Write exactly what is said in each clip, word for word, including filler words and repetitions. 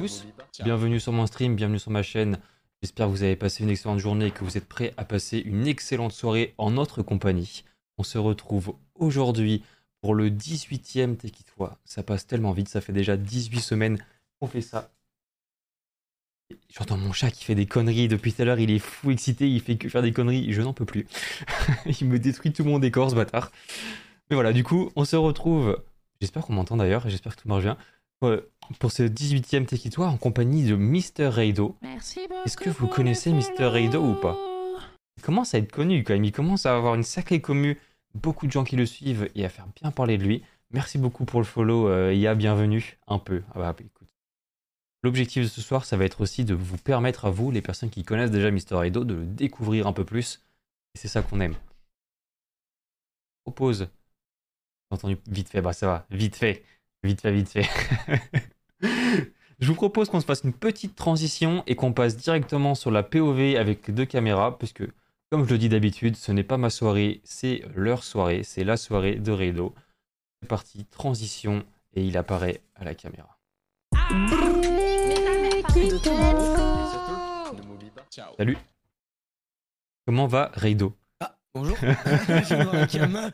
tous, bienvenue sur mon stream, bienvenue sur ma chaîne. J'espère que vous avez passé une excellente journée et que vous êtes prêts à passer une excellente soirée en notre compagnie. On se retrouve aujourd'hui pour le dix-huitième Tekitoi. Ça passe tellement vite, ça fait déjà dix-huit semaines qu'on fait ça. J'entends mon chat qui fait des conneries depuis tout à l'heure, il est fou excité, il fait que faire des conneries, je n'en peux plus. Il me détruit tout mon décor ce bâtard. Mais voilà, du coup, on se retrouve, j'espère qu'on m'entend d'ailleurs, et j'espère que tout marche bien, pour ce dix-huitième Tekitoi en compagnie de Mister Raido. Est-ce que vous connaissez Mister Raido ou pas? Il commence à être connu quand même, il commence à avoir une sacrée commu, beaucoup de gens qui le suivent et à faire bien parler de lui. Merci beaucoup pour le follow, euh, I A, bienvenue, un peu. Ah bah écoute. L'objectif de ce soir, ça va être aussi de vous permettre à vous, les personnes qui connaissent déjà Mister Raido, de le découvrir un peu plus. Et c'est ça qu'on aime. Je propose... J'ai entendu vite fait, bah ça va, vite fait, vite fait, vite fait. Je vous propose qu'on se fasse une petite transition et qu'on passe directement sur la P O V avec deux caméras, puisque, comme je le dis d'habitude, ce n'est pas ma soirée, c'est leur soirée, c'est la soirée de Raido. C'est parti, transition, et il apparaît à la caméra. Salut. Comment va Raido? Ah, bonjour. Je viens de voir la cam.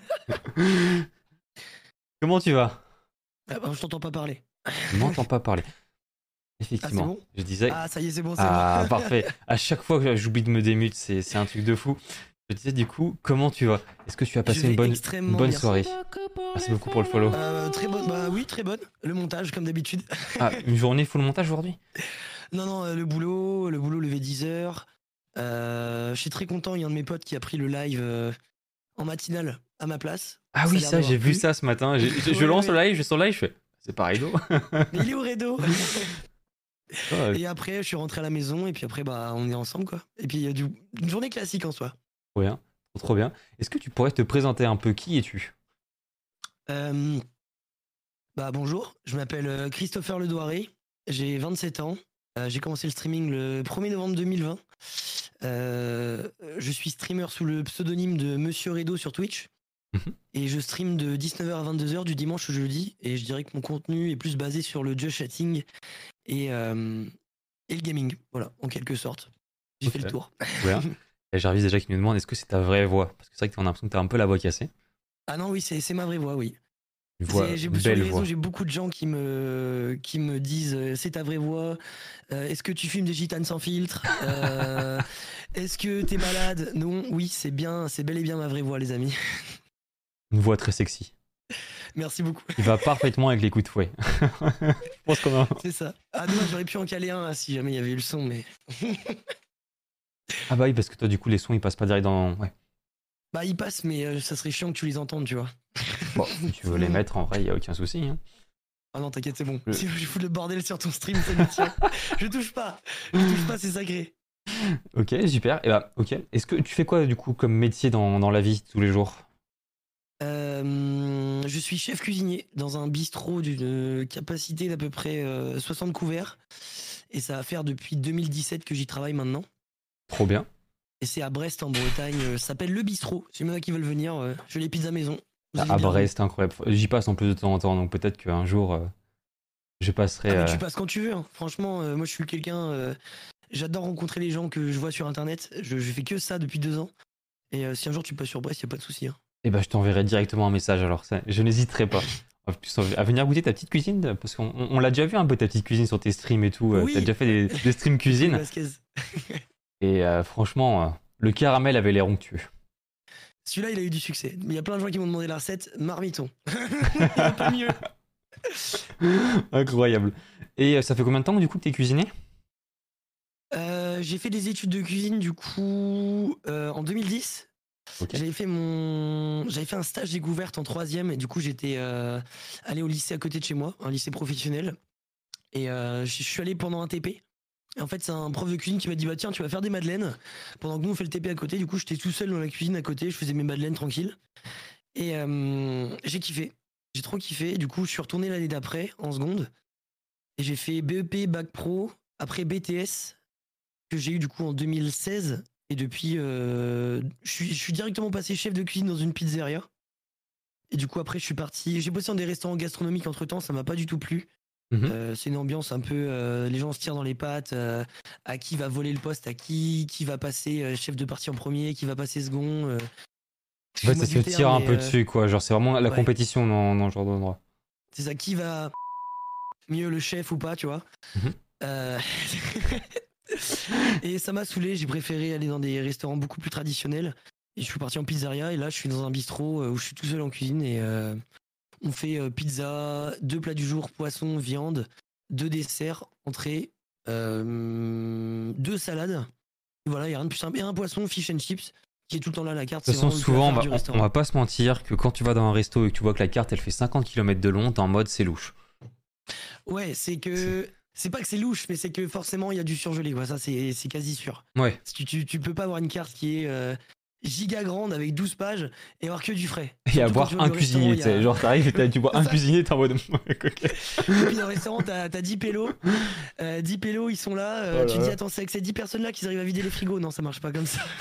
Comment tu vas? Ah, bah, je t'entends pas parler. Je m'entends pas parler. Effectivement, ah, bon je disais... Ah, ça y est, c'est bon, c'est Ah, bon. parfait. À chaque fois que j'oublie de me démute, c'est, c'est un truc de fou. Je disais du coup, comment tu vas? Est-ce que tu as passé une bonne, une bonne soirée? Merci beaucoup pour le follow. Euh, très bonne, bah oui, très bonne. Le montage, comme d'habitude. Ah, une journée full montage aujourd'hui? Non, non, euh, le boulot, le boulot levé dix heures. Euh, je suis très content, il y a un de mes potes qui a pris le live euh, en matinale à ma place. Ah Ça oui, a l'air ça, j'ai d'avoir vu plu. ça ce matin. J'ai- j'ai- je Ouais, lance ouais. le live, je suis sur le live, je fais, c'est pas Raido. Mais il est au Raido. Ah, Et après, je suis rentré à la maison, et puis après, bah, on est ensemble, quoi. Et puis, il y a du... une journée classique en soi. trop bien, trop, trop bien. Est-ce que tu pourrais te présenter un peu? Qui es-tu? Euh, bah bonjour, je m'appelle euh, Christopher Ledoiré, j'ai vingt-sept ans, Euh, j'ai commencé le streaming le premier novembre deux mille vingt. Euh, je suis streamer sous le pseudonyme de Monsieur Raido sur Twitch Mhm. et je stream de dix-neuf heures à vingt-deux heures du dimanche au jeudi, et je dirais que mon contenu est plus basé sur le just chatting et, euh, et le gaming, voilà, en quelque sorte. J'ai Ok. fait le tour. Trop bien. Et Jarvis déjà qui nous demande, est-ce que c'est ta vraie voix? Parce que c'est vrai que t'as l'impression que t'as un peu la voix cassée. Ah non, oui, c'est c'est ma vraie voix, oui. Une voix, C'est- j'ai- une sur belle les réseaux, voix. j'ai beaucoup de gens qui me, qui me disent euh, c'est ta vraie voix. Euh, est-ce que tu fumes des gitanes sans filtre? Euh, Est-ce que t'es malade? Non, oui, c'est bien, c'est bel et bien ma vraie voix, les amis. Une voix très sexy. Merci beaucoup. Il va parfaitement avec les coups de fouet. Je pense qu'on a... C'est ça. Ah non, j'aurais pu en caler un là, si jamais il y avait eu le son, mais Ah bah oui, parce que toi, du coup, les sons, ils passent pas direct dans... Ouais. bah il passe, mais euh, ça serait chiant que tu les entendes, tu vois. Bon, si tu veux les mettre, en vrai, il y a aucun souci. Hein. Ah non, t'inquiète, c'est bon. Le- Si je fous le bordel sur ton stream, c'est le tien. Je touche pas. Je touche pas, c'est sacré. Ok, super. Et bah, ok. Est-ce que tu fais quoi, du coup, comme métier dans, dans la vie, tous les jours? Euh, je suis chef cuisinier dans un bistrot d'une capacité d'à peu près euh, soixante couverts. Et ça va faire depuis deux mille dix-sept que j'y travaille maintenant. Trop bien. Et c'est à Brest, en Bretagne. Euh, Ça s'appelle Le Bistrot. Si il y en a qui veulent venir, euh, je fais les pizzas maison. Vous êtes À bienvenus. Brest, incroyable. J'y passe en plus de temps en temps, donc peut-être qu'un jour, euh, je passerai... Ah, mais euh, tu passes quand tu veux, hein. Franchement, euh, moi je suis quelqu'un. euh, J'adore rencontrer les gens que je vois sur internet. Je, je fais que ça depuis deux ans. Et euh, si un jour tu passes sur Brest, y a pas de souci, hein. Eh ben, je t'enverrai directement un message, alors. Ça, je n'hésiterai pas. En plus, à venir goûter ta petite cuisine, parce qu'on on, on l'a déjà vu un peu, ta petite cuisine sur tes streams et tout. euh, Oui. T'as déjà fait des, des streams cuisine. Vasquez. Et euh, franchement, euh, le caramel avait l'air onctueux. Celui-là, il a eu du succès. Mais il y a plein de gens qui m'ont demandé la recette. Marmiton. Il y a pas mieux. Incroyable. Et euh, ça fait combien de temps, du coup, que t'es cuisiné? Euh, j'ai fait des études de cuisine du coup euh, en deux mille dix. Ok. J'avais fait mon, j'avais fait un stage découverte en troisième et du coup j'étais euh, allé au lycée à côté de chez moi, un lycée professionnel. Et euh, je suis allé pendant un T P. Et en fait c'est un prof de cuisine qui m'a dit bah tiens tu vas faire des madeleines pendant que nous on fait le T P à côté. Du coup j'étais tout seul dans la cuisine à côté, je faisais mes madeleines tranquille. Et euh, j'ai kiffé, j'ai trop kiffé. Du coup je suis retourné l'année d'après en seconde et j'ai fait B E P, bac pro, après B T S que j'ai eu du coup en deux mille seize. Et depuis, euh, je, suis, je suis directement passé chef de cuisine dans une pizzeria. Et du coup, après, je suis parti. J'ai bossé dans des restaurants gastronomiques entre temps, ça m'a pas du tout plu. Mhm. Euh, c'est une ambiance un peu, euh, les gens se tirent dans les pattes, euh, à qui va voler le poste, à qui, qui va passer euh, chef de partie en premier, qui va passer second. euh, En fait, ça excuse-moi se du tire terme, un mais peu euh, dessus, quoi. Genre, c'est vraiment la ouais, compétition dans, dans ce genre d'endroit. c'est ça, qui va mieux le chef ou pas, tu vois. Mhm. Euh, Et ça m'a saoulé, j'ai préféré aller dans des restaurants beaucoup plus traditionnels. Et je suis parti en pizzeria et là je suis dans un bistrot euh, où je suis tout seul en cuisine et euh, on fait euh, pizza, deux plats du jour, poisson, viande, deux desserts, entrée, euh, deux salades. Et voilà, il y a rien de plus simple. Et un poisson, fish and chips, qui est tout le temps là à la carte. De toute C'est façon, vraiment le plat souvent, on phare va, du on, on restaurant. va pas se mentir que quand tu vas dans un resto et que tu vois que la carte elle fait cinquante kilomètres de long, t'es en mode c'est louche. Ouais, c'est C'est- que c'est pas que c'est louche, mais c'est que forcément il y a du surgelé. Quoi. Ça, c'est c'est quasi sûr. Ouais. Tu, tu, tu peux pas avoir une carte qui est euh, giga grande avec douze pages et avoir que du frais. Et Surtout quand tu avoir vas un au restaurant, cuisinier, il tu y sais. a. Genre, t'arrives et t'as- tu vois C'est un ça. cuisinier, t'es en mode. Ok. Et puis dans le restaurant, t'as as dix pélos. Euh, dix pélos, ils sont là. Oh euh, tu là dis, là. attends, c'est avec ces dix personnes-là qu'ils arrivent à vider les frigos. Non, ça marche pas comme ça.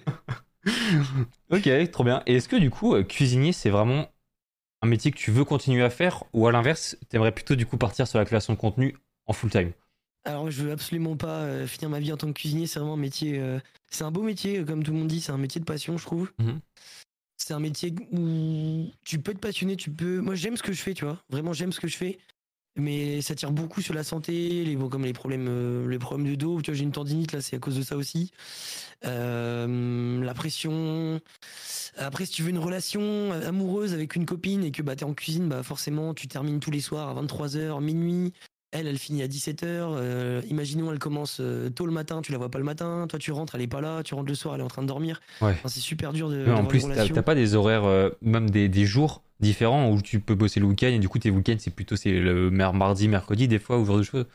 Ok, trop bien. Et est-ce que du coup, euh, cuisinier, c'est vraiment un métier que tu veux continuer à faire ou à l'inverse, t'aimerais plutôt du coup partir sur la création de contenu en full time? Alors, je veux absolument pas euh, finir ma vie en tant que cuisinier. C'est vraiment un métier. euh, c'est un beau métier, euh, comme tout le monde dit. C'est un métier de passion, je trouve. Mhm. C'est un métier où tu peux te passionner, tu peux. Moi, j'aime ce que je fais, tu vois. Vraiment, j'aime ce que je fais. Mais ça tire beaucoup sur la santé, les, bon, comme les problèmes, euh, les problèmes de dos. Tu vois, j'ai une tendinite, là, c'est à cause de ça aussi. Euh, la pression. Après, si tu veux une relation amoureuse avec une copine et que bah, t'es en cuisine, bah, forcément, tu termines tous les soirs à vingt-trois heures, minuit. Elle, elle finit à dix-sept heures. Euh, imaginons, elle commence euh, tôt le matin, tu la vois pas le matin. Toi, tu rentres, elle est pas là. Tu rentres le soir, elle est en train de dormir. Ouais. Enfin, c'est super dur de- Mais en d'avoir une plus, t'as t'as relation. pas des horaires, euh, même des, des jours différents où tu peux bosser le week-end et du coup tes week-ends c'est plutôt c'est le mer- mardi, mercredi des fois ou ce genre de choses.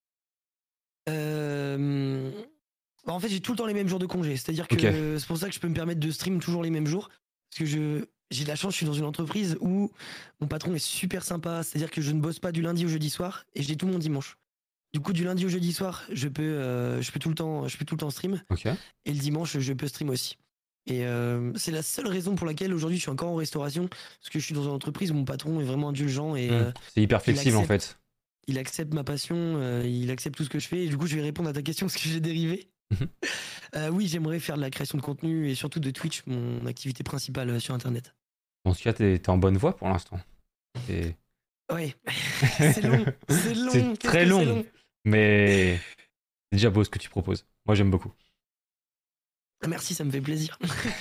Euh, Bah, en fait, j'ai tout le temps les mêmes jours de congé. C'est-à-dire Ok. que c'est pour ça que je peux me permettre de stream toujours les mêmes jours. Parce que je, j'ai de la chance, je suis dans une entreprise où mon patron est super sympa. C'est-à-dire que je ne bosse pas du lundi au jeudi soir et j'ai tout mon dimanche. Du coup, du lundi au jeudi soir, je peux, euh, je peux tout le temps, je peux tout le temps stream. Ok. Et le dimanche, je peux stream aussi. Et euh, c'est la seule raison pour laquelle aujourd'hui je suis encore en restauration. Parce que je suis dans une entreprise où mon patron est vraiment indulgent et Hmm. euh, C'est hyper il flexible en accepte, fait. il accepte ma passion, euh, il accepte tout ce que je fais. Et du coup, je vais répondre à ta question parce que j'ai dérivé. Mhm. Euh, oui, j'aimerais faire de la création de contenu et surtout de Twitch, mon activité principale euh, sur Internet. En tout cas, t'es t'es en bonne voie pour l'instant. C'est Ouais, c'est long, c'est long, c'est qu'est-ce très que c'est long, long. mais c'est déjà beau ce que tu proposes. Moi j'aime beaucoup. Ah, merci, ça me fait plaisir.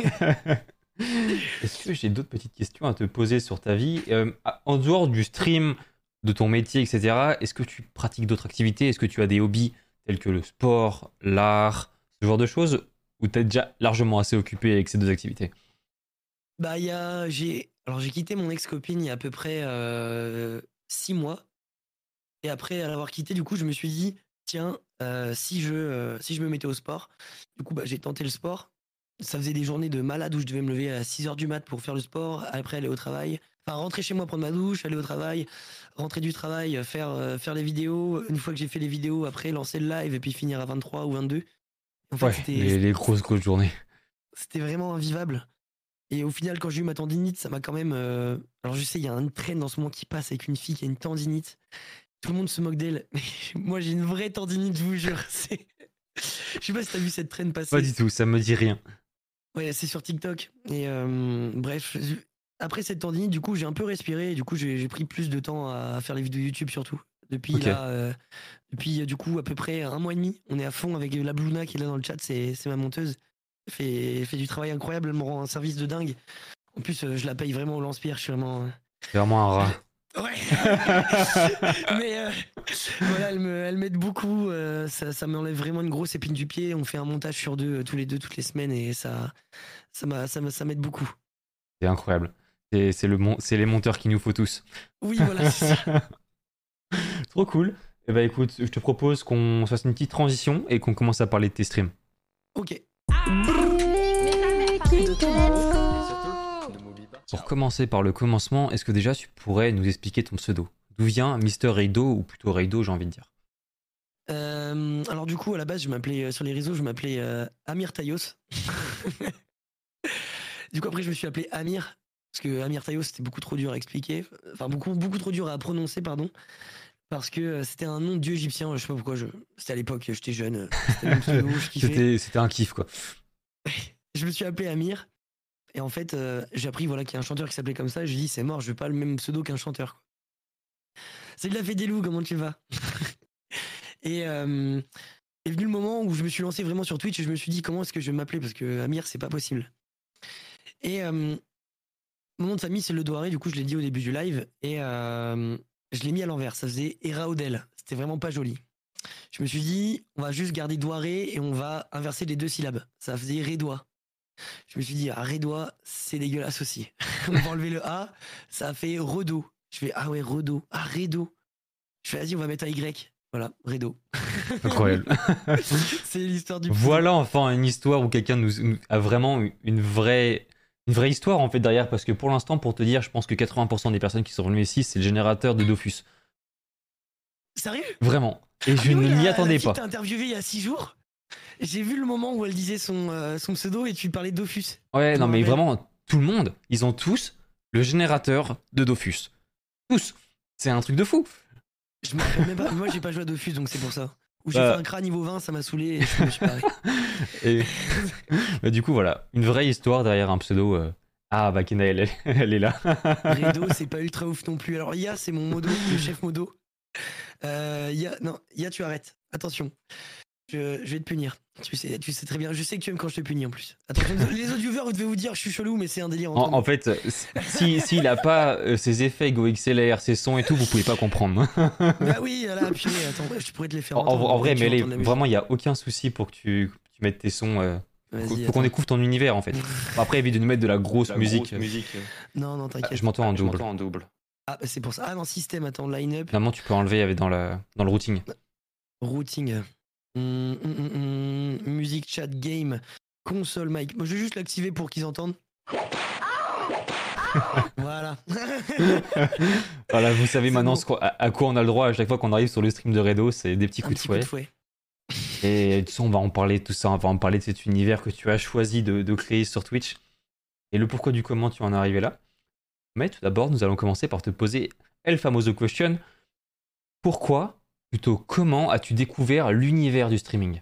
Est-ce que j'ai d'autres petites questions à te poser sur ta vie? Euh, en dehors du stream, de ton métier, et cetera, est-ce que tu pratiques d'autres activités? Est-ce que tu as des hobbies tels que le sport, l'art, ce genre de choses? Ou t'es déjà largement assez occupé avec ces deux activités? Bah, il y a, j'ai, alors j'ai quitté mon ex-copine il y a à peu près euh, six mois. Et après à l'avoir quitté, du coup, je me suis dit, tiens, euh, si je, euh, si je me mettais au sport, du coup, bah, j'ai tenté le sport. Ça faisait des journées de malade où je devais me lever à six heures du mat pour faire le sport, après aller au travail. Enfin, rentrer chez moi, prendre ma douche, aller au travail, rentrer du travail, faire, euh, faire les vidéos. Une fois que j'ai fait les vidéos, après lancer le live et puis finir à vingt-trois ou vingt-deux. En fait, Ouais, c'était, les, les grosses grosses journées. c'était vraiment invivable. Et au final, quand j'ai eu ma tendinite, ça m'a quand même. euh, Alors, je sais, il y a un train dans ce moment qui passe avec une fille qui a une tendinite. Tout le monde se moque d'elle. Mais moi, j'ai une vraie tendinite, je vous jure. C'est... Je sais pas si t'as vu cette traîne Pas passer. du tout, ça me dit rien. Ouais, c'est sur TikTok. Et euh, bref, je- après cette tendinite, du coup, j'ai un peu respiré. Et du coup, j'ai j'ai pris plus de temps à faire les vidéos YouTube surtout. Depuis Ok. là, euh, depuis euh, du coup à peu près un mois et demi, on est à fond avec la Bluna qui est là dans le chat. C'est c'est ma monteuse. Elle fait, elle fait du travail incroyable. Elle me rend un service de dingue. En plus, euh, je la paye vraiment au lance-pierre. Je suis vraiment. euh, C'est vraiment un rat. Ouais. Mais euh, voilà, elle me, elle m'aide beaucoup. euh, ça, ça m'enlève vraiment une grosse épine du pied. On fait un montage sur deux, euh, tous les deux, toutes les semaines, et ça, ça m'a, ça m'a- ça m'aide beaucoup. C'est incroyable. C'est c'est le mon- c'est les monteurs qu'il nous faut tous. Oui, voilà, c'est ça. Trop cool. Eh ben écoute, je te propose qu'on fasse une petite transition et qu'on commence à parler de tes streams. Ok. Pour commencer par le commencement, est-ce que déjà tu pourrais nous expliquer ton pseudo? D'où vient Mister Reido, ou plutôt Reido, j'ai envie de dire. Euh, alors du coup, à la base, je m'appelais euh, sur les réseaux, je m'appelais euh, Amir Tayos. Du coup, après, je me suis appelé Amir parce que Amir Tayos, c'était beaucoup trop dur à expliquer. Enfin, beaucoup, beaucoup trop dur à prononcer, pardon. parce que euh, c'était un nom de dieu égyptien. Je sais pas pourquoi. Je... C'était à l'époque, j'étais jeune. euh, C'était mon pseudo, je kiffais. C'était c'était un kiff, quoi. Je me suis appelé Amir. Et en fait, euh, j'ai appris voilà, qu'il y a un chanteur qui s'appelait comme ça. Et je lui ai dit, c'est mort, je veux pas le même pseudo qu'un chanteur. Quoi. C'est de la fée des loups, comment tu vas? Et euh, est venu le moment où je me suis lancé vraiment sur Twitch et je me suis dit, comment est-ce que je vais m'appeler? Parce que Amir, c'est pas possible. Et euh, mon nom de famille, c'est Le Douaré. Du coup, je l'ai dit au début du live. Et euh, je l'ai mis à l'envers. Ça faisait Eraodel. C'était vraiment pas joli. Je me suis dit, on va juste garder Douaré et on va inverser les deux syllabes. Ça faisait Rédois. Je me suis dit, ah, Rédois, c'est dégueulasse aussi. On va enlever le A, ça a fait Redo. Je fais, ah ouais, Redo. Ah, Redo. Je fais, vas-y, on va mettre un Y. Voilà, Redo. Incroyable. C'est l'histoire du pseudo. Voilà enfin une histoire où quelqu'un nous, nous a vraiment une vraie, une vraie histoire en fait derrière. Parce que pour l'instant, pour te dire, je pense que quatre-vingts pour cent des personnes qui sont venues ici, c'est le générateur de Dofus. Sérieux? Vraiment. Et je Ah, mais oui, ne m'y la- attendais la fille pas. que t'as interviewé il y a six jours. J'ai vu le moment où elle disait son, euh, son pseudo et tu parlais de Dofus. Ouais, Je non me mais rappelle. vraiment, tout le monde, ils ont tous le générateur de Dofus. Tous. C'est un truc de fou. Je me rappelle même pas. Moi, j'ai pas joué à Dofus, donc c'est pour ça. Où j'ai Bah. fait un crâne niveau vingt, ça m'a saoulé et je me suis barré. Et bah, du coup, voilà, une vraie histoire derrière un pseudo. euh, Ah, bah Kena, elle, est- elle est là. Redo, c'est pas ultra ouf non plus. Alors, Ia, c'est mon modo, le chef modo. Euh, Ia, non, Ia, tu arrêtes. Attention. Je, je vais te punir. Tu sais, tu sais très bien. Je sais que tu aimes quand je te punis en plus. Attention, les autres viewers, vous devez vous dire, je suis chelou, mais c'est un délire entre En, en nous. fait, si s'il a pas euh, ses effets Go X L R, ses sons et tout, vous pouvez pas comprendre. Bah oui, là, purée, attends, je pourrais te les faire En, en- entendre. en vrai, et tu mais vas les- entendre la musique. vraiment, il y a aucun souci pour que tu, que tu mettes tes sons. euh, faut Vas-y, faut qu'on attends. découvre ton univers en fait. Bon, après, évite de nous mettre de la grosse musique. Non, non, Ah, t'inquiète. je m'entends en Je double. m'entends en double. Ah, bah, c'est pour ça. Ah, non, système, attends, line-up, Normalement, tu peux enlever avec dans, la, dans le routing. routing, hum, hum, hum, hum, musique, chat, game, console, mic. Moi, je vais juste l'activer pour qu'ils entendent. Voilà. Voilà, vous savez C'est maintenant bon. ce qu'on- à, à quoi on a le droit à chaque fois qu'on arrive sur le stream de Redo, c'est des petits Un coups de petit coup de fouet. fouet. Et tout ça, on va en parler de tout ça, on va en parler de cet univers que tu as choisi de, de créer sur Twitch et le pourquoi du comment tu en es arrivé là. Mais tout d'abord, nous allons commencer par te poser El Famoso Question. Pourquoi, plutôt comment as-tu découvert l'univers du streaming?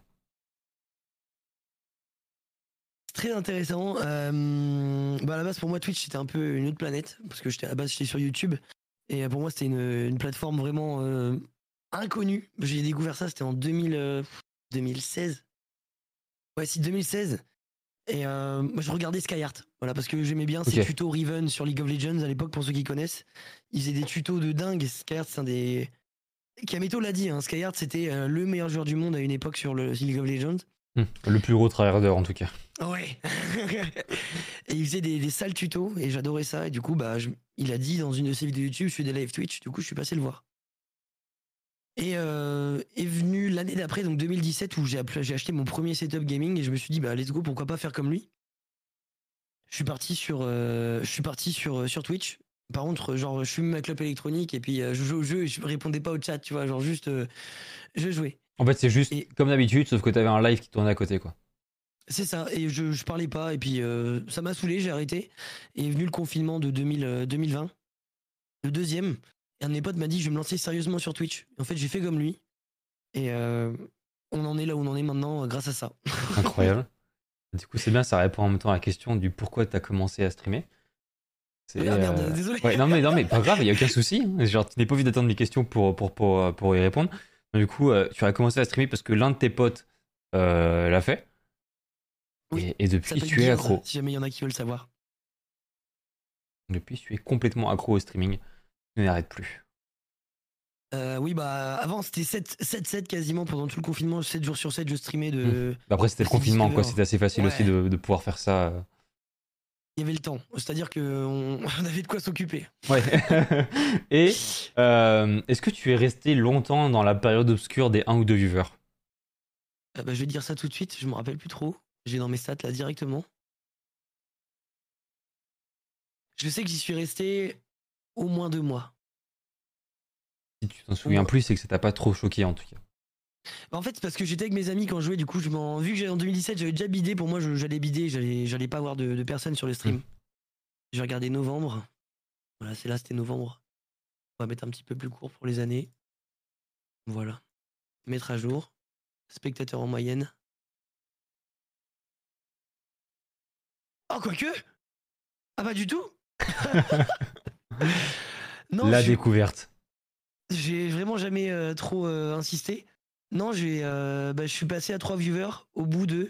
Très intéressant. Euh, bah à la base, pour moi, Twitch, c'était un peu une autre planète. Parce que j'étais à la base, j'étais sur YouTube. Et euh, pour moi, c'était une, une plateforme vraiment euh, inconnue. J'ai découvert ça, c'était en deux mille, euh, deux mille seize. Ouais, si, deux mille seize. Et euh, moi, je regardais Skyheart. Voilà, parce que j'aimais bien ces Ok. tutos Riven sur League of Legends à l'époque, pour ceux qui connaissent. Ils faisaient des tutos de dingue. Et Skyheart, c'est un des. Kameto l'a dit, hein, Skyheart, c'était euh, le meilleur joueur du monde à une époque sur le League of Legends. Hmm, le plus gros tryharder en tout cas. Ouais. Et il faisait des, des sales tutos et j'adorais ça. Et du coup, bah, je- il a dit dans une de ses vidéos YouTube, je fais des live Twitch. Du coup, je suis passé le voir. Et euh, est venu l'année d'après, donc deux mille dix-sept, où j'ai appelé- j'ai acheté mon premier setup gaming et je me suis dit, bah, let's go, pourquoi pas faire comme lui. Je suis parti sur, euh, je suis parti sur, euh, sur Twitch. Par contre, genre, je fume ma clope électronique et puis euh, je jouais au jeu et je répondais pas au chat, tu vois, genre juste, euh, je jouais. En fait, c'est juste Et- comme d'habitude, sauf que t'avais un live qui tournait à côté, quoi. C'est ça, et je, je parlais pas, et puis euh, ça m'a saoulé, j'ai arrêté. Et est venu le confinement de deux mille, euh, deux mille vingt, le deuxième. Et un de mes potes m'a dit, je vais me lancer sérieusement sur Twitch. Et en fait, j'ai fait comme lui. Et euh, on en est là où on en est maintenant euh, grâce à ça. Incroyable. Du coup, c'est bien, ça répond en même temps à la question du pourquoi t'as commencé à streamer. C'est, Ah merde, euh, désolé. Ouais, non mais, non mais pas grave, il y a aucun souci. hein. Genre, tu n'es pas envie d'attendre mes questions pour, pour, pour, pour y répondre. Donc, du coup, euh, tu as commencé à streamer parce que l'un de tes potes euh, l'a fait. Oui, Et, et Ça depuis, s'appelle tu es Gears, accro. si jamais il y en a qui veulent savoir. Depuis, tu es complètement accro au streaming. Tu n'arrêtes plus. Euh, oui, bah avant, c'était sept sept quasiment pendant tout le confinement. sept jours sur sept, je streamais de. Après, c'était le C'est confinement, quoi. Discover. C'était assez facile Ouais. aussi de, de pouvoir faire ça. euh. Il y avait le temps. C'est-à-dire qu'on on avait de quoi s'occuper. Ouais. Et euh, est-ce que tu es resté longtemps dans la période obscure des un ou deux viewers? Euh, bah, je vais dire ça tout de suite, je me rappelle plus trop. J'ai dans mes stats là directement. Je sais que j'y suis resté au moins deux mois. Si tu t'en souviens Ouais. plus, c'est que ça t'a pas trop choqué en tout cas. Bah, en fait, c'est parce que j'étais avec mes amis quand je jouais, du coup, je m'en... vu que j'avais en deux mille dix-sept, j'avais déjà bidé. Pour moi, je- j'allais bider, j'allais, j'allais pas avoir de, de personnes sur le stream. Mm. J'ai regardé novembre. Voilà, c'est là, c'était novembre. On va mettre un petit peu plus court pour les années. Voilà. Mettre à jour. Spectateurs en moyenne. Oh, quoique. Ah, pas du tout. Non, La je- découverte. j'ai vraiment jamais euh, trop euh, insisté. Non, j'ai, euh, bah, je suis passé à trois viewers au bout de,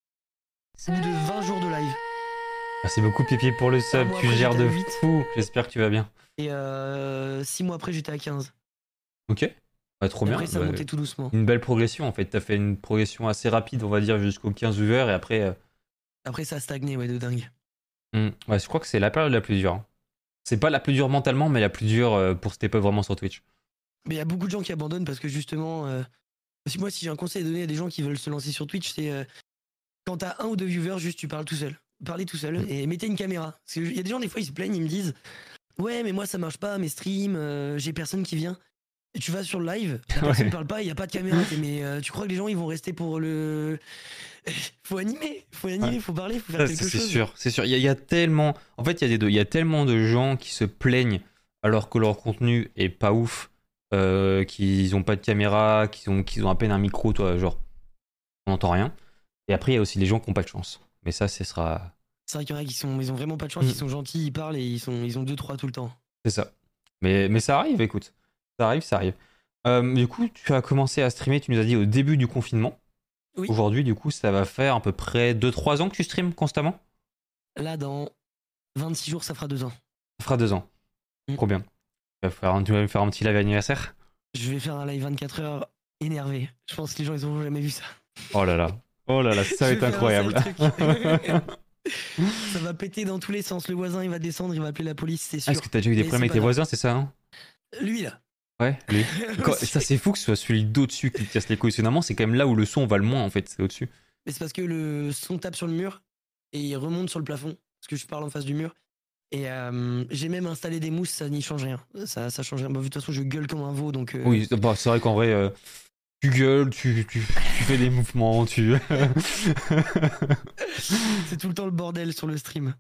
au bout de vingt jours de live. Merci beaucoup, Pipi, pour le sub. mois Tu après, gères j'étais de à huit. fou. J'espère que tu vas bien. Et euh, six mois après, j'étais à quinze. Ok. Bah, trop Et bien. après, ça Bah, montait tout doucement. une belle progression, en fait. T'as fait une progression assez rapide, on va dire, jusqu'aux quinze viewers. Et après, euh, Après, ça a stagné, ouais, de dingue. hmm, ouais, je crois que c'est la période la plus dure. Hein. C'est pas la plus dure mentalement, mais la plus dure euh, pour step up vraiment sur Twitch. Mais il y a beaucoup de gens qui abandonnent parce que justement, euh, parce que moi, si j'ai un conseil à donner à des gens qui veulent se lancer sur Twitch, c'est euh, quand t'as un ou deux viewers, juste tu parles tout seul. Parlez tout seul Mm. et mettez une caméra. Parce qu'il y a des gens, des fois, ils se plaignent, ils me disent ouais, mais moi, ça marche pas, mes streams, euh, j'ai personne qui vient. Et tu vas sur le live, la personne Ouais. parle pas, il y a pas de caméra. T'es, mais euh, tu crois que les gens, ils vont rester pour le. Faut animer, faut animer, Ouais. faut parler, faut faire Ça, quelque c'est c'est chose. sûr, c'est sûr. Il y, a- il y a tellement. En fait, il y a des deux. Il y a tellement de gens qui se plaignent alors que leur contenu est pas ouf, euh, qu'ils ont pas de caméra, qu'ils ont, qu'ils ont à peine un micro, toi, genre, on n'entend rien. Et après, il y a aussi les gens qui ont pas de chance. Mais ça, ce sera. C'est vrai qu'il y en a qui sont, ils ont vraiment pas de chance, Mm. ils sont gentils, ils parlent et ils sont, ils ont deux trois tout le temps. C'est ça. Mais, mais ça arrive, écoute. Ça arrive, ça arrive. Euh, du coup, tu as commencé à streamer, tu nous as dit au début du confinement. Oui. Aujourd'hui, du coup, ça va faire à peu près deux trois ans que tu streames constamment. Là, dans vingt-six jours, ça fera deux ans. Ça fera deux ans. Mm. Trop bien. Tu vas faire un, tu vas me faire un petit live anniversaire. Je vais faire un live vingt-quatre heures énervé. Je pense que les gens, ils ont jamais vu ça. Oh là là. Oh là là, ça va Je être vais faire un incroyable. sale truc. Ça va péter dans tous les sens. Le voisin, il va descendre, il va appeler la police, c'est Ah, sûr. est-ce que t'as déjà eu des Mais problèmes c'est avec pas tes grave. voisins, c'est ça, hein? Lui, là. Ouais, lui. Quand- ça, c'est fou que ce soit celui d'au-dessus qui te casse les couilles. Parce que normalement, c'est quand même là où le son va le moins, en fait. C'est au-dessus. Mais c'est parce que le son tape sur le mur et il remonte sur le plafond. Parce que je parle en face du mur. Et euh, j'ai même installé des mousses, ça n'y change rien. Ça, ça change rien. Bah, de toute façon, je gueule comme un veau, donc. euh, Oui, bah, c'est vrai qu'en vrai, euh, tu gueules, tu, tu, tu fais des mouvements, tu. C'est tout le temps le bordel sur le stream.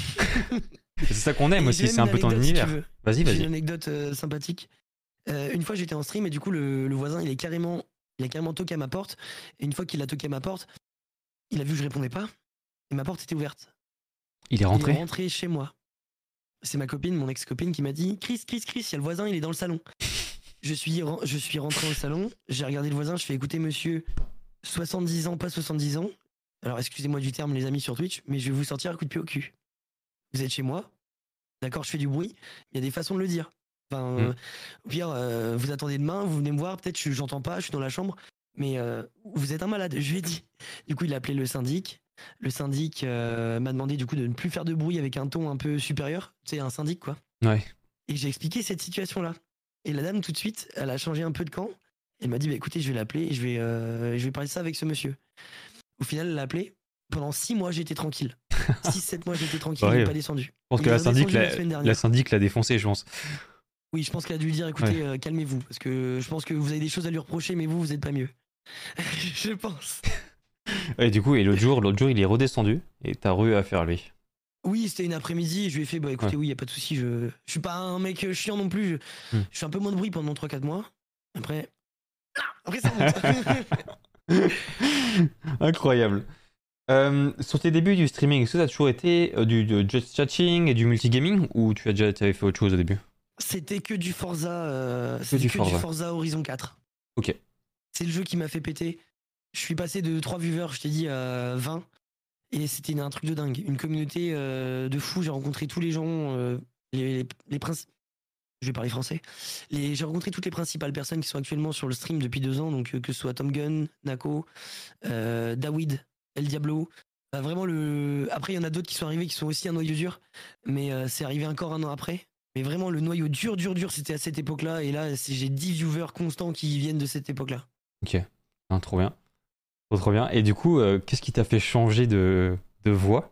c'est ça qu'on aime Et aussi, j'ai c'est même un une peu ton anecdote, si tu univers. veux. Vas-y, J'ai une vas-y. anecdote euh, sympathique. Euh, une fois, j'étais en stream et du coup, le, le voisin, il est carrément, il a carrément toqué à ma porte. Et une fois qu'il a toqué à ma porte, il a vu que je répondais pas. Et ma porte était ouverte. Il est Il est rentré. rentré chez moi. C'est ma copine, mon ex-copine, qui m'a dit Chris, Chris, Chris, il y a le voisin, il est dans le salon. Je suis, ren- je suis rentré au salon, j'ai regardé le voisin, je fais écouter monsieur, soixante-dix ans, pas soixante-dix ans. Alors excusez-moi du terme, les amis sur Twitch, mais je vais vous sortir un coup de pied au cul. Vous êtes chez moi, d'accord, je fais du bruit, il y a des façons de le dire. Enfin, euh, Mm. au pire, euh, vous attendez demain, vous venez me voir, peut-être je- j'entends pas, je suis dans la chambre, mais euh, vous êtes un malade, je lui ai dit. Du coup, il a appelé le syndic. Le syndic euh, m'a demandé du coup de ne plus faire de bruit avec un ton un peu supérieur. Tu sais, un syndic quoi. Ouais. Et j'ai expliqué cette situation-là. Et la dame, tout de suite, elle a changé un peu de camp. Elle m'a dit bah, écoutez, je vais l'appeler et je vais, euh, je vais parler de ça avec ce monsieur. Au final, elle l'a appelé. Pendant six mois, j'étais tranquille. six sept mois, j'étais tranquille, Ouais. il n'est pas descendu. Je pense Il que est la syndic, redescendu l'a, la semaine la dernière. syndic l'a défoncé, je pense. Oui, je pense qu'elle a dû lui dire écoutez, euh, calmez-vous. Parce que je pense que vous avez des choses à lui reprocher, mais vous, vous n'êtes pas mieux. Je pense. Et du coup, et l'autre jour, l'autre jour, il est redescendu et t'as eu à faire lui. Oui, c'était une après-midi et je lui ai fait bah écoutez, Ouais. oui, il n'y a pas de souci. Je... je suis pas un mec euh, chiant non plus. Je, Hmm. je fais un peu moins de bruit pendant trois quatre mois. Après. Après, ça remonte. Incroyable. Euh, sur tes débuts du streaming, est-ce que ça a toujours été euh, du, du just chatting et du multigaming ou tu as déjà t'avais fait autre chose au début? C'était que du Forza. euh, C'était du que Forza. du Forza Horizon quatre. Ok. C'est le jeu qui m'a fait péter. Je suis passé de trois viewers, je t'ai dit, à vingt. Et c'était une- un truc de dingue. Une communauté euh, de fous. J'ai rencontré tous les gens, euh, les, les, les princi- Je vais parler français. Les... J'ai rencontré toutes les principales personnes qui sont actuellement sur le stream depuis deux ans. Donc, euh, que ce soit Tom Gun, Nako, euh, Dawid, El Diablo. Bah, vraiment, le... Après, il y en a d'autres qui sont arrivés qui sont aussi un noyau dur. Mais euh, c'est arrivé encore un an après. Mais vraiment, le noyau dur, dur, dur, c'était à cette époque-là. Et là, c'est- j'ai dix viewers constants qui viennent de cette époque-là. Ok. Ah, trop bien. Trop, trop bien. Et du coup, euh, qu'est-ce qui t'a fait changer de, de voix?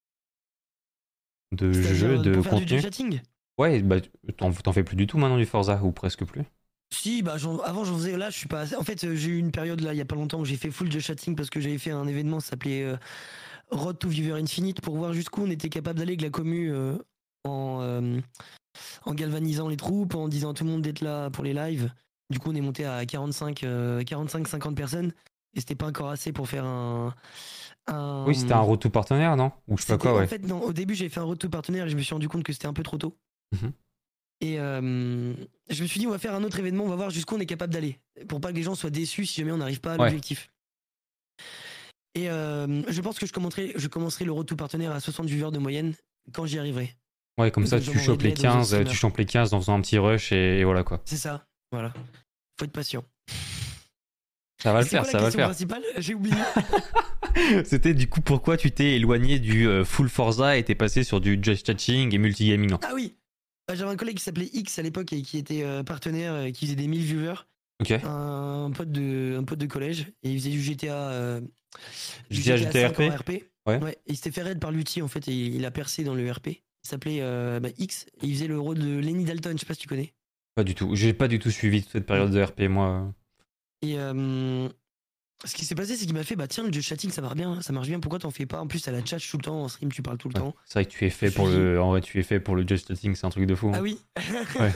De C'est-à-dire, jeu, euh, de pour faire du contenu? chatting. Ouais, bah, t'en, t'en fais plus du tout maintenant du Forza ou presque plus. Si, bah j'en- avant j'en faisais. Là, je suis pas. En fait, euh, j'ai eu une période là, il y a pas longtemps, où j'ai fait full de chatting parce que j'avais fait un événement, ça s'appelait euh, Road to Viewer Infinite, pour voir jusqu'où on était capable d'aller avec la commu euh, en, euh, en galvanisant les troupes, en disant à tout le monde d'être là pour les lives. Du coup, on est monté à quarante-cinq, euh, quarante-cinq cinquante personnes. Et c'était pas encore assez pour faire un. Oui, c'était un un... retour partenaire, non? Ou je sais pas C'était, quoi, en ouais. fait, non, au début, j'ai fait un retour partenaire et je me suis rendu compte que c'était un peu trop tôt. Mhm. Et euh, je me suis dit, on va faire un autre événement, on va voir jusqu'où on est capable d'aller. Pour pas que les gens soient déçus si jamais on n'arrive pas à Ouais. l'objectif. Et euh, je pense que je commencerai, je commencerai le retour partenaire à soixante viewers de moyenne quand j'y arriverai. Ouais, comme ça, Comme tu j'envoie chopes de les l'aide aux autres quinze, euh, tu streamers. chopes les quinze en faisant un petit rush et, et voilà quoi. C'est ça, voilà. Faut être patient. Ça va Et le c'est faire, quoi la ça va le question faire. principale? J'ai oublié. C'était du coup pourquoi tu t'es éloigné du euh, full Forza et t'es passé sur du just chatting et multigaming. Ah oui, bah, j'avais un collègue qui s'appelait X à l'époque et qui était euh, partenaire, euh, qui faisait des mille viewers. Ok. Un pote de, un pote de collège et il faisait du G T A, euh, du G T A, G T A cinq en G T R P? R P. Ouais. Ouais, et il s'était fait raid par l'U T en fait et il a percé dans le R P. Il s'appelait euh, bah, X et il faisait le rôle de Lenny Dalton, je sais pas si tu connais. Pas du tout. J'ai pas du tout suivi toute cette période de R P, moi. Et euh, ce qui s'est passé, c'est qu'il m'a fait bah tiens, le jeu chatting ça marche bien, ça marche bien, pourquoi t'en fais pas? En plus, à la chat tout le temps, en stream tu parles tout le Ouais. temps. C'est vrai que tu es fait Je me pour suis le. En vrai, tu es fait pour le just chatting, c'est un truc de fou. Ah hein. oui. Ouais.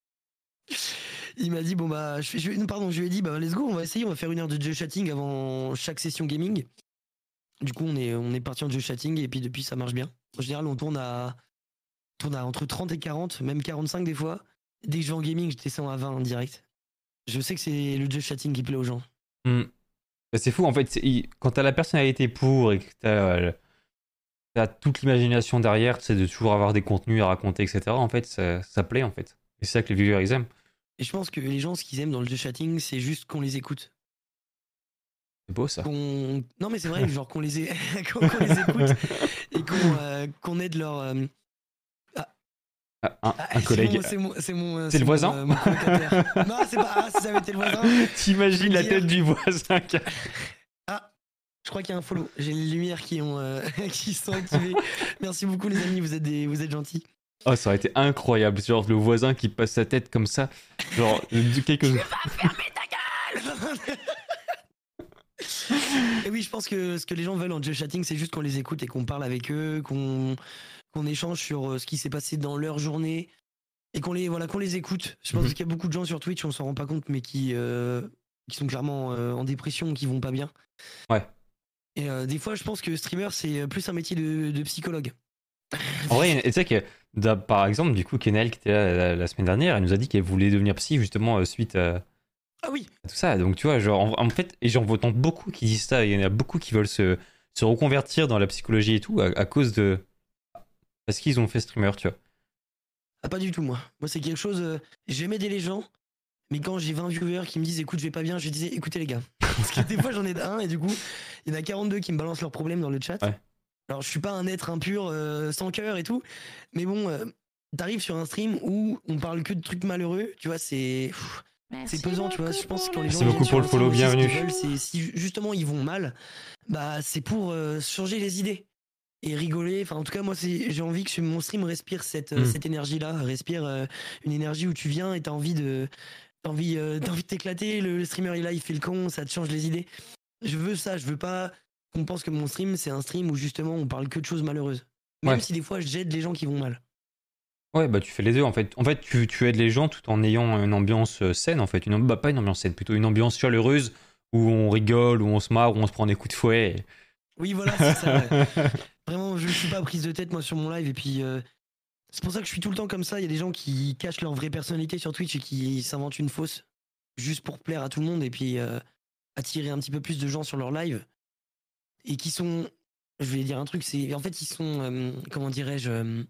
Il m'a dit bon bah je, fais- je- non, pardon, je lui ai dit bah let's go, on va essayer, on va faire une heure de jeu chatting avant chaque session gaming. Du coup, on est on est parti en jeu chatting et puis depuis ça marche bien. En général, on tourne à on tourne à entre trente et quarante, même quarante-cinq des fois. Dès que je vais en gaming, je descends à vingt en direct. Je sais que c'est le jeu chatting qui plaît aux gens. Hmm. Bah, c'est fou, en fait. c'est- il- Quand t'as la personnalité pour et que t'as, euh, t'as toute l'imagination derrière, tu sais, de toujours avoir des contenus à raconter, et cetera. En fait, ça, ça plaît, en fait. Et c'est ça que les viewers, ils aiment. Et je pense que les gens, ce qu'ils aiment dans le jeu chatting, c'est juste qu'on les écoute. C'est beau, ça. Qu'on... Non mais c'est vrai, genre qu'on les, é- qu'on qu'on les écoute et qu'on euh, qu'on aide leur... euh, Ah, un, Ah, un c'est collègue. mon, c'est mon, c'est mon, euh, C'est le mon, voisin euh, mon colocataire. Non, c'est pas. Ah, si ça avait été le voisin. T'imagines la dire- tête du voisin qui a- Ah, je crois qu'il y a un follow. J'ai les lumières qui ont, euh, qui sont activées. Merci beaucoup les amis, vous êtes des, vous êtes gentils. Oh, ça aurait été incroyable. Genre le voisin qui passe sa tête comme ça. Genre, de quelques. Et oui, je pense que ce que les gens veulent en jeu chatting, c'est juste qu'on les écoute et qu'on parle avec eux, qu'on qu'on échange sur euh, ce qui s'est passé dans leur journée et qu'on les, voilà, qu'on les écoute. Je pense Mhm. qu'il y a beaucoup de gens sur Twitch, on s'en rend pas compte, mais qui, euh, qui sont clairement euh, en dépression, qui vont pas bien. Ouais. Et euh, des fois, je pense que streamer, c'est plus un métier de, de psychologue. En vrai, tu sais que, da- par exemple, du coup, Kenel qui était là la, la semaine dernière, elle nous a dit qu'elle voulait devenir psy justement euh, suite à, Ah oui, à tout ça. Donc, tu vois, genre, en, en fait, et j'en entends beaucoup qui disent ça. Il y en a beaucoup qui veulent se, se reconvertir dans la psychologie et tout à, à cause de. Parce qu'ils ont fait streamer, tu vois. ah, pas du tout, moi. Moi, c'est quelque chose. Euh, J'aime aider les gens, mais quand j'ai vingt viewers qui me disent écoute, je vais pas bien, je disais écoutez les gars. Parce que des fois, j'en ai un et du coup, il y en a quarante-deux qui me balancent leurs problèmes dans le chat. Ouais. Alors, je suis pas un être impur, euh, sans cœur et tout, mais bon, euh, t'arrives sur un stream où on parle que de trucs malheureux, tu vois, c'est. pff, C'est pesant, tu vois. Je pense que quand les gens Merci beaucoup viennent pour sur le un follow, stream aussi, ce qu'ils bienvenue. veulent, c'est si justement ils vont mal, bah c'est pour euh, changer les idées et rigoler. Enfin, en tout cas, moi, c'est j'ai envie que mon stream respire cette euh, Mm. cette énergie-là, respire euh, une énergie où tu viens et t'as envie de t'as envie euh, t'as envie de t'éclater. Le, le streamer il est là, il fait le con, ça te change les idées. Je veux ça. Je veux pas qu'on pense que mon stream c'est un stream où justement on parle que de choses malheureuses. Même Ouais. si des fois j'aide les gens qui vont mal. Ouais, bah tu fais les deux en fait. En fait, tu, tu aides les gens tout en ayant une ambiance euh, saine en fait. Une, bah, pas une ambiance saine, plutôt une ambiance chaleureuse où on rigole, où on se marre, où on se prend des coups de fouet. et- Oui, voilà, c'est ça. Ouais. Vraiment, je suis pas prise de tête moi sur mon live et puis euh, c'est pour ça que je suis tout le temps comme ça. Il y a des gens qui cachent leur vraie personnalité sur Twitch et qui s'inventent une fausse juste pour plaire à tout le monde et puis euh, attirer un petit peu plus de gens sur leur live et qui sont, je vais dire un truc, c'est en fait ils sont, euh, comment dirais-je, euh,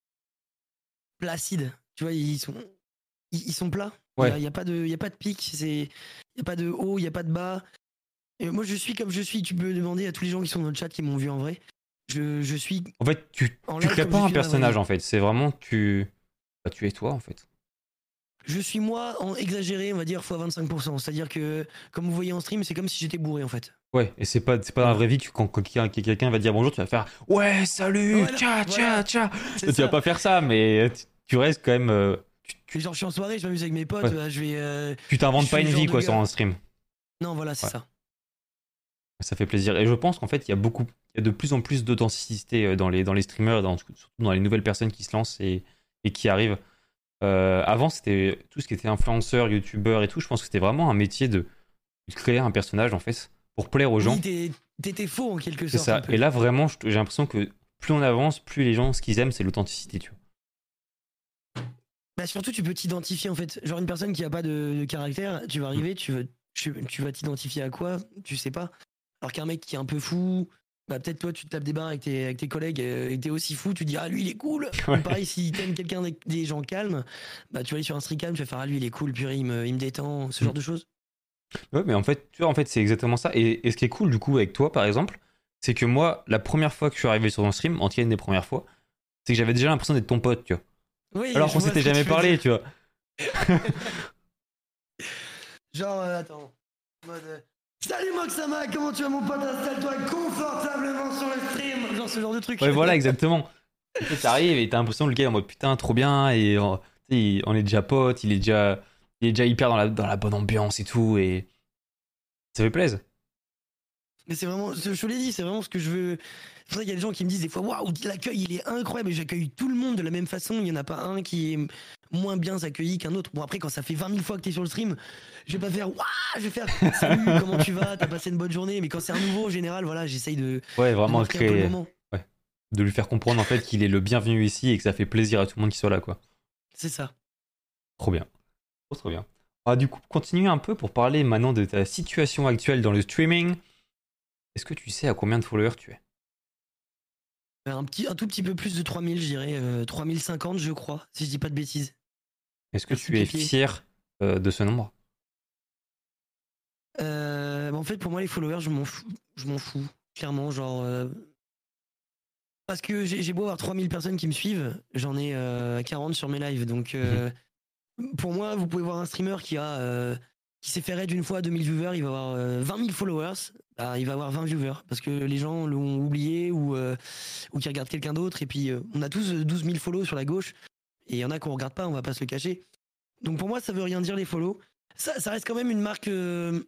placides. Tu vois, ils sont, ils, ils sont plats. Il y a, Ouais. il y a pas de, il y a pas de pic. C'est, il y a pas de haut, il y a pas de bas. Et moi, je suis comme je suis. Tu peux demander à tous les gens qui sont dans le chat qui m'ont vu en vrai. Je, je suis En fait, tu, en tu live crées comme pas je un suis dans la vraie personnage vie. en fait. C'est vraiment tu. Bah, tu es toi en fait. Je suis moi en exagéré, on va dire, fois vingt-cinq pour cent. C'est-à-dire que, comme vous voyez en stream, c'est comme si j'étais bourré en fait. Ouais, et c'est pas, c'est pas dans la Voilà. vraie vie que quand, quand quelqu'un quelqu'un va dire bonjour, tu vas faire ouais, salut, Voilà, tcha, voilà. tcha, tcha. C'est Tu ça. vas pas faire ça, mais tu, tu restes quand même. euh, tu tu- Et genre, je suis en soirée, je m'amuse avec mes potes, Ouais. bah, je vais. euh, tu t'inventes je pas suis une le genre vie de quoi gars. sur un stream. Non, voilà, c'est Ouais. ça. Ça fait plaisir. Et je pense qu'en fait, il y a beaucoup, il y a de plus en plus d'authenticité euh, dans les, dans les streamers, dans, surtout dans les nouvelles personnes qui se lancent et, et qui arrivent. Euh, avant, c'était tout ce qui était influenceur, youtubeur et tout. Je pense que c'était vraiment un métier de créer un personnage en fait pour plaire aux gens. Oui, t'es- t'étais faux en quelque C'est sorte un ça. peu. Et là, vraiment, je- j'ai l'impression que plus on avance, plus les gens, ce qu'ils aiment, c'est l'authenticité, tu vois. Bah surtout, tu peux t'identifier en fait. Genre une personne qui a pas de, de caractère, tu vas Mm. arriver, tu, veux, tu, tu vas t'identifier à quoi? Tu sais pas. Alors qu'un mec qui est un peu fou, bah peut-être toi tu te tapes des barres avec tes, avec tes collègues euh, et t'es aussi fou, tu dis ah lui il est cool. Ou Ouais. pareil, si t'aimes quelqu'un des, des gens calmes, bah tu vas aller sur un stream calme, tu vas faire ah lui il est cool, purée, il me, il me détend, ce genre Mm. de choses. Ouais, mais en fait, tu vois, en fait, c'est exactement ça. Et, et ce qui est cool, du coup, avec toi, par exemple, c'est que moi, la première fois que je suis arrivé sur ton stream, en tout cas une des premières fois, c'est que j'avais déjà l'impression d'être ton pote, tu vois. Oui, Alors je qu'on vois s'était ce que jamais tu veux parlé, dire. tu vois. Genre, euh, attends. En mode, euh, salut Moxama, comment tu vas mon pote? Installe-toi confortablement sur le stream. Genre ce genre de truc. Ouais, voilà, exactement. Tu sais, t'arrives et t'as l'impression que le gars est en mode putain, trop bien, et euh, tu sais, il- on est déjà potes, il est déjà, il est déjà hyper dans la, dans la bonne ambiance et tout, et ça fait plaisir. Mais c'est vraiment, je te l'ai dit, c'est vraiment ce que je veux. C'est pour ça qu'il y a des gens qui me disent des fois, waouh, l'accueil il est incroyable et j'accueille tout le monde de la même façon. Il n'y en a pas un qui est moins bien accueilli qu'un autre. Bon, après, quand ça fait vingt mille fois que t'es sur le stream, je vais pas faire, waouh, je vais faire, salut, comment tu vas? T'as passé une bonne journée? Mais quand c'est un nouveau, en général, voilà, j'essaye de, Ouais, de vraiment marquer un peu le créer, moment. ouais, de lui faire comprendre en fait qu'il est le bienvenu ici et que ça fait plaisir à tout le monde qui soit là, quoi. C'est ça. Trop bien. Trop, trop bien. Ah, du coup, continue un peu pour parler maintenant de ta situation actuelle dans le streaming. Est-ce que tu sais à combien de followers tu es? Un, petit, un tout petit peu plus de trois mille, je dirais. Euh, trois mille cinquante, je crois, si je dis pas de bêtises. Est-ce que Merci, tu es Pépier. fier euh, de ce nombre? Euh, bah, en fait, pour moi, les followers, je m'en fous. Je m'en fous, clairement. Genre, euh, parce que j'ai j'ai beau avoir trois mille personnes qui me suivent, j'en ai euh, quarante sur mes lives. Donc, Mhm. euh, pour moi, vous pouvez voir un streamer qui a euh, qui s'est fait raid une fois à deux mille viewers, il va avoir euh, vingt mille followers, bah, il va avoir vingt viewers parce que les gens l'ont oublié ou, euh, ou qui regardent quelqu'un d'autre. Et puis, euh, on a tous douze mille follow sur la gauche et il y en a qu'on regarde pas, on va pas se le cacher. Donc, pour moi, ça veut rien dire les follow. Ça, ça reste quand même une marque. euh,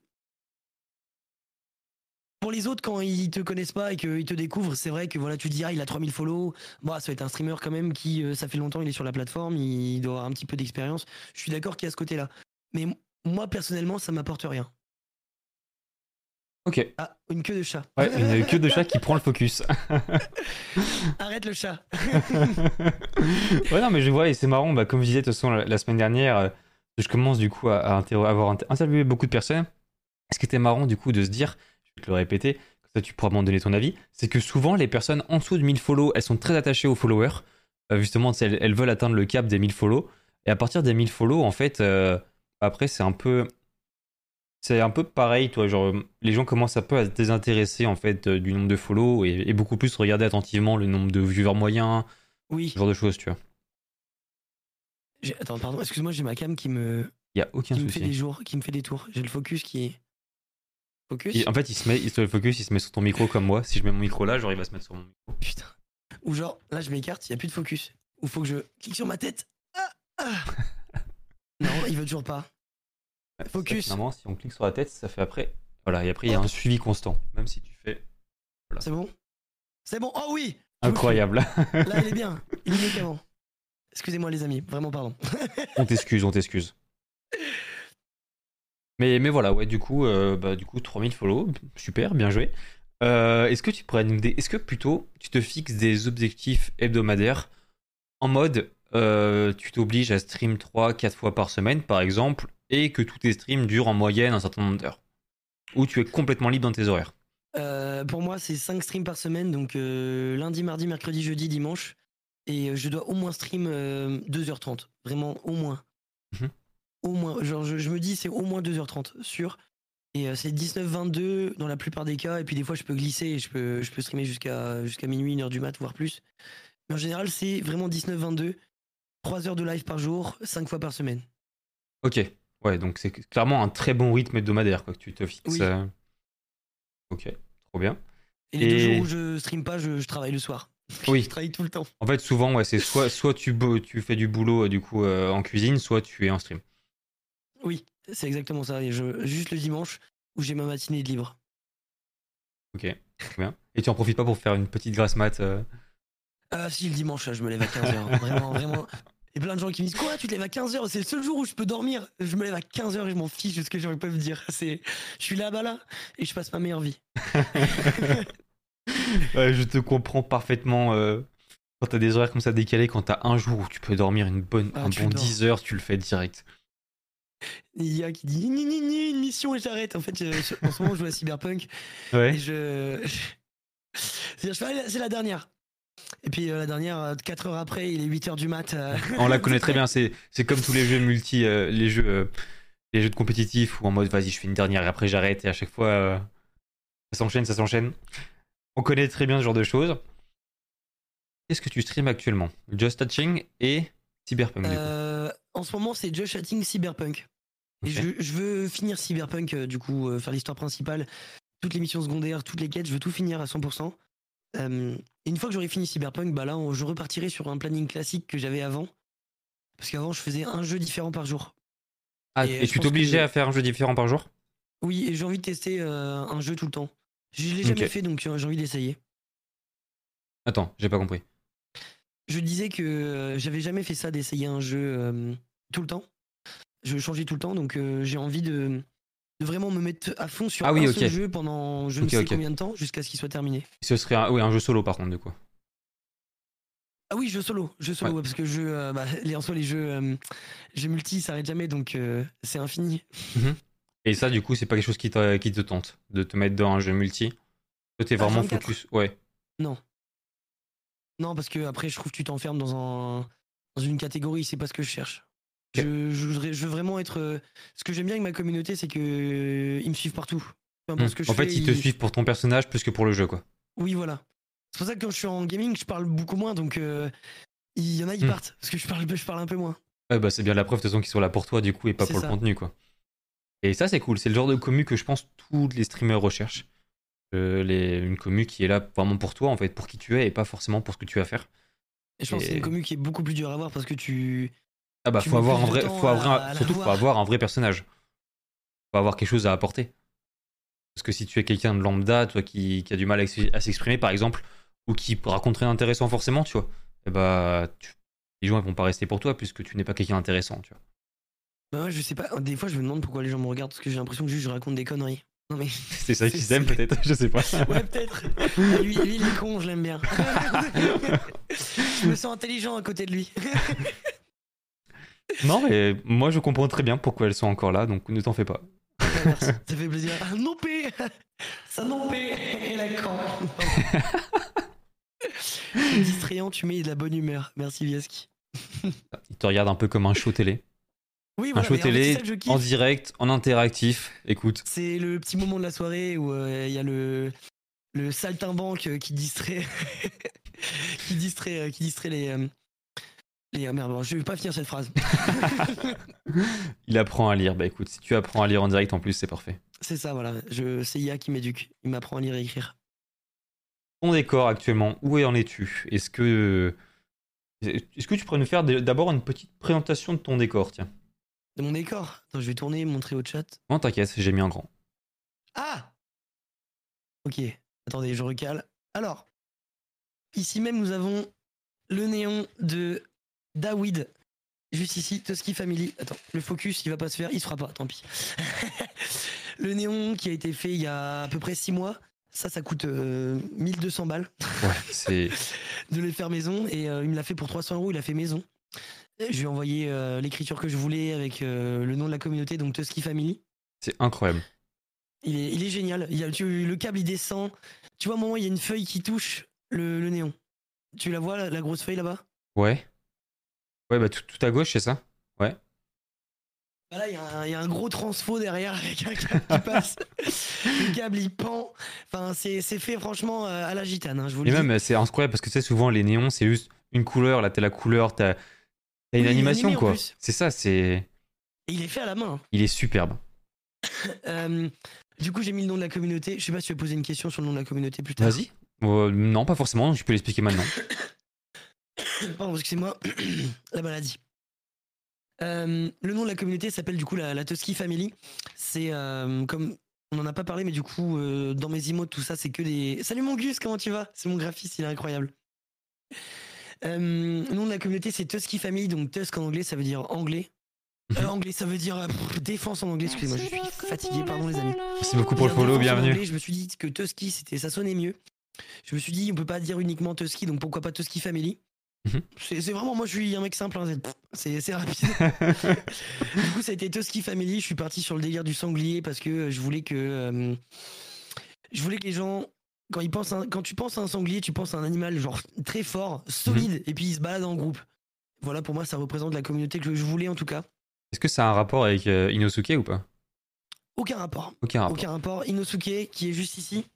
Pour les autres, quand ils te connaissent pas et qu'ils te découvrent, c'est vrai que voilà, tu te dis, ah, il a trois mille follow. Bon, ça va être un streamer quand même qui, euh, ça fait longtemps, il est sur la plateforme, il doit avoir un petit peu d'expérience. Je suis d'accord qu'il y a ce côté-là. Mais m- moi, personnellement, ça m'apporte rien. Ok. Ah, une queue de chat. Ouais, une queue de chat qui prend le focus. Arrête le chat. Ouais, non, mais je vois, et c'est marrant, bah, comme je disais, de toute façon, la, la semaine dernière, euh, je commence du coup à, à interro- avoir inter- interviewé beaucoup de personnes. Ce qui était marrant du coup de se dire, je vais te le répéter, comme ça tu pourras m'en donner ton avis, c'est que souvent les personnes en dessous de mille follow, elles sont très attachées aux followers. Euh, justement, tu sais, elles, elles veulent atteindre le cap des mille follow. Et à partir des mille follow, en fait, euh, après, c'est un peu. C'est un peu pareil, toi, genre, les gens commencent un peu à se désintéresser en fait euh, du nombre de follow et, et beaucoup plus regarder attentivement le nombre de viewers moyens, ce Oui. genre de choses, tu vois. J'ai- Attends, pardon, excuse-moi, j'ai ma cam qui me, Il y a aucun qui me fait souci. des jours, qui me fait des tours. J'ai le focus qui est. Et Focus? en fait, il se met, il se focus, il se met sur ton micro comme moi. Si je mets mon micro là, genre, il va se mettre sur mon micro. Putain. Ou genre, là, je m'écarte, il n'y a plus de focus. Ou faut que je clique sur ma tête. Ah, ah. Non, il veut toujours pas. Ouais, c'est ça, Focus. finalement, si on clique sur la tête, ça fait après. Voilà, et après, il y a Hop, un suivi constant. Même si tu fais. Voilà. c'est bon? C'est bon. Oh oui! Je vous suis. Incroyable. Là, il est bien. Il est mieux qu'avant. Excusez-moi, les amis. Vraiment, pardon. On t'excuse, on t'excuse. Mais, mais voilà, ouais, du coup, euh, bah, du coup, trois mille follow, super, bien joué. Euh, est-ce que tu pourrais nous dé- Est-ce que plutôt tu te fixes des objectifs hebdomadaires en mode euh, tu t'obliges à stream trois quatre fois par semaine par exemple et que tous tes streams durent en moyenne un certain nombre d'heures ou tu es complètement libre dans tes horaires? Euh, pour moi, c'est cinq streams par semaine. Donc, euh, lundi, mardi, mercredi, jeudi, dimanche. Et euh, je dois au moins stream euh, deux heures trente. Vraiment, au moins. Mhm. Au moins. Genre, je, je me dis, c'est au moins deux heures trente. Sûr. Et euh, c'est dix-neuf vingt-deux dans la plupart des cas. Et puis, des fois, je peux glisser et je peux, je peux streamer jusqu'à jusqu'à minuit, une heure du mat, voire plus. Mais en général, c'est vraiment dix-neuf vingt-deux. trois heures de live par jour, cinq fois par semaine. Ok, ouais, donc c'est clairement un très bon rythme hebdomadaire quoi, que tu te fixes. Oui. euh. Ok, trop bien. Et les deux jours où Et je stream pas, je, je travaille le soir. Je oui, travaille tout le temps. en fait, souvent, ouais, c'est soit, soit tu, bo- tu fais du boulot euh, du coup euh, en cuisine, soit tu es en stream. Oui, c'est exactement ça. Et je, juste le dimanche où j'ai ma matinée de libre. Ok, trop bien. Et tu en profites pas pour faire une petite grasse mat euh, Ah si, le dimanche, là, je me lève à quinze heures. Vraiment, vraiment. Et plein de gens qui me disent quoi, tu te lèves à quinze heures, c'est le seul jour où je peux dormir. Je me lève à quinze heures et je m'en fiche de ce que les gens peuvent me dire. C'est, je suis là-bas là et je passe ma meilleure vie. Ouais, je te comprends parfaitement. euh, Quand t'as des horaires comme ça décalés, quand t'as un jour où tu peux dormir une bonne, Ah, un tu bon dors. dix heures, tu le fais direct. Il y a qui dit ni ni ni une mission et j'arrête. En fait, je- je- en ce moment, je joue à Cyberpunk et Ouais. je. C'est-à-dire, je fais, allez, c'est la dernière. Et puis euh, la dernière, euh, quatre heures après, il est huit heures du mat. euh, On la connaît très bien. C'est, c'est comme tous les jeux multi, euh, les jeux, euh, les jeux de compétitifs où en mode vas-y, je fais une dernière et après j'arrête et à chaque fois euh, ça s'enchaîne, ça s'enchaîne. On connaît très bien ce genre de choses. Qu'est-ce que tu streams actuellement? Just Touching et Cyberpunk du coup. Euh, en ce moment, c'est Just Chatting Cyberpunk. Et Ok. je, je veux finir Cyberpunk, euh, du coup, euh, faire l'histoire principale, toutes les missions secondaires, toutes les quêtes, je veux tout finir à cent pour cent. Euh, et une fois que j'aurai fini Cyberpunk, bah là, on- je repartirai sur un planning classique que j'avais avant. Parce qu'avant, je faisais un jeu différent par jour. Ah, Et et je tu pense t'obligeais que à faire un jeu différent par jour? oui, et j'ai envie de tester euh, un jeu tout le temps. Je l'ai jamais Ok. fait, donc euh, j'ai envie d'essayer. Attends, j'ai pas compris. Je disais que euh, j'avais jamais fait ça, d'essayer un jeu euh, tout le temps. Je changeais tout le temps, donc euh, j'ai envie de, de vraiment me mettre à fond sur Ah oui, un ok. seul jeu pendant je ne Ok, sais ok. combien de temps, jusqu'à ce qu'il soit terminé. Ce serait un, oui, un jeu solo par contre du coup. Ah oui, jeu solo, jeu Ouais. solo, ouais, parce que jeu, euh, bah, les, en soi, les jeux, euh, jeux multi, ça s'arrête jamais, donc euh, c'est infini. Mhm. Et ça, du coup, c'est pas quelque chose qui, t'a- qui te tente de te mettre dans un jeu multi. Toi, t'es vraiment H vingt-quatre? focus. Ouais. Non. Non, parce que après, je trouve que tu t'enfermes dans, un, dans une catégorie, c'est pas ce que je cherche. Ok. Je, je, voudrais- je veux vraiment être. euh, Ce que j'aime bien avec ma communauté, c'est que euh, ils me suivent partout. Peu Hmm. importe ce que je En fait, fais, ils te ils... suivent pour ton personnage plus que pour le jeu, quoi. oui, voilà. C'est pour ça que quand je suis en gaming, je parle beaucoup moins, donc euh, il y en a, ils Hmm. partent, parce que je parle, je parle un peu moins. Ouais, bah c'est bien la preuve de toute façon qu'ils sont là pour toi, du coup, et pas C'est pour le ça. contenu, quoi. Et ça, c'est cool. C'est le genre de commu que je pense tous les streamers recherchent. Euh, les... Une commu qui est là vraiment pour toi, en fait, pour qui tu es, et pas forcément pour ce que tu vas faire. Et je pense que c'est une Et... commu qui est beaucoup plus dure à avoir parce que tu, Ah bah, tu faut mets avoir plus un de vrai. temps Faut à avoir la, un- à la Surtout, faut voir. avoir un vrai personnage. Faut avoir quelque chose à apporter. Parce que si tu es quelqu'un de lambda, toi qui, qui a du mal à, ex- à s'exprimer, par exemple, ou qui raconte rien d'intéressant forcément, tu vois, et bah, tu- les gens ils vont pas rester pour toi puisque tu n'es pas quelqu'un d'intéressant, tu vois. Bah ouais, je sais pas, des fois je me demande pourquoi les gens me regardent parce que j'ai l'impression que juste je raconte des conneries. Non mais. C'est ça c'est- qu'ils aiment c'est- peut-être, je sais pas. Ouais, peut-être. Ah, lui, lui, il est con, je l'aime bien. Je me sens intelligent à côté de lui. Non, mais moi je comprends très bien pourquoi elles sont encore là, donc ne t'en fais pas. Ah, merci, ça fait plaisir. Ah, non P Ça non P Et la camp. C'est distrayant, tu mets de la bonne humeur. Merci Vieski. Ils te regardent un peu comme un show télé. Oui, Un voilà, show mais en fait, c'est ça télé que je en kiffe. direct, en interactif. Écoute, C'est le petit moment de la soirée où euh, il y a le, le saltimbanque euh, qui distrait. qui distrait, euh, qui distrait les. euh, les... ah, merde, bon, je vais pas finir cette phrase. il apprend à lire. Bah écoute, si tu apprends à lire en direct en plus, c'est parfait. C'est ça, voilà. Je... C'est I A qui m'éduque. Il m'apprend à lire et écrire. Ton décor actuellement, où en es-tu? Est-ce que est-ce que tu pourrais nous faire d'abord une petite présentation de ton décor, tiens? De mon décor. Attends, je vais tourner, montrer au chat. Non, t'inquiète, j'ai mis en grand. Ah Ok. Attendez, je recale. Alors, ici même, nous avons le néon de Dawid. Juste ici, Tusky Family. Attends, le focus, il va pas se faire, il se fera pas, tant pis. Le néon qui a été fait il y a à peu près six mois. Ça, ça coûte euh, mille deux cents balles Ouais, c'est de les faire maison. Et euh, il me l'a fait pour trois cents euros, il a fait maison. Et je lui ai envoyé euh, l'écriture que je voulais avec euh, le nom de la communauté, donc Tusky Family. c'est incroyable. Il est, il est génial. Il y a, tu- le câble, il descend. Tu vois, à un moment, il y a une feuille qui touche le, le néon. Tu la vois, la, la grosse feuille là-bas? Ouais. Ouais, bah tout, tout à gauche, c'est ça? Ouais. Bah là, il y, a un- il y a un gros transfo derrière avec un câble qui passe. Le câble, il pend. Enfin, c'est c'est fait franchement euh, à la gitane, hein, je vous le Et dis. même, c'est incroyable parce que tu sais, souvent, les néons, c'est juste une couleur. Là, t'as la couleur, t'as t'as une Oui, il est animation, animé en quoi. plus. C'est ça, c'est. Et il est fait à la main. Il est superbe. Euh, du coup, j'ai mis le nom de la communauté. Je sais pas si tu veux poser une question sur le nom de la communauté plus tard. Vas-y. Euh, non, pas forcément, je peux l'expliquer maintenant. Pardon, excusez-moi. La maladie. Euh, le nom de la communauté s'appelle du coup la, la Tusky Family. C'est euh, comme on en a pas parlé, mais du coup euh, dans mes emotes tout ça c'est que des. Salut mon Gus, comment tu vas? C'est mon graphiste, il est incroyable. Euh, nom de la communauté, c'est Tusky Family, donc Tusk en anglais, ça veut dire anglais. Euh, anglais, ça veut dire euh, pff, défense en anglais. Excusez-moi, je suis fatigué, pardon les amis. Merci beaucoup pour le Dire follow, défense en bienvenue. anglais, je me suis dit que Tusky, c'était, ça sonnait mieux. Je me suis dit, on peut pas dire uniquement Tusky, donc pourquoi pas Tusky Family. Mhm. C'est c'est vraiment, moi je suis un mec simple, hein, c'est c'est rapide. Du coup, ça a été Tusky Family. Je suis parti sur le délire du sanglier parce que euh, je voulais que. euh, je voulais que les gens. Quand, ils pensent à un- quand tu penses à un sanglier, tu penses à un animal genre très fort, solide, et puis il se balade en groupe. Voilà, pour moi, ça représente la communauté que je voulais en tout cas. Est-ce que ça a un rapport avec euh, Inosuke ou pas? Aucun rapport. Aucun rapport. Aucun rapport. Inosuke, qui est juste ici.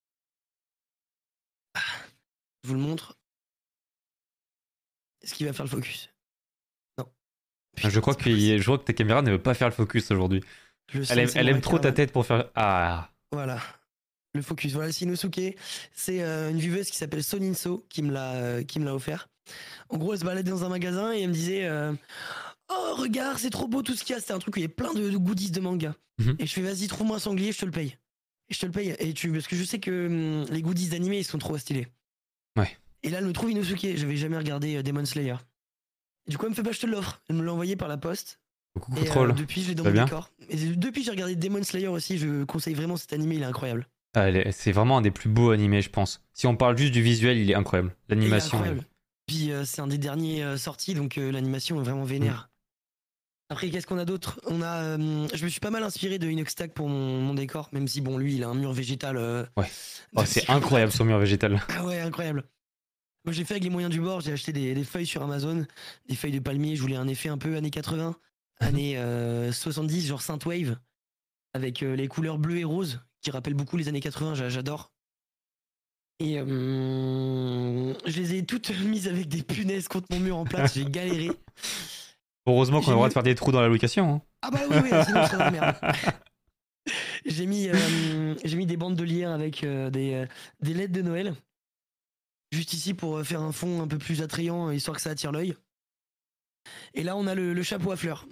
Je vous le montre. Est-ce qu'il va faire le focus? Non. Putain, je, crois c'est que, pas possible. je crois que ta caméra ne veut pas faire le focus aujourd'hui. Je le sens, Elle aime, c'est elle bon, aime la trop ta caméra. tête pour faire. Ah. Voilà. Le focus. Voilà, c'est Inosuke. C'est euh, une vieweuse qui s'appelle Soninso qui me l'a euh, qui me l'a offert. En gros, elle se baladait dans un magasin et elle me disait euh, oh, regarde, c'est trop beau tout ce qu'il y a. C'était un truc où il y a plein de, de goodies de manga. Mhm. Et je fais vas-y, trouve-moi un sanglier, je te le paye. Et je te le paye. Et tu... Parce que je sais que hum, les goodies d'animé, ils sont trop stylés. Ouais. Et là, elle me trouve Inosuke. J'avais jamais regardé euh, Demon Slayer. Et du coup, elle me fait bah, je te l'offre. Elle me l'a envoyé par la poste. Beaucoup Et contrôle. euh, depuis, je l'ai dans Ça mon va bien décor. Et depuis, j'ai regardé Demon Slayer aussi. Je conseille vraiment cet animé, il est incroyable. Ah, elle est- c'est vraiment un des plus beaux animés, je pense. Si on parle juste du visuel, il est incroyable. Et il est L'animation. incroyable. est- Puis euh, c'est un des derniers euh, sortis, donc euh, l'animation est vraiment vénère. Après, qu'est-ce qu'on a d'autre? On a, euh, je me suis pas mal inspiré de Inoxtag pour mon, mon décor, même si bon, lui, il a un mur végétal. euh, Ouais. Oh, de c'est psychopathe. incroyable son mur végétal. Ah ouais, incroyable. Moi, j'ai fait avec les moyens du bord. J'ai acheté des, des feuilles sur Amazon, des feuilles de palmier. Je voulais un effet un peu années quatre-vingts, Mhm. années euh, soixante-dix, genre synthwave, avec euh, les couleurs bleues et roses, qui rappellent beaucoup les années quatre-vingts. j'a- J'adore. Et euh, je les ai toutes mises avec des punaises contre mon mur en place. J'ai galéré. Heureusement qu'on J'ai a le droit mis- de faire des trous dans la location. Hein. Ah bah oui, oui, sinon je serais dans la merde. J'ai mis, euh, j'ai mis des bandes de lierre avec euh, des, euh, des L E D de Noël. Juste ici pour euh, faire un fond un peu plus attrayant, histoire que ça attire l'œil. Et là, on a le, le chapeau à fleurs.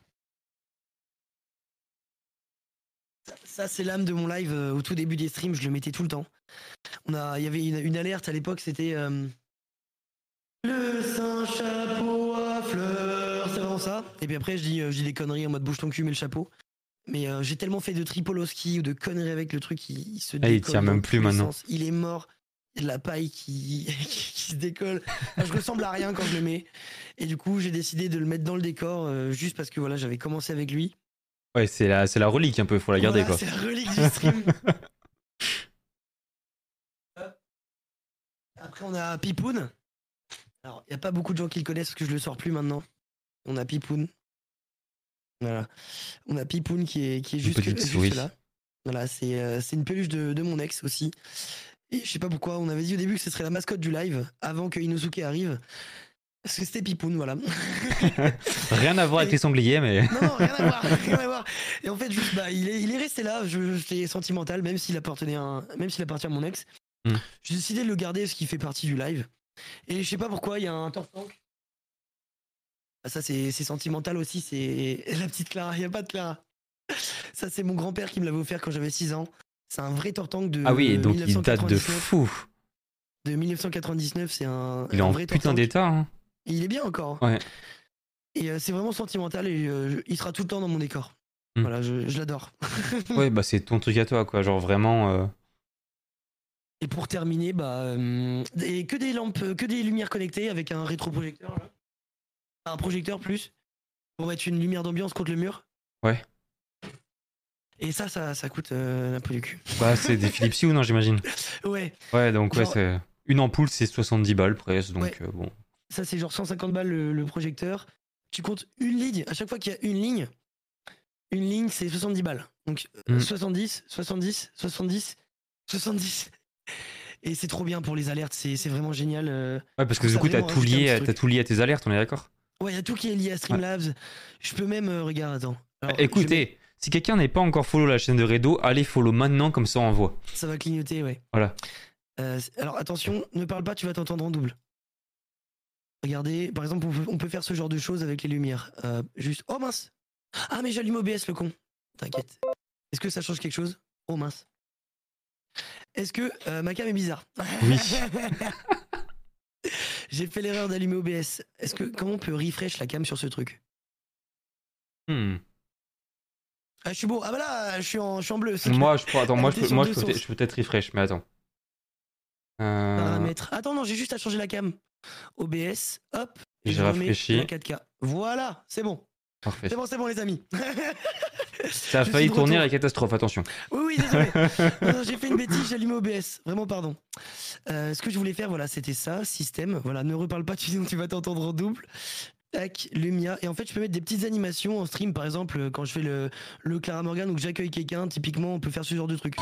Ça, ça, c'est l'âme de mon live. euh, au tout début des streams, je le mettais tout le temps. On a, il y avait une, une alerte à l'époque, c'était euh, le saint chapeau à fleurs. C'est vraiment ça. Et puis après, je dis, euh, je dis des conneries en mode bouge ton cul, mets le chapeau. Mais euh, j'ai tellement fait de tripoloski ou de conneries avec le truc, il, il se Ah, il décolle. tient dans même tous plus les maintenant. sens. Il est mort. Il y a de la paille qui, qui se décolle. Enfin, je ressemble à rien quand je le mets. Et du coup, j'ai décidé de le mettre dans le décor euh, juste parce que voilà, j'avais commencé avec lui. Ouais, c'est la, c'est la relique un peu, faut la garder Voilà, quoi. c'est la relique du stream. Après, on a Pipoun. Alors, il n'y a pas beaucoup de gens qui le connaissent parce que je le sors plus maintenant. On a Pipoun. Voilà. On a Pipoun qui est, qui est Une juste, petite juste souris. là. Voilà, c'est euh, c'est une peluche de, de mon ex aussi. Et je sais pas pourquoi, on avait dit au début que ce serait la mascotte du live avant que Inosuke arrive. Parce que c'était Pipoun, voilà. Rien à voir avec Et- les sangliers, mais. Non, non, rien à voir, rien à voir. Et en fait, juste, bah, il est, il est resté là. Je, j'étais sentimental, même s'il appartenait à un- même s'il appartient à mon ex. Hmm. J'ai décidé de le garder parce qu'il fait partie du live. Et je sais pas pourquoi, il y a un tortank. Ah, ça, c'est c'est sentimental aussi. C'est la petite Clara. Il y a pas de Clara. Ça, c'est mon grand-père qui me l'avait offert quand j'avais six ans. C'est un vrai tortank de Ah oui, donc il date de mille neuf cent quatre-vingt-dix-neuf. fou. De mille neuf cent quatre-vingt-dix-neuf, c'est un, Il est un en vrai putain tortank. d'état. Hein. Et il est bien encore. Ouais. Et euh, c'est vraiment sentimental et euh, il sera tout le temps dans mon décor. Hmm. Voilà, je, je l'adore. Ouais, bah c'est ton truc à toi, quoi. Genre vraiment. euh, Et pour terminer, bah, euh, et que des lampes, que des lumières connectées avec un rétroprojecteur. Là. Un projecteur plus. Pour mettre une lumière d'ambiance contre le mur. Ouais. Et ça, ça, ça coûte euh, un peu du cul. Bah c'est des Philips Hue, non, j'imagine. Ouais, Ouais, donc ouais, Genre- c'est. Une ampoule, c'est soixante-dix balles presque, donc Ouais. euh, bon. ça c'est genre cent cinquante balles le, le projecteur. Tu comptes une ligne. À chaque fois qu'il y a une ligne, une ligne c'est soixante-dix balles. Donc euh, Mm. soixante-dix, soixante-dix, soixante-dix, soixante-dix. Et c'est trop bien pour les alertes, c'est c'est vraiment génial. euh. Ouais, parce Je que trouve du ça coup, t'as vraiment tout, rajouter un lié, petit à- truc. t'as tout lié à tes alertes, on est d'accord? Ouais, il y a tout qui est lié à Streamlabs. Je peux même, euh, regarde, attends. Alors, je Écoutez, mets- si quelqu'un n'est pas encore follow la chaîne de Redo, allez follow maintenant, comme ça on voit. ça va clignoter, ouais. Voilà. Euh, c'est- alors attention, ne parle pas, tu vas t'entendre en double. Regardez, par exemple, on peut, on peut faire ce genre de choses avec les lumières. Euh, juste, oh mince. Ah mais j'allume O B S le con. T'inquiète. Est-ce que ça change quelque chose? Oh mince. Est-ce que euh, ma cam est bizarre? Oui. J'ai fait l'erreur d'allumer O B S. Est-ce que comment on peut refresh la cam sur ce truc? Hmm. Ah, je suis beau. Ah bah là, je suis en, je suis en bleu. c'est Moi, je peux, attends, Elle moi, je était peux, sur moi, deux je peux peut-être sources. je peux peut-être refresh, mais attends. Euh, Paramètres. Attends, non, j'ai juste à changer la cam. O B S, hop, et J'ai je remets rafraîchi. en quatre K. Voilà, c'est bon. Parfait. C'est bon, c'est bon, les amis. Ça a Je failli suis de tourner à retour. la catastrophe, attention. Oui, oui, désolé. Non, non, j'ai fait une bêtise, j'ai allumé O B S. Vraiment, pardon. Euh, ce que je voulais faire, voilà, c'était ça, système. Voilà, ne reparle pas, sinon tu vas t'entendre en double. Tac, Lumia. Et en fait, je peux mettre des petites animations en stream, par exemple, quand je fais le, le Clara Morgan ou que j'accueille quelqu'un, typiquement, on peut faire ce genre de truc.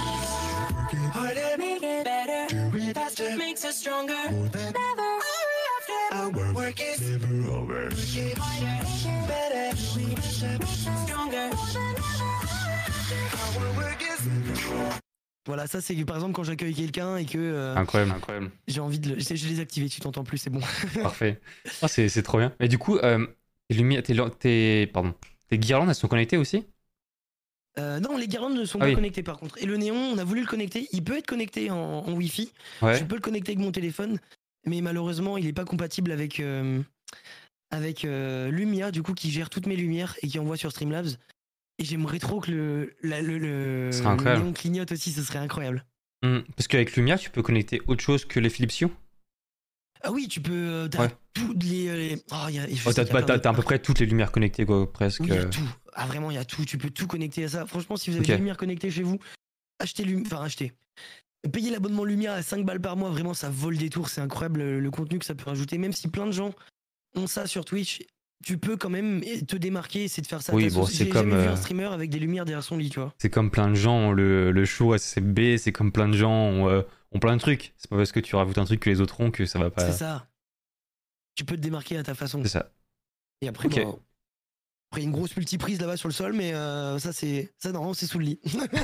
Voilà, ça c'est par exemple quand j'accueille quelqu'un et que euh, Incroyable, incroyable. j'ai envie de le. Je je l'ai désactivé, tu t'entends plus, c'est bon. Parfait. Ah, c'est c'est trop bien. Et du coup, euh, tes, lumières, tes, tes, pardon, tes guirlandes, elles sont connectées aussi? Euh, non, les guirlandes ne sont Ah pas oui. connectées par contre. Et le néon, on a voulu le connecter. Il peut être connecté en, en Wi-Fi. Ouais. Je peux le connecter avec mon téléphone, mais malheureusement, il n'est pas compatible avec euh, avec euh, Lumia, du coup, qui gère toutes mes lumières et qui envoie sur Streamlabs. Et j'aimerais trop que le, la- le, le, Ce serait le incroyable. néon clignote aussi, ce serait incroyable. Hmm, Parce qu'avec Lumia, tu peux connecter autre chose que les Philips Hue. Ah oui, tu peux. euh, T'as Ouais. toutes les. euh, les- Oh, il y a, je Oh, sais t'as qu'il y a bah, plein t'as- de- t'as à peu près toutes les lumières connectées, quoi, presque. Oui, il y a tout. Ah vraiment, il y a tout. Tu peux tout connecter à ça. Franchement, si vous avez Ok. des lumières connectées chez vous, achetez Lumia. Enfin, achetez. Payez l'abonnement Lumia à cinq balles par mois. Vraiment, ça vole des tours. C'est incroyable le, le contenu que ça peut rajouter. Même si plein de gens ont ça sur Twitch, tu peux quand même te démarquer. C'est de faire ça. à Oui, ta bon, sauce. c'est J'ai comme, jamais vu euh, un streamer avec des lumières derrière son lit, tu vois. C'est comme plein de gens ont le, le show S C B, c'est comme plein de gens ont, euh, ont plein de trucs. C'est pas parce que tu rajoutes un truc que les autres ont que ça va pas. C'est ça. Tu peux te démarquer à ta façon. C'est ça. Et après, Ok. bon, après une grosse multiprise là-bas sur le sol, mais euh, ça c'est ça non, c'est sous le lit.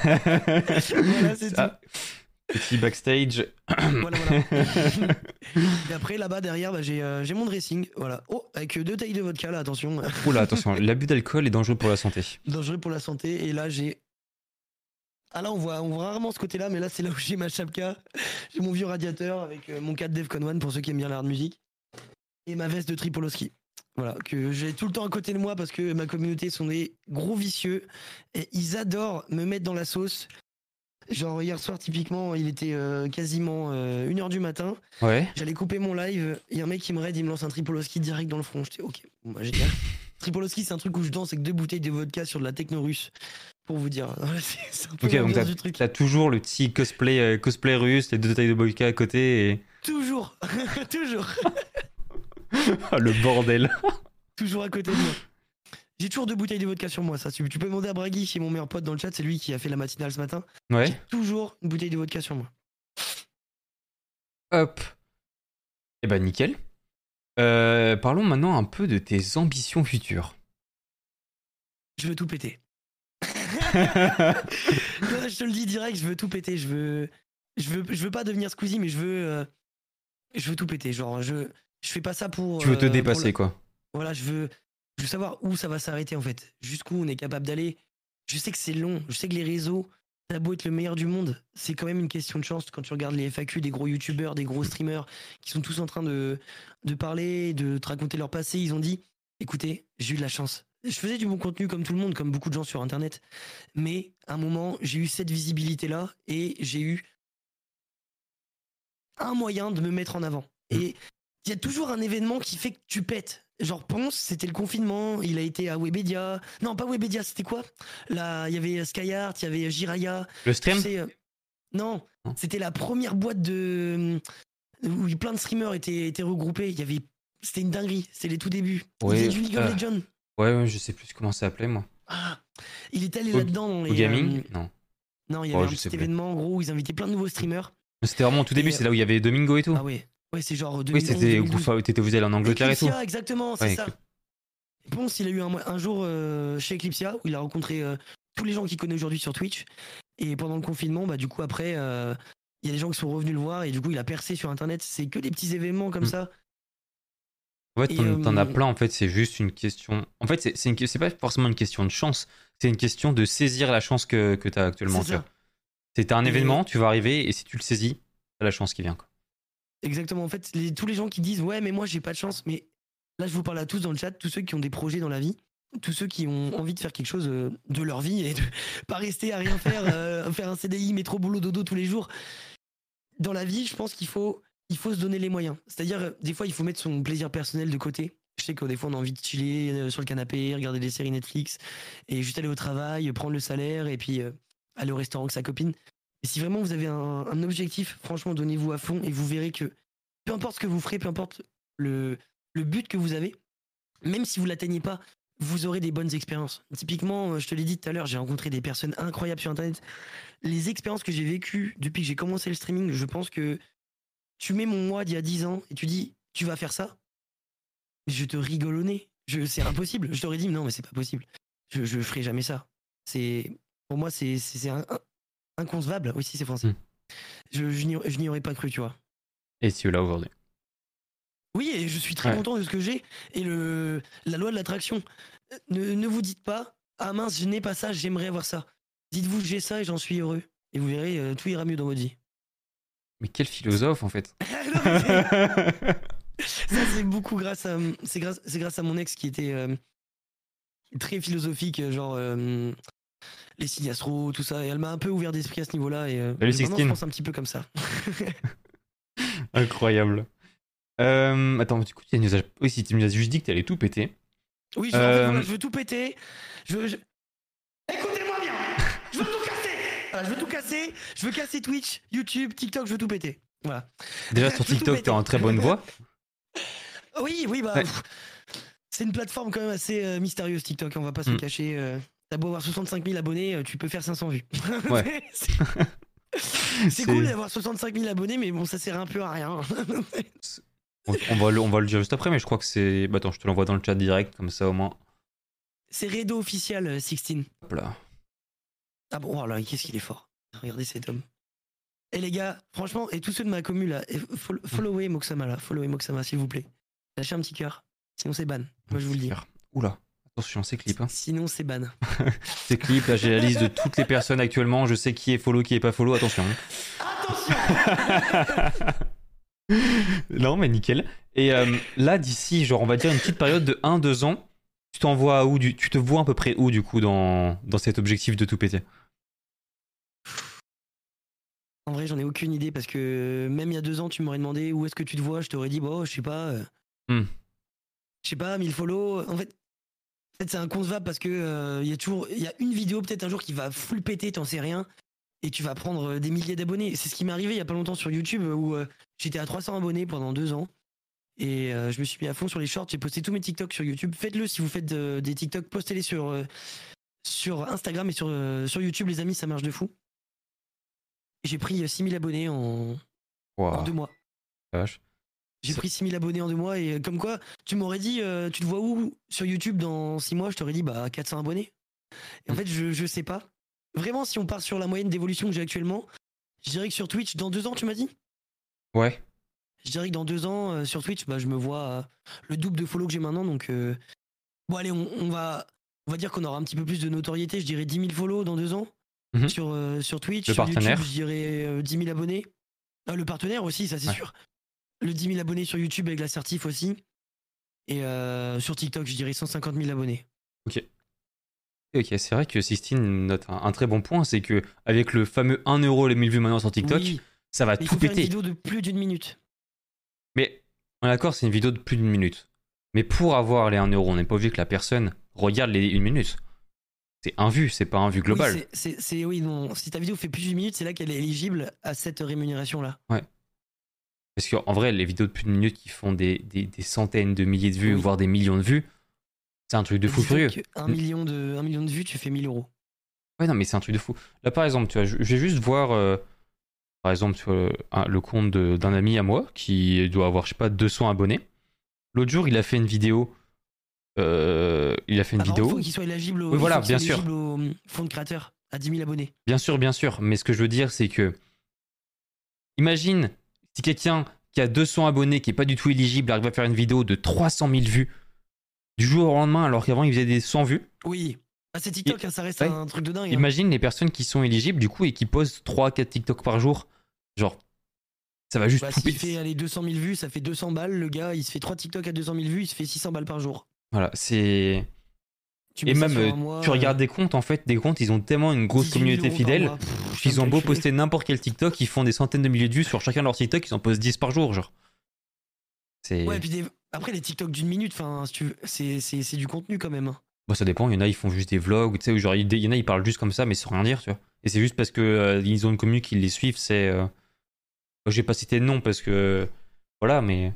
Voilà, c'est Ça. Petit backstage. Voilà, voilà. Et après, là-bas, derrière, bah, j'ai euh, j'ai mon dressing. Voilà. Oh, avec deux tailles de vodka, là, attention. Oula, attention, l'abus d'alcool est dangereux pour la santé. Dangereux pour la santé. Et là, j'ai. Ah, là, on voit, on voit rarement ce côté-là, mais là, c'est là où j'ai ma chapka. J'ai mon vieux radiateur avec euh, mon quatre Defcon One pour ceux qui aiment bien l'art de musique. Et ma veste de Tripolowski. Voilà, que j'ai tout le temps à côté de moi parce que ma communauté sont des gros vicieux. Et ils adorent me mettre dans la sauce. Genre, hier soir, typiquement, il était euh, quasiment euh, une heure du matin. Ouais. J'allais couper mon live, il y a un mec qui me raid, il me lance un Tripolowski direct dans le front. J'étais ok, bon bah génial. Tripolowski, c'est un truc où je danse avec deux bouteilles de vodka sur de la techno russe. Pour vous dire, Voilà, c'est c'est un peu Ok, donc l'ambiance t'as du truc. t'as toujours le petit cosplay, euh, cosplay russe, les deux tailles de vodka à côté et. Toujours, toujours, Ah, le bordel. toujours à côté de moi. J'ai toujours deux bouteilles de vodka sur moi, ça. Tu, tu peux demander à Braggy, qui est mon meilleur pote dans le chat, c'est lui qui a fait la matinale ce matin. Ouais. J'ai toujours une bouteille de vodka sur moi. Hop. Eh ben nickel. Euh, parlons maintenant un peu de tes ambitions futures. Je veux tout péter. Non, je te le dis direct, je veux tout péter. Je veux, je veux, je veux pas devenir Squeezie, mais je veux, euh, je veux tout péter. Genre, je, je fais pas ça pour. Tu veux te euh, pour dépasser, le- quoi. Voilà, je veux, je veux savoir où ça va s'arrêter en fait. Jusqu'où on est capable d'aller. Je sais que c'est long. Je sais que les réseaux, t'as beau être le meilleur du monde, c'est quand même une question de chance quand tu regardes les F A Q des gros youtubeurs, des gros streamers qui sont tous en train de, de parler, de te raconter leur passé. Ils ont dit, écoutez, j'ai eu de la chance. Je faisais du bon contenu comme tout le monde, comme beaucoup de gens sur internet. Mais à un moment, j'ai eu cette visibilité-là et j'ai eu un moyen de me mettre en avant. Et il y a toujours un événement qui fait que tu pètes. Genre Ponce, c'était le confinement, il a été à Webedia. Non, pas Webedia, c'était quoi Là, il y avait Skyheart, il y avait Jiraya. Le Tu stream sais, euh, non, Non. c'était la première boîte de où plein de streamers étaient, étaient regroupés. Il y avait, c'était une dinguerie. C'était les tout débuts. Ouais, Il faisait du League of euh, Legends. Ouais, ouais, je sais plus comment ça s'appelait, moi. Ah, il est allé Au- là-dedans dans les. Au gaming euh, Non. non, il y Oh, avait je un sais petit plus. événement en gros où ils invitaient plein de nouveaux streamers. C'était vraiment au tout début, Et, c'est là où il y avait Domingo et tout. Ah ouais, ouais, c'est genre Oui, deux mille onze, c'était deux où mille douze. vous t'étais vous allé en Angleterre et tout. Eclipsia, exactement, c'est Ouais, ça. Eclip- Et Ponce, il a eu un, un jour euh, chez Eclipsia où il a rencontré euh, tous les gens qu'il connaît aujourd'hui sur Twitch. Et pendant le confinement, bah, du coup, après, euh, il y a des gens qui sont revenus le voir et du coup, il a percé sur Internet. C'est que des petits événements comme Mm. ça. En fait, Et, t'en t'en as euh, plein, en fait, c'est juste une question. En fait, c'est c'est une- c'est pas forcément une question de chance, c'est une question de saisir la chance que, que t'as actuellement. C'est tu ça. vois. C'est t'as un Et- événement, tu vas arriver, et si tu le saisis, t'as la chance qui vient, quoi. Exactement. En fait, les- tous les gens qui disent ouais, mais moi j'ai pas de chance, mais là je vous parle à tous dans le chat, tous ceux qui ont des projets dans la vie, tous ceux qui ont envie de faire quelque chose euh, de leur vie et de pas rester à rien faire, euh, faire un C D I, métro, boulot, dodo tous les jours. Dans la vie, je pense qu'il faut, il faut se donner les moyens. C'est-à-dire, euh, des fois, il faut mettre son plaisir personnel de côté. Je sais que des fois, on a envie de chiller euh, sur le canapé, regarder des séries Netflix et juste aller au travail, prendre le salaire et puis euh, aller au restaurant avec sa copine. Et si vraiment vous avez un, un objectif, franchement, donnez-vous à fond et vous verrez que peu importe ce que vous ferez, peu importe le, le but que vous avez, même si vous l'atteignez pas, vous aurez des bonnes expériences. Typiquement, euh, je te l'ai dit tout à l'heure, j'ai rencontré des personnes incroyables sur Internet. Les expériences que j'ai vécues depuis que j'ai commencé le streaming, je pense que tu mets mon moi d'il y a dix ans et tu dis, tu vas faire ça, je te rigole au nez. Je, c'est impossible. Je t'aurais dit, non, mais c'est pas possible. Je, je ferai jamais ça. C'est, pour moi, c'est, c'est, c'est un- un- inconcevable. Oui, si c'est français. Hmm. Je, je n'y je n'y aurais pas cru, tu vois. Et tu es là aujourd'hui. Oui, et je suis très Ouais. content de ce que j'ai. Et le, la loi de l'attraction. Euh, Ne, ne vous dites pas, ah mince, je n'ai pas ça, j'aimerais avoir ça. Dites-vous, j'ai ça et j'en suis heureux. Et vous verrez, euh, tout ira mieux dans votre vie. Mais quel philosophe en fait. Non, mais c'est- ça, c'est beaucoup grâce à, c'est grâce, c'est grâce à mon ex qui était euh, très philosophique, euh, genre euh, les signes astro, tout ça. Et elle m'a un peu ouvert d'esprit à ce niveau-là. Et, euh, Salut, et maintenant, je Sixtine. pense un petit peu comme ça. Incroyable. Euh, attends, du coup, tu nous as... Oui, si tu nous as juste dit que t'allais tout péter. Oui, je, en fait, Euh, voilà, je veux tout péter. Je, veux- je- Écoutez-moi bien. Je veux tout casser. Voilà, je veux tout casser. Je veux casser Twitch, YouTube, TikTok. Je veux tout péter. Voilà. Déjà sur Je veux tout TikTok, péter. t'es en très bonne voie. Oui, oui, bah. Ouais. pff, c'est une plateforme quand même assez euh, mystérieuse, TikTok. On va pas se Mm. le cacher. euh, T'as beau avoir soixante-cinq mille abonnés, euh, tu peux faire cinq cents vues. Ouais. c'est c'est cool d'avoir soixante-cinq mille abonnés, mais bon, ça sert un peu à rien. On, on va le, on va le dire juste après, mais je crois que c'est. Bah attends, je te l'envoie dans le chat direct, comme ça au moins. C'est Redo officiel, euh, sixteen. Hop là. Ah bon, voilà, qu'est-ce qu'il est fort. Regardez cet homme. Et les gars, franchement, et tous ceux de ma commu là, et fol- followez Moxama là, followez Moxama s'il vous plaît. Lâchez un petit cœur, sinon c'est ban. Moi je vous le dis. Oula, attention, c'est clip. Hein. Sinon c'est ban. C'est clip, là j'ai la liste de toutes les personnes actuellement, je sais qui est follow, qui est pas follow, attention. Attention. Non mais nickel. Et euh, là d'ici, genre on va dire une petite période de un deux ans, tu t'envoies où du... Tu te vois à peu près où du coup dans, dans cet objectif de tout péter? En vrai, j'en ai aucune idée parce que même il y a deux ans, tu m'aurais demandé où est-ce que tu te vois, je t'aurais dit, bon, je sais pas. euh, Hmm. Je sais pas, mille follow. En fait, en fait c'est inconcevable parce que euh, il y a toujours, il y a une vidéo peut-être un jour qui va full péter, t'en sais rien, et tu vas prendre euh, des milliers d'abonnés. C'est ce qui m'est arrivé il y a pas longtemps sur YouTube où euh, j'étais à trois cents abonnés pendant deux ans. Et euh, je me suis mis à fond sur les shorts, j'ai posté tous mes TikTok sur YouTube. Faites-le si vous faites euh, des TikTok, postez-les sur, euh, sur Instagram et sur, euh, sur YouTube, les amis, ça marche de fou. Et j'ai pris euh, six mille abonnés en, Wow. en deux mois. Vache. J'ai Ça- pris six mille abonnés en deux mois et euh, comme quoi, tu m'aurais dit, euh, tu te vois où sur YouTube dans six mois, je t'aurais dit, bah quatre cents abonnés. Et en Mm. fait, je, je sais pas. Vraiment, si on part sur la moyenne d'évolution que j'ai actuellement, je dirais que sur Twitch, dans deux ans, tu m'as dit Ouais. Je dirais que dans deux ans, euh, sur Twitch, bah, je me vois euh, le double de follow que j'ai maintenant. Donc, euh, bon, allez, on, on va, on va dire qu'on aura un petit peu plus de notoriété. Je dirais dix mille follow dans deux ans Mhm. sur, euh, sur Twitch. Le sur partenaire. YouTube, je dirais euh, dix mille abonnés. Ah, le partenaire aussi, ça c'est Ouais. sûr. Le dix mille abonnés sur YouTube avec l'assertif aussi. Et euh, sur TikTok, je dirais cent cinquante mille abonnés. Ok. Ok, c'est vrai que Sixtine note un, un très bon point, c'est que avec le fameux un euro les mille vues maintenant sur TikTok, Oui, ça va mais il tout faut faire une péter. vidéo de plus d'une minute. Mais on est d'accord, c'est une vidéo de plus d'une minute. Mais pour avoir les un euro, on n'est pas obligé que la personne regarde les une minute. C'est un vu, c'est pas un vu global. Oui, c'est- c'est c'est- oui, non. Si ta vidéo fait plus d'une minute, c'est là qu'elle est éligible à cette rémunération-là. Parce qu'en vrai, les vidéos de plus d'une minute qui font des, des, des centaines de milliers de vues, Oui. voire des millions de vues, c'est un truc de fou Dis-toi furieux. que Un million de, un million de vues, tu fais mille euros. Ouais, non, mais c'est un truc de fou. Là, par exemple, tu vois, je, je vais juste voir, euh, par exemple, tu vois, un- le compte de- d'un ami à moi qui doit avoir, je sais pas, deux cents abonnés. L'autre jour, il a fait une vidéo. euh, il a fait une Ah, par vidéo. contre, il faut qu'il soit éligible au, Oui, il voilà, faut qu'il soit bien sûr. éligible au hum, fonds de créateur à dix mille abonnés. Bien sûr, bien sûr. Mais ce que je veux dire, c'est que. Imagine si quelqu'un qui a deux cents abonnés, qui est pas du tout éligible, arrive à faire une vidéo de trois cent mille vues du jour au lendemain, alors qu'avant il faisait des cent vues. Oui. Ah, c'est TikTok, hein, ça reste Ouais. un truc de dingue. hein. Imagine les personnes qui sont éligibles du coup et qui postent trois quatre TikTok par jour. Genre, Ça va juste Bah, couper. s'il fait aller deux cent mille vues, ça fait deux cents balles. Le gars, il se fait trois TikTok à deux cent mille vues, il se fait six cents balles par jour. Voilà, c'est. Tu Et mets ça même, sur euh, un mois. tu regardes des comptes, en fait, des comptes, ils ont tellement une grosse dix-huit mille communauté euros par fidèle. mois. Pff, je Qu'ils sais ont même beau pas calculer. poster n'importe quel TikTok, ils font des centaines de milliers de vues sur chacun de leurs TikTok, ils en postent dix par jour, genre. C'est. Ouais, et puis des- après, les TikTok d'une minute, enfin, si tu veux, c'est c'est- c'est du contenu quand même. Bon, ça dépend, il y en a, ils font juste des vlogs, tu sais, ou genre, il y en a, ils parlent juste comme ça, mais sans rien dire, tu vois. Et c'est juste parce que euh, ils ont une commune qui les suivent, c'est. euh, Je vais pas citer de nom parce que. Voilà, mais.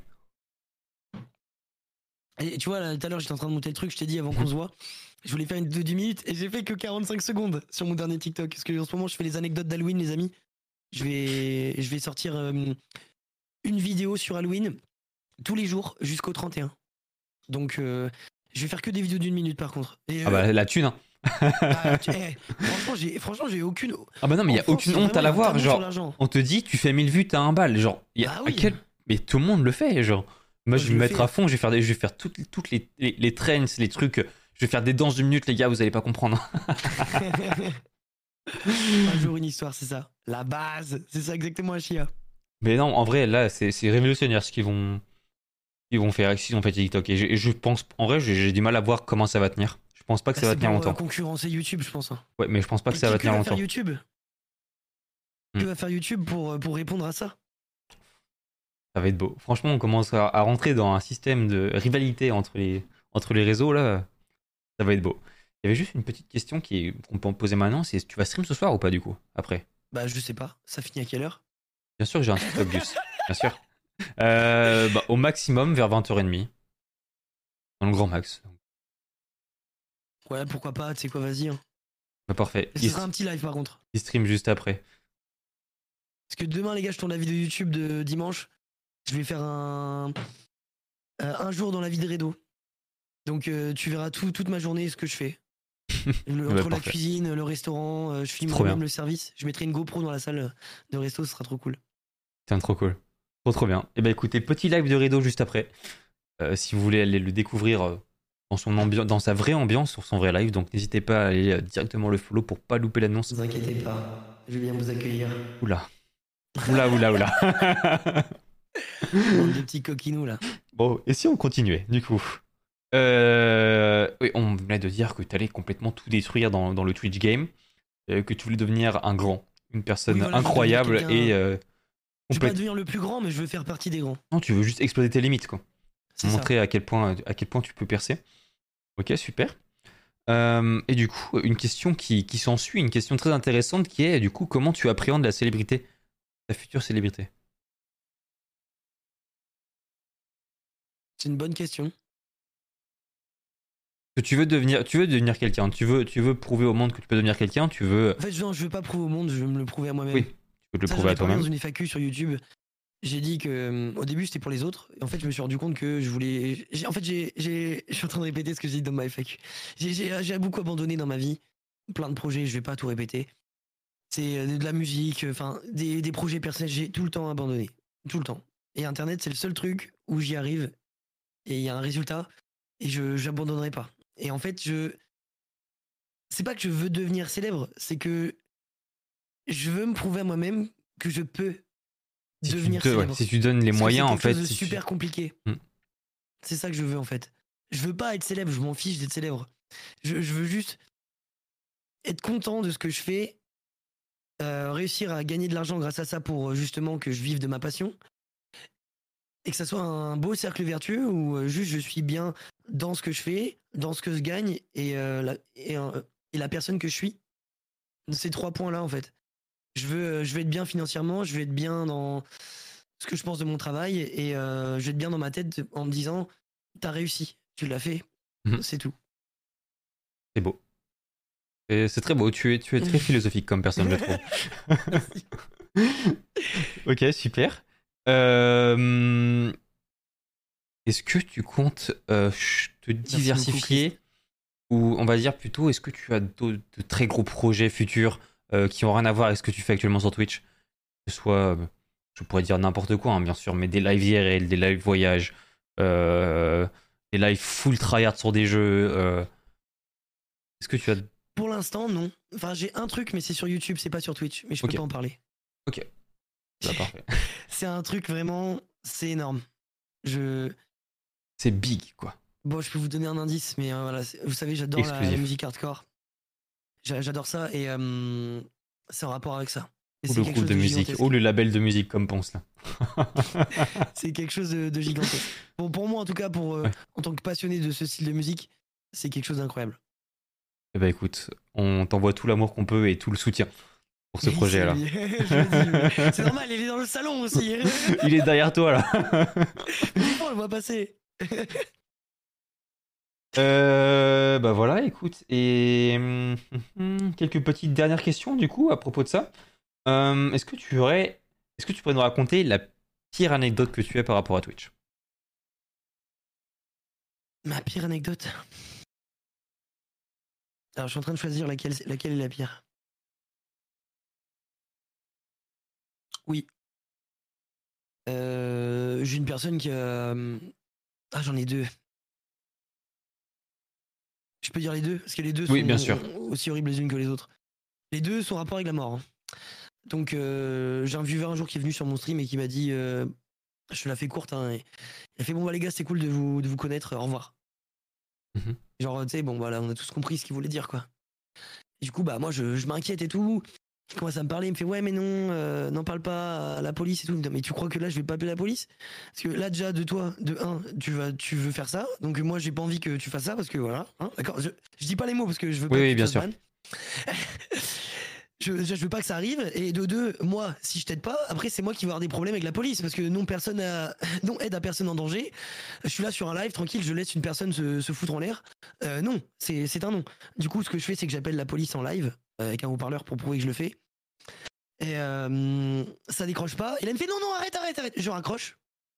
Et tu vois, là, tout à l'heure, j'étais en train de monter le truc, je t'ai dit avant qu'on Mhm. se voit, je voulais faire une vidéo de dix minutes et j'ai fait que quarante-cinq secondes sur mon dernier TikTok. Parce que en ce moment, je fais les anecdotes d'Halloween, les amis. Je vais, je vais sortir euh, une vidéo sur Halloween tous les jours jusqu'au trente et un. Donc, euh, je vais faire que des vidéos d'une minute par contre. Et, Ah euh, bah, la thune, hein. bah, tu- eh, franchement, j'ai franchement, j'ai aucune. Ah bah non, mais il y a En France, aucune c'est honte à vraiment un l'avoir, tabou sur genre. l'argent. On te dit, tu fais mille vues, t'as un bal. Genre, y a, Bah à oui. quel... Mais tout le monde le fait, genre. Moi, Moi, je je vais me le mettre fais. à fond, je vais faire, des... je vais faire toutes, les- toutes les, les, les trends, les trucs. Je vais faire des danses d'une minute, les gars, vous allez pas comprendre. Un jour, une histoire, c'est ça. La base, c'est ça exactement, Achia. Mais non, en vrai, là, c'est c'est révolutionnaire ce qu'ils vont, ils vont faire, s'ils ont fait TikTok. Et je, et je pense, en vrai, j'ai j'ai du mal à voir comment ça va tenir. Je pense pas que ça va C'est tenir pour euh, longtemps. concurrencer YouTube, je pense. hein. Ouais, mais je pense pas que Et ça qui va que tenir va faire longtemps. YouTube Hmm. Que va faire YouTube pour, euh, pour répondre à ça Ça va être beau. Franchement, on commence à, à rentrer dans un système de rivalité entre les, entre les réseaux, là. Ça va être beau. Il y avait juste une petite question qui est- qu'on peut en poser maintenant, c'est tu vas stream ce soir ou pas du coup, après? Bah, je sais pas. Ça finit à quelle heure Bien sûr que j'ai un TikTok Gus, bien sûr. Euh, bah, au maximum vers vingt heures trente, dans le grand max. Ouais, pourquoi pas, tu sais quoi, vas-y. hein. Bah, parfait. Et ce Il, sera un petit live par contre. il stream juste après. Parce que demain, les gars, je tourne la vidéo YouTube de dimanche. Je vais faire un, euh, un jour dans la vie de Redo. Donc, euh, tu verras tout, toute ma journée, ce que je fais. Le- Bah, entre la parfait. cuisine, le restaurant, euh, je Trop filmerai bien. même le service. Je mettrai une GoPro dans la salle de resto, ce sera trop cool. C'est trop cool. Trop trop bien. Et bah écoutez, petit live de Rideau juste après. Euh, si vous voulez aller le découvrir euh, dans, son ambiance, dans sa vraie ambiance, sur son vrai live. Donc n'hésitez pas à aller euh, directement le follow pour pas louper l'annonce. Ne vous inquiétez pas, je vais bien vous accueillir. Oula. Oula, oula, oula. Bande de petits coquinous là. Bon, et si on continuait, du coup euh, Oui, on venait de dire que tu allais complètement tout détruire dans, dans le Twitch game, euh, que tu voulais devenir un grand, une personne Oui, voilà, je veux incroyable devenir quelqu'un- et euh, Je vais pas complète- devenir le plus grand, mais je veux faire partie des grands. Non, tu veux juste exploser tes limites, quoi. C'est ça. Montrer à quel point, à quel point tu peux percer. Ok, super. Euh, et du coup, une question qui, qui s'ensuit, une question très intéressante qui est, du coup, comment tu appréhendes la célébrité, ta future célébrité? C'est une bonne question. Que tu veux devenir, tu veux devenir quelqu'un, tu veux, tu veux prouver au monde que tu peux devenir quelqu'un, tu veux, En fait, je, non, je veux pas prouver au monde, je veux me le prouver à moi-même. oui, tu peux te le Ça, prouver j'en à ai parlé dans toi-même. une F A Q sur YouTube. J'ai dit que euh, au début c'était pour les autres. Et en fait, je me suis rendu compte que je voulais. j'ai- En fait, j'ai, j'ai- je suis en train de répéter ce que j'ai dit dans ma F A Q. J'ai, j'ai- j'ai beaucoup abandonné dans ma vie. Plein de projets, je vais pas tout répéter. C'est euh, de la musique, enfin des, des projets personnels. J'ai tout le temps abandonné, tout le temps. Et Internet, c'est le seul truc où j'y arrive et il y a un résultat et je j'abandonnerai pas. Et en fait, je c'est pas que je veux devenir célèbre, c'est que je veux me prouver à moi-même que je peux Si tu, devenir te- ouais, célèbre. si tu donnes les Parce que moyens, c'est en quelque chose fait, de si tu- super compliqué. Hmm. C'est ça que je veux en fait. Je veux pas être célèbre, je m'en fiche d'être célèbre. Je, je veux juste être content de ce que je fais, euh, réussir à gagner de l'argent grâce à ça pour euh, justement que je vive de ma passion et que ça soit un beau cercle vertueux où euh, juste je suis bien dans ce que je fais, dans ce que je gagne et, euh, la, et, euh, et la personne que je suis. Ces trois points-là en fait. Je veux, euh, je veux être bien financièrement, je veux être bien dans ce que je pense de mon travail et euh, je vais être bien dans ma tête en me disant t'as réussi, tu l'as fait, Mhm. c'est tout. c'est beau. Et c'est très beau, tu es, tu es très philosophique comme personne, je trouve. Merci. Ok, super. Euh, Est-ce que tu comptes euh, ch- te diversifier ou on va dire plutôt, est-ce que tu as de, de très gros projets futurs euh, qui ont rien à voir avec ce que tu fais actuellement sur Twitch? Que ce soit, euh, je pourrais dire n'importe quoi, hein, bien sûr, mais des lives I R L, des lives voyages, euh, des lives full tryhard sur des jeux. euh, Est-ce que tu as... Pour l'instant, non. Enfin, j'ai un truc, mais c'est sur YouTube, c'est pas sur Twitch, mais je peux Ok. pas en parler. Ok. Bah, parfait. C'est un truc vraiment, c'est énorme. Je, C'est big, quoi. bon, je peux vous donner un indice, mais euh, voilà, c'est- vous savez, j'adore la, la Exclusif. musique hardcore. J'a- J'adore ça et euh, c'est en rapport avec ça. Et Ou c'est le quelque groupe chose de de musique. gigantesque. Ou le label de musique comme Ponce, là. C'est quelque chose de, de gigantesque. Bon, pour moi, en tout cas, pour, euh, Ouais. en tant que passionné de ce style de musique, c'est quelque chose d'incroyable. Eh bah écoute, on t'envoie tout l'amour qu'on peut et tout le soutien pour ce Oui, projet c'est là. lui. Je le dis, oui. C'est normal, il est dans le salon aussi. Il est derrière toi là. Des fois, on le voit passer. Euh, bah voilà, écoute. Et hum, hum, quelques petites dernières questions du coup à propos de ça. Euh, est-ce que tu aurais, est-ce que tu pourrais nous raconter la pire anecdote que tu as par rapport à Twitch? Ma pire anecdote. Alors, je suis en train de choisir laquelle, laquelle est la pire. Oui. Euh, j'ai une personne qui a. Ah, j'en ai deux. Je peux dire les deux parce que les deux Oui, sont bien sûr. aussi horribles les unes que les autres. Les deux sont en rapport avec la mort. Hein. Donc, euh, j'ai un viewer un jour qui est venu sur mon stream et qui m'a dit. Euh, je te la fais courte. Hein, et il a fait bon, bah les gars, c'est cool de vous, de vous connaître. Au revoir. Mhm. Genre, tu sais, bon, voilà, on a tous compris ce qu'il voulait dire, quoi. Et du coup, bah, moi, je, je m'inquiète et tout. Il commence à me parler, il me fait ouais mais non, euh, n'en parle pas à la police et tout. Il me dit, mais tu crois que là je vais pas appeler la police? Parce que là déjà de toi, de un, tu vas, tu veux faire ça, donc moi j'ai pas envie que tu fasses ça parce que voilà, hein, d'accord. Je, je dis pas les mots parce que je veux pas Oui, que oui, tu te bien fasses sûr. ban. je, je veux pas que ça arrive. Et de deux, moi si je t'aide pas, après c'est moi qui vais avoir des problèmes avec la police parce que non personne a, non aide à personne en danger. Je suis là sur un live tranquille, je laisse une personne se, se foutre en l'air. Euh, non, c'est c'est un non. Du coup ce que je fais c'est que j'appelle la police en live euh, avec un haut-parleur pour prouver que je le fais. Et euh, ça décroche pas. Et là, il me fait non, non, arrête, arrête, arrête. Je raccroche.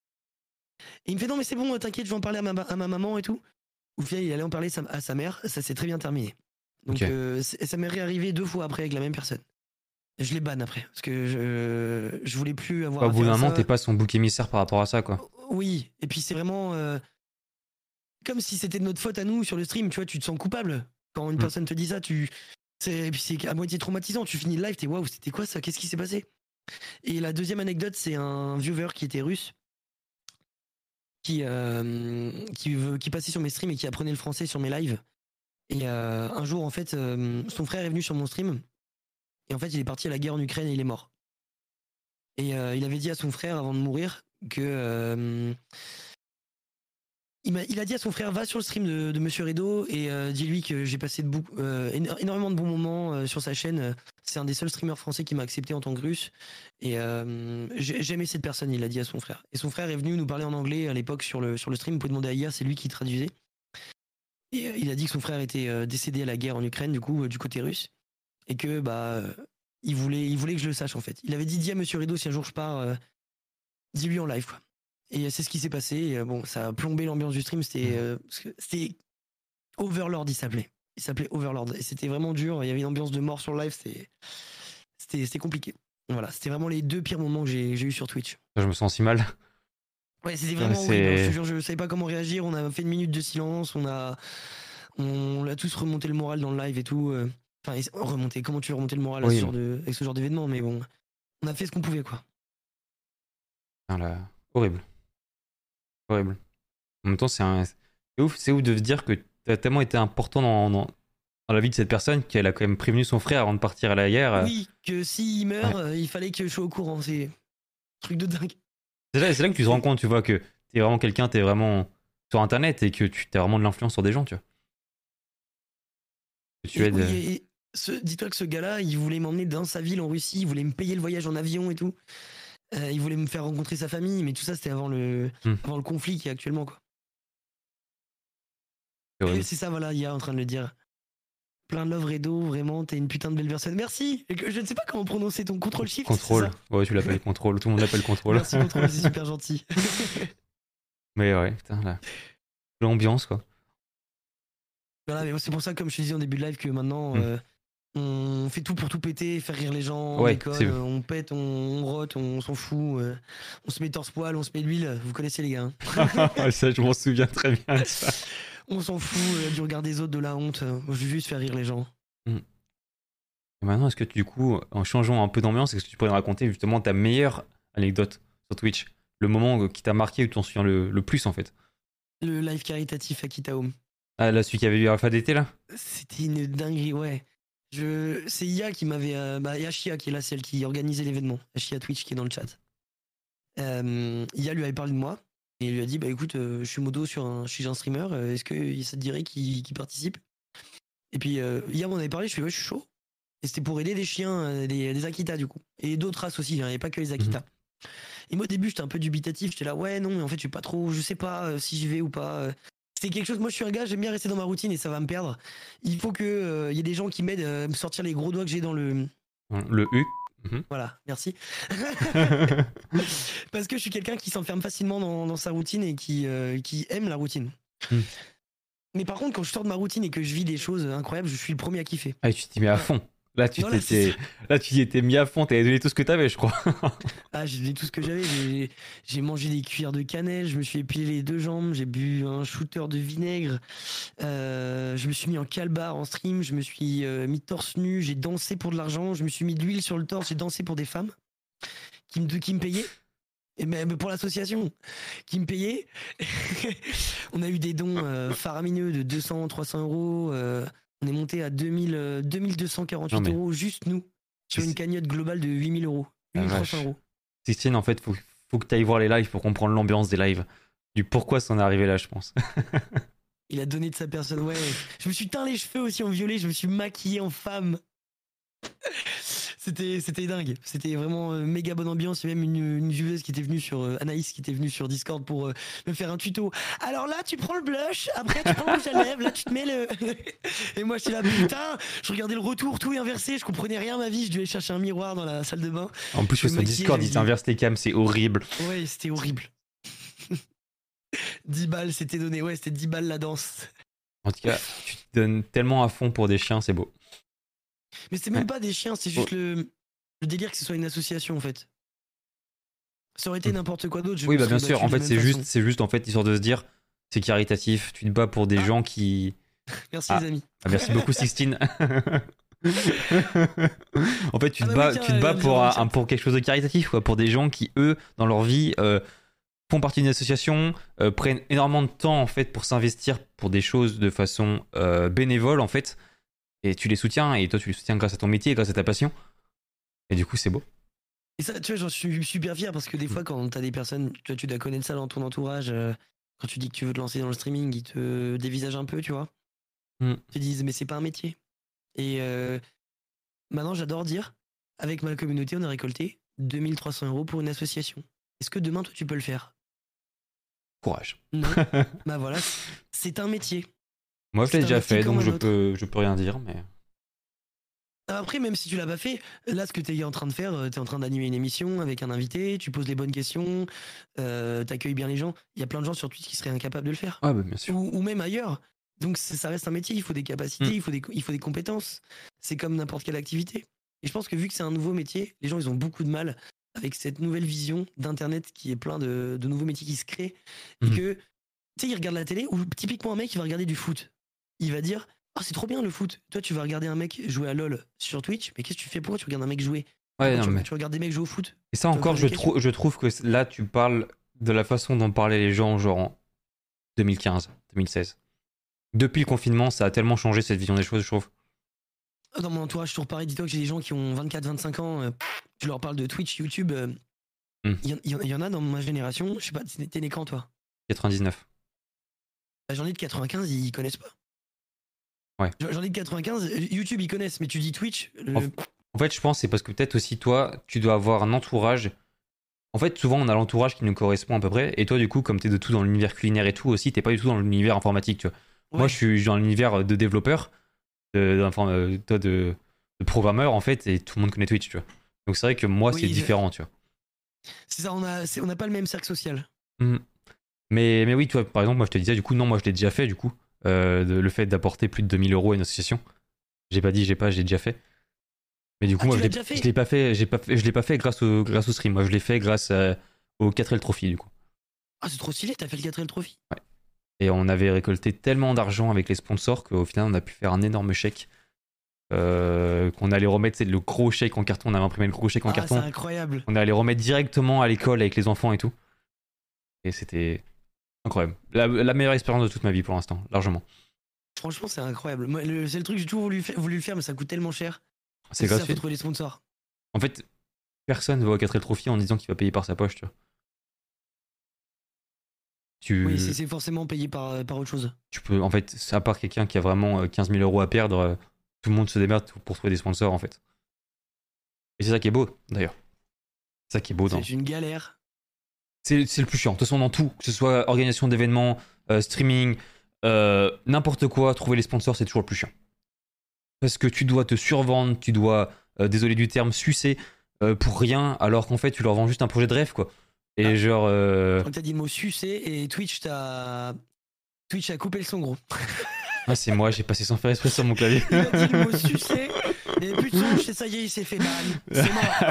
Et il me fait non, mais c'est bon, t'inquiète, je vais en parler à ma, à ma maman et tout. Au final, il allait en parler sa- à sa mère. Ça s'est très bien terminé. Donc, Ok. euh, c'est- ça m'est réarrivé deux fois après avec la même personne. Je l'ai ban après. Parce que je, je voulais plus avoir Bah, au bout affaire d'un à moment, ça. t'es pas son bouc émissaire par rapport à ça, quoi. Oui. Et puis, c'est vraiment euh, comme si c'était de notre faute à nous sur le stream. Tu vois, tu te sens coupable. Quand une Mm. personne te dit ça, tu. C'est, et puis, c'est à moitié traumatisant. Tu finis le live, t'es waouh, c'était quoi ça? Qu'est-ce qui s'est passé? Et la deuxième anecdote, c'est un viewer qui était russe. Qui, euh, qui, veut- qui passait sur mes streams et qui apprenait le français sur mes lives. Et euh, un jour, en fait, euh, son frère est venu sur mon stream. Et en fait, il est parti à la guerre en Ukraine et il est mort. Et euh, il avait dit à son frère avant de mourir que. euh, il, m'a- il a dit à son frère va sur le stream de, de Monsieur Redo et euh, dis-lui que j'ai passé de beaucoup, euh, éno- énormément de bons moments euh, sur sa chaîne. C'est un des seuls streamers français qui m'a accepté en tant que russe. Et euh, j'ai- j'aimais cette personne, il l'a dit à son frère. Et son frère est venu nous parler en anglais à l'époque sur le, sur le stream. Vous pouvez demander à I A, c'est lui qui traduisait. Et euh, il a dit que son frère était euh, décédé à la guerre en Ukraine, du coup, euh, du côté russe. Et que, bah, euh, il voulait, il voulait que je le sache, en fait. Il avait dit, dis à Monsieur Rideau, si un jour je pars, euh, dis-lui en live, quoi. Et euh, c'est ce qui s'est passé. Et, euh, bon, ça a plombé l'ambiance du stream. C'était, euh, parce que c'était Overlord, il s'appelait. Il s'appelait Overlord. Et c'était vraiment dur. Il y avait une ambiance de mort sur le live. C'était, c'était, c'était compliqué. Voilà, c'était vraiment les deux pires moments que j'ai, j'ai eu sur Twitch. Je me sens si mal. Ouais, c'était Ouais, vraiment horrible. hein. Je te c'est. jure, je savais pas comment réagir. On a fait une minute de silence. On a, on a tous remonté le moral dans le live et tout. euh. Enfin, et- remonter. Comment tu veux remonter le moral à ce Oui, genre de, avec ce genre d'événement? Mais bon, on a fait ce qu'on pouvait, quoi. putain, là. Horrible. Horrible. En même temps, c'est un... c'est ouf, c'est ouf de se dire que t'as tellement été important dans, dans, dans la vie de cette personne qu'elle a quand même prévenu son frère avant de partir à la guerre. euh. Oui, que s'il meurt, Ouais. euh, il fallait que je sois au courant. C'est un truc de dingue. C'est là, c'est là que tu te rends compte, tu vois, que t'es vraiment quelqu'un, t'es vraiment sur Internet et que tu as vraiment de l'influence sur des gens, tu vois. Que tu Et aides. oui, euh, et- et ce- dis-toi que ce gars-là, il voulait m'emmener dans sa ville en Russie, il voulait me payer le voyage en avion et tout. Euh, il voulait me faire rencontrer sa famille, mais tout ça, c'était avant le, Hmm. avant le conflit qui est actuellement, quoi. c'est Et horrible. c'est ça, voilà, il y a en train de le dire. Plein de love, Redo, vraiment, t'es une putain de belle personne. Merci. Et que- Je ne sais pas comment prononcer ton contrôle shift, c'est Contrôle. ça? Ouais, tu l'appelles contrôle. Tout le monde l'appelle contrôle. Merci contrôle, c'est super gentil. Mais ouais, putain, là. L'ambiance, quoi. Voilà, mais c'est pour ça, comme je te disais en début de live, que maintenant, Hmm. euh, on fait tout pour tout péter, faire rire les gens, on Ouais, déconne, c'est- euh, on pète, on, on rote, on s'en fout, euh, on se met torse-poil, on se met de l'huile, vous connaissez les gars. hein. ça, je m'en souviens très bien de ça. On s'en fout euh, du regard des autres, de la honte, euh, je veux juste faire rire les gens. Et maintenant, est-ce que tu, du coup, en changeant un peu d'ambiance, est-ce que tu pourrais me raconter justement ta meilleure anecdote sur Twitch? Le moment qui t'a marqué ou tu t'en souviens le, le plus en fait? Le live caritatif à Kitaom. Ah, là, celui qui avait eu Alpha D T là? C'était une dinguerie, ouais. Je... C'est I A qui m'avait. Euh... Bah, et Ashia qui est là, celle qui organisait l'événement. Ashia Twitch qui est dans le chat. Euh... I A lui avait parlé de moi. Et il lui a dit, bah écoute, euh, je suis modo sur un, je suis un streamer, euh, est-ce que ça te dirait qu'il qu'il participe? Et puis euh, hier on avait parlé, je fais ouais je suis chaud. Et c'était pour aider des chiens, euh, des, des Akita du coup. Et d'autres races aussi, il n'y avait pas que les Mhm. Akita. Et moi au début j'étais un peu dubitatif, j'étais là ouais non mais en fait je suis pas trop, je sais pas euh, si j'y vais ou pas. euh. C'est quelque chose, moi je suis un gars, j'aime bien rester dans ma routine et ça va me perdre. Il faut que euh, il y ait des gens qui m'aident à me sortir les gros doigts que j'ai dans le... Le U. Mhm. Voilà, merci. Parce que je suis quelqu'un qui s'enferme facilement dans, dans sa routine et qui, euh, qui aime la routine. Mm. Mais par contre, quand je sors de ma routine et que je vis des choses incroyables, je suis le premier à kiffer. Ah, tu t'y mets à Voilà. fond. Là, tu Non, là, c'est t'étais, ça. là, tu y étais mis à fond. T'avais donné tout ce que t'avais, je crois. Ah, j'ai donné tout ce que j'avais. J'ai, j'ai mangé des cuillères de cannelle, je me suis épilé les deux jambes, j'ai bu un shooter de vinaigre, euh, je me suis mis en calbar en stream, je me suis euh, mis torse nu, j'ai dansé pour de l'argent, je me suis mis de l'huile sur le torse, j'ai dansé pour des femmes qui me, qui me payaient. Et même pour l'association qui me payait. On a eu des dons euh, faramineux de deux cents, trois cents euros. euh, on est monté à deux mille, euh, Non, deux mille deux cent quarante-huit mais euros, juste nous, sur une cagnotte globale de huit mille euros. la huit mille trois cents vache. euros. Sixtine, en fait, faut, faut que tu ailles voir les lives pour comprendre l'ambiance des lives. Du pourquoi c'en est arrivé là, je pense. Il a donné de sa personne, ouais. Je me suis teint les cheveux aussi en violet, je me suis maquillé en femme. C'était, c'était dingue. C'était vraiment euh, méga bonne ambiance. Il y a même une, une joueuse qui était venue sur euh, Anaïs qui était venue sur Discord pour euh, me faire un tuto. Alors là, tu prends le blush, après tu prends le rouge à lèvres, là tu te mets le. Et moi j'étais là, putain, je regardais le retour, tout est inversé, je comprenais rien à ma vie. Je devais chercher un miroir dans la salle de bain. En plus, Je sur me maquillais, Discord, je me ils dis, inversent les cams, c'est horrible. ouais, c'était horrible. dix balles, c'était donné. Ouais, c'était dix balles la danse. En tout cas, tu te donnes tellement à fond pour des chiens, c'est beau. Mais c'était Ouais. même pas des chiens, c'est juste le, le délire que ce soit une association en fait. Ça aurait été Mm. n'importe quoi d'autre. Je Oui, me bah bien serais sûr. battu En de la fait, même c'est juste, façon. c'est juste en fait histoire de se dire, c'est caritatif. Tu te bats pour des Ah. gens qui. Merci Ah, les amis. ah, merci beaucoup, Sixtine. En fait, tu Ah te bah bats, oui, tiens, tu te elle bats vient de pour, dire dans le un- chat. pour quelque chose de caritatif, quoi, pour des gens qui, eux, dans leur vie, euh, font partie d'une association, euh, prennent énormément de temps en fait pour s'investir pour des choses de façon euh, bénévole en fait, et tu les soutiens, et toi tu les soutiens grâce à ton métier, grâce à ta passion, et du coup c'est beau. Et ça, tu vois, j'en suis super fier parce que des fois, quand t'as des personnes, tu vois, tu dois connaître ça dans ton entourage, euh, quand tu dis que tu veux te lancer dans le streaming, ils te dévisagent un peu, tu vois. Mm. Ils te disent, mais c'est pas un métier. Et euh, maintenant, j'adore dire, avec ma communauté, on a récolté deux mille trois cents euros pour une association. Est-ce que demain, toi, tu peux le faire? Courage. Non. Bah voilà, c'est un métier. Moi je l'ai C'est un déjà métier fait, comme donc un je autre. peux, je peux rien dire, mais Après, même si tu l'as pas fait, là, ce que tu es en train de faire, tu es en train d'animer une émission avec un invité, tu poses les bonnes questions, euh, tu accueilles bien les gens. Il y a plein de gens sur Twitch qui seraient incapables de le faire. ouais, bah, bien sûr. Ou, ou même ailleurs. Donc, c'est- ça reste un métier, il faut des capacités, Mm. il, faut des, il faut des compétences. C'est comme n'importe quelle activité. Et je pense que vu que c'est un nouveau métier, les gens, ils ont beaucoup de mal avec cette nouvelle vision d'Internet qui est plein de, de nouveaux métiers qui se créent. Et Mm. que, tu sais, ils regardent la télé, ou typiquement un mec, il va regarder du foot. Il va dire, ah, c'est trop bien le foot. Toi, tu vas regarder un mec jouer à LoL sur Twitch, mais qu'est-ce que tu fais? Pourquoi tu regardes un mec jouer? Ouais, Pourquoi non, tu, mais tu regardes des mecs jouer au foot? et ça Tu vas encore, poser je, des questions. trou- je trouve que là tu parles de la façon dont parlaient les gens genre en deux mille quinze, deux mille seize. Depuis le confinement, ça a tellement changé cette vision des choses, je trouve. Dans mon entourage, toujours pareil, dis-toi que j'ai des gens qui ont vingt-quatre vingt-cinq ans, euh, tu leur parles de Twitch, YouTube. euh, Hmm. Il y, en- il y en- il y en a dans ma génération, je sais pas, t'es t'es né quand toi? quatre-vingt-dix-neuf. Bah, J'en ai de quatre-vingt-quinze, ils connaissent pas. Ouais. J'en j'en ai de quatre-vingt-quinze, euh, YouTube ils connaissent, mais tu dis Twitch, le- En, en fait, je pense que c'est parce que peut-être aussi toi, tu dois avoir un entourage. En fait, souvent on a l'entourage qui nous correspond à peu près, et toi, du coup, comme t'es de tout dans l'univers culinaire et tout aussi, t'es pas du tout dans l'univers informatique, tu vois. Moi, ouais. je suis dans l'univers de développeur, de, d'inform- euh, toi, de, de programmeur en fait, et tout le monde connaît Twitch, tu vois. Donc c'est vrai que moi, Oui, c'est je- différent, tu vois. C'est ça, on a, c'est- on n'a pas le même cercle social. Mhm. Mais, mais oui, toi, par exemple, moi, je te disais, du coup, non, moi, je l'ai déjà fait, du coup, euh, de- le fait d'apporter plus de deux mille euros à une association. J'ai pas dit, j'ai pas, j'ai déjà fait. Mais du coup, Ah, moi, tu je l'as l'ai, déjà fait? je l'ai pas fait, j'ai pas fait, je l'ai pas fait grâce au, grâce au stream. Moi, je l'ai fait grâce à- au quatre L Trophy, du coup. Ah, c'est trop stylé, t'as fait le quatre L Trophy. Et on avait récolté tellement d'argent avec les sponsors qu'au final, on a pu faire un énorme chèque euh, qu'on allait remettre, c'est le gros chèque en carton, on avait imprimé le gros chèque en Ah, c'est carton, incroyable. on allait remettre directement à l'école avec les enfants et tout. Et c'était incroyable. La, la meilleure expérience de toute ma vie pour l'instant, largement. Franchement, c'est incroyable. Moi, le- c'est le truc que j'ai toujours voulu, fa- voulu le faire, mais ça coûte tellement cher. C'est C'est ça, faut gratuit. trouver les sponsors. En fait, personne va au quatre L Trophy en disant qu'il va payer par sa poche, tu vois. Oui, c'est Tu, c'est forcément payé par, par autre chose. tu peux, en fait, à part quelqu'un qui a vraiment euh, quinze mille euros à perdre, euh, tout le monde se démerde pour trouver des sponsors, en fait. Et c'est ça qui est beau, d'ailleurs. C'est ça qui est beau dans. C'est une galère. C'est c'est le plus chiant. De toute façon, dans tout, que ce soit organisation d'événements, euh, streaming, euh, n'importe quoi, trouver les sponsors, c'est toujours le plus chiant. Parce que tu dois te survendre, tu dois, euh, désolé du terme, sucer euh, pour rien, alors qu'en fait, tu leur vends juste un projet de rêve, quoi. Et Ah. genre. euh, Quand t'as dit le mot sucer et Twitch t'a. Twitch a coupé le son, gros. Ah, c'est moi, j'ai passé sans faire exprès sur mon clavier. Il a dit le mot sucer et plus de son, je sais, ça y est, il s'est fait ban. C'est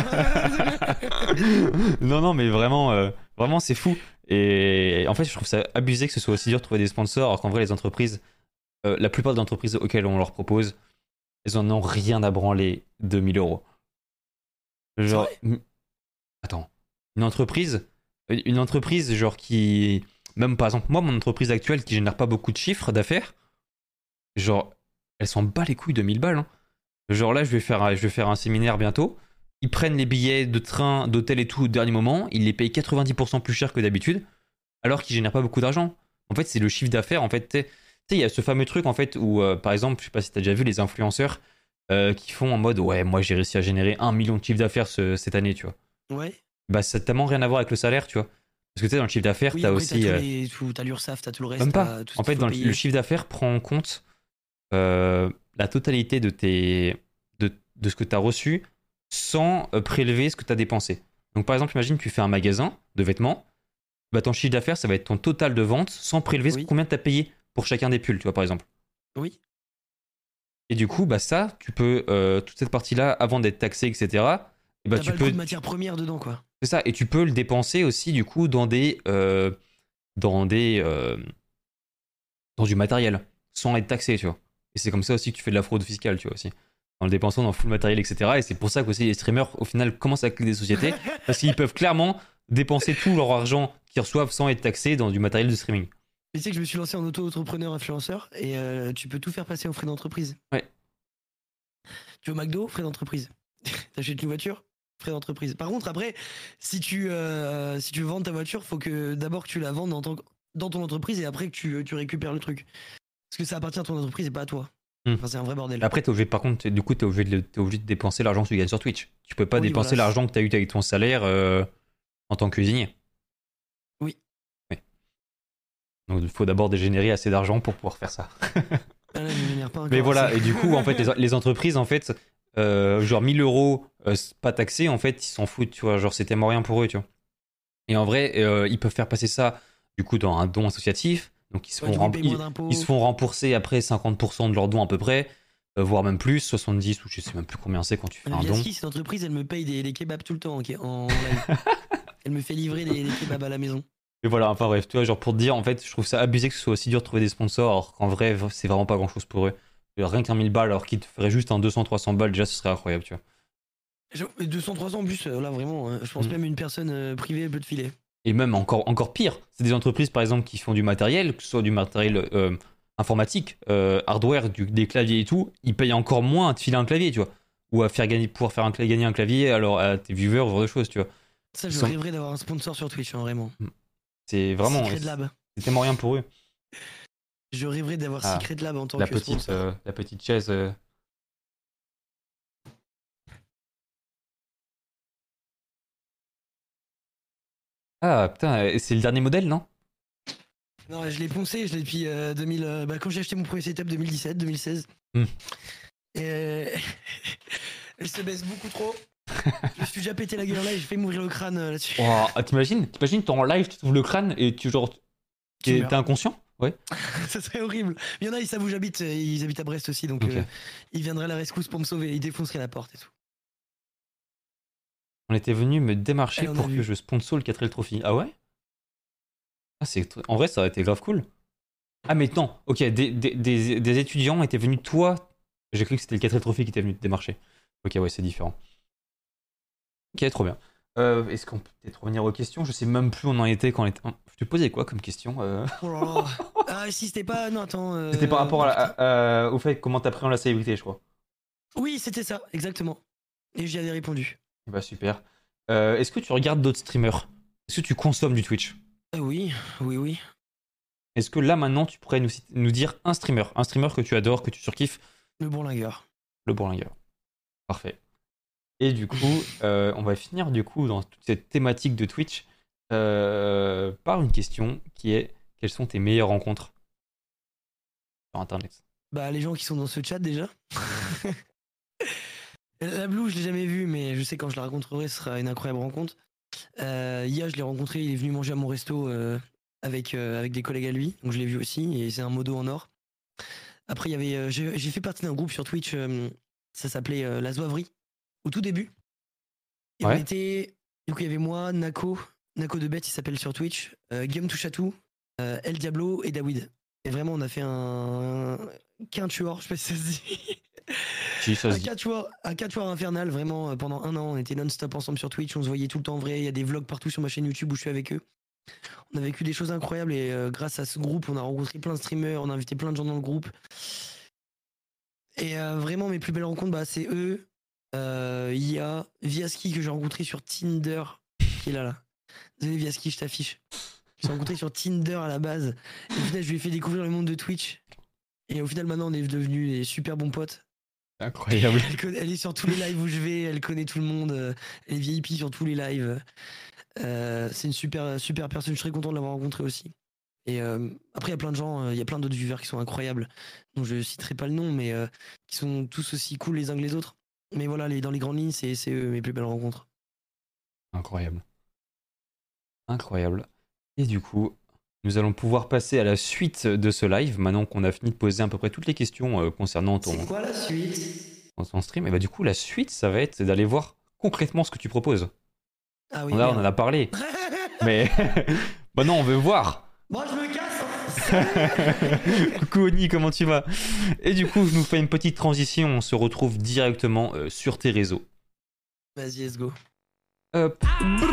mort. non, non, mais vraiment, euh, vraiment, c'est fou. Et en fait, je trouve ça abusé que ce soit aussi dur de trouver des sponsors, alors qu'en vrai, les entreprises, euh, la plupart des entreprises auxquelles on leur propose, elles en ont rien à branler de mille euros. Genre, vrai m- attends, une entreprise, une entreprise, genre qui, même par exemple, moi, mon entreprise actuelle qui génère pas beaucoup de chiffres d'affaires, genre, elle s'en bat les couilles de mille balles, hein. Genre là, je vais faire, un- je vais faire un séminaire bientôt. Ils prennent les billets de train, d'hôtel et tout au dernier moment. Ils les payent quatre-vingt-dix pour cent plus cher que d'habitude, alors qu'ils génèrent pas beaucoup d'argent. En fait, c'est le chiffre d'affaires. En fait, tu sais, il y a ce fameux truc en fait où, euh, par exemple, je sais pas si t'as déjà vu les influenceurs euh, qui font en mode ouais, moi j'ai réussi à générer un million de chiffre d'affaires ce- cette année, tu vois. Ouais. Bah, ça n'a tellement rien à voir avec le salaire, tu vois. Parce que tu sais, dans le chiffre d'affaires, Oui, t'as après, t'as aussi. tous euh, les- tout- t'as l'URSSAF, t'as tout le reste, Même pas. t'as tout ce En qu'il fait, faut dans le, payer. le chiffre d'affaires prend en compte euh, la totalité de, tes, de, de ce que tu as reçu sans euh, prélever ce que tu as dépensé. Donc par exemple, imagine que tu fais un magasin de vêtements, bah, ton chiffre d'affaires, ça va être ton total de vente sans prélever ce- Oui. combien tu as payé pour chacun des pulls, tu vois, par exemple. Oui. Et du coup, bah, ça, tu peux, euh, toute cette partie-là, avant d'être taxé, et cetera, et bah, T'as tu pas le coût peux, de matière première dedans, quoi. c'est ça, et tu peux le dépenser aussi, du coup, dans des, euh, dans des, euh, dans du matériel, sans être taxé, tu vois. Et c'est comme ça aussi que tu fais de la fraude fiscale, tu vois, aussi. En le dépensant dans full matériel, et cetera. Et c'est pour ça qu'aussi les streamers, au final, commencent à créer des sociétés, parce qu'ils peuvent clairement dépenser tout leur argent qu'ils reçoivent sans être taxés dans du matériel de streaming. Mais tu sais que je me suis lancé en auto-entrepreneur influenceur et euh, tu peux tout faire passer aux frais d'entreprise. Ouais. Tu vas au McDo, frais d'entreprise. T'achètes une voiture, frais d'entreprise. Par contre, après, si tu, euh, si tu veux vendre ta voiture, faut que d'abord que tu la vendes dans ton, dans ton entreprise et après que tu, tu récupères le truc. Parce que ça appartient à ton entreprise et pas à toi. Hmm. Enfin, c'est un vrai bordel. Après, t'es obligé, par contre, t'es- du coup, t'es obligé, de, t'es obligé de dépenser l'argent que tu gagnes sur Twitch. Tu peux pas Oui, dépenser voilà. l'argent que t'as eu avec ton salaire euh, en tant que cuisinier. Oui. Oui. Donc, il faut d'abord dégénérer assez d'argent pour pouvoir faire ça. Ah là, je m'énerve pas encore Mais voilà, assez. et du coup, en fait, les, les entreprises, en fait, euh, genre mille euros euh, pas taxés, en fait, ils s'en foutent, tu vois. Genre, c'est tellement rien pour eux, tu vois. Et en vrai, euh, ils peuvent faire passer ça, du coup, dans un don associatif. Donc, ils se Ouais, font, du coup, rem- ils payent moins ils, d'impôts. ils se font rembourser après cinquante pour cent de leur don à peu près, euh, voire même plus, soixante-dix, ou je sais même plus combien c'est quand tu fais La un don. Viaski, cette entreprise, elle me paye des, des kebabs tout le temps en, en live. Elle me fait livrer des, des kebabs à la maison. Et voilà, enfin bref, tu vois, genre pour te dire, en fait, je trouve ça abusé que ce soit aussi dur de trouver des sponsors, alors qu'en vrai, c'est vraiment pas grand chose pour eux. Rien qu'un mille balles, alors qu'ils te feraient juste un deux cents trois cents balles, déjà, ce serait incroyable, tu vois. Je- deux cents, trois cents en plus, euh, là vraiment, hein, je pense Mm. même une personne euh, privée peut te filer. Et même encore, encore pire, c'est des entreprises, par exemple, qui font du matériel, que ce soit du matériel euh, informatique, euh, hardware, du- des claviers et tout, ils payent encore moins à te filer un clavier, tu vois. Ou à faire gagner, pouvoir faire un, cla- gagner un clavier alors à tes viewers, ce genre de choses, tu vois. Ça, Ils je sont- rêverais d'avoir un sponsor sur Twitch, hein, vraiment. C'est vraiment. Secret Lab. C'est tellement rien pour eux. Je rêverais d'avoir Ah, Secret Lab en tant La que petite, sponsor. euh, la petite chaise. euh. Ah putain, euh, c'est le dernier modèle, non? Non, je l'ai poncé, je l'ai depuis euh, deux mille. euh, bah, quand j'ai acheté mon premier setup deux mille dix-sept, deux mille seize. Hmm. Et euh, elle se baisse beaucoup trop. Je me suis déjà pété la gueule en live, j'ai fait mourir le crâne euh, là-dessus. Oh, ah, t'imagines, t'imagines, t'es en live, tu t'ouvres le crâne et tu genre. Tu T'es meurs. t'es inconscient? Ouais. Ça serait horrible. Il y en a, ils savent où j'habite, euh, ils habitent à Brest aussi, donc Ok. euh, ils viendraient à la rescousse pour me sauver, ils défonceraient la porte et tout. On était venu me démarcher Elle en a pour que vu. je sponsor le quatre L Trophy. Ah ouais? Ah, c'est tr- en vrai, ça aurait été grave cool. Ah, mais non, ok, des, des, des, des étudiants étaient venus, toi, J'ai cru que c'était le quatrième trophée qui était venu te démarcher. Ok, ouais, c'est différent. Ok, trop bien. Euh, est-ce qu'on peut peut-être revenir aux questions? Je sais même plus où on en était quand on était. Je te posais quoi comme question? euh Oh là là. Ah, si c'était pas. Non, attends. C'était par euh, rapport à, ah, la- putain. à- à- au fait comment t'appréhendes la célébrité, je crois. Oui, c'était ça, exactement. Et j'y avais répondu. Eh bah super. Euh, est-ce que tu regardes d'autres streamers? Est-ce que tu consommes du Twitch? Ah oui, oui, oui. Est-ce que là maintenant tu pourrais nous, citer- nous dire un streamer, un streamer que tu adores, que tu surkiffes? Le bourlingueur. Le Bourlingueur. Parfait. Et du coup, euh, on va finir du coup dans toute cette thématique de Twitch euh, par une question qui est quelles sont tes meilleures rencontres sur Internet? Bah, les gens qui sont dans ce chat déjà. La Blue, je l'ai jamais vu, mais je sais quand je la rencontrerai, ce sera une incroyable rencontre. Euh, Ia, je l'ai rencontré, il est venu manger à mon resto euh, avec, euh, avec des collègues à lui, donc je l'ai vu aussi, et c'est un modo en or. Après, il y avait, euh, j'ai j'ai fait partie d'un groupe sur Twitch, euh, ça s'appelait euh, La Zouaverie, au tout début. Et on Ouais. était, du coup, il y avait moi, Nako, Nako de Bête, il s'appelle sur Twitch, euh, Guillaume Touchatou, euh, El Diablo et Dawid. Et vraiment, on a fait un quintuor, je sais pas si ça se dit. Si, ça se Un dit. quatuor, un quatuor infernal, vraiment, euh, pendant un an, on était non-stop ensemble sur Twitch, on se voyait tout le temps en vrai, il y a des vlogs partout sur ma chaîne YouTube où je suis avec eux. On a vécu des choses incroyables et euh, grâce à ce groupe, on a rencontré plein de streamers, on a invité plein de gens dans le groupe. Et euh, vraiment, mes plus belles rencontres, bah, c'est eux. Euh, Il y a Viaski que j'ai rencontré sur Tinder, qui est là, là. Désolé, Viaski, je t'affiche. Je l'ai rencontré sur Tinder à la base. Et au final, je lui ai fait découvrir le monde de Twitch. Et au final, maintenant, on est devenus des super bons potes. Incroyable. Elle, connaît- elle est sur tous les lives où je vais, elle connaît tout le monde, euh, elle est V I P sur tous les lives. Euh, c'est une super, super personne, je suis très content de l'avoir rencontrée aussi. Et euh, après, il y a plein de gens, euh, il y a plein d'autres viewers qui sont incroyables, dont je citerai pas le nom, mais euh, qui sont tous aussi cool les uns que les autres. Mais voilà, les, dans les grandes lignes, c'est c'est eux mes plus belles rencontres. Incroyable. Incroyable. Et du coup, nous allons pouvoir passer à la suite de ce live, maintenant qu'on a fini de poser à peu près toutes les questions euh, concernant ton, C'est quoi la suite? ton stream. Et bah du coup, la suite, ça va être d'aller voir concrètement ce que tu proposes. Ah oui, Là, on en merde. a parlé. Mais maintenant, on veut voir. Moi, je me casse. Hein. Coucou Oni, comment tu vas? Et du coup, je nous fais une petite transition. On se retrouve directement euh, sur tes réseaux. Vas-y, let's go. Hop.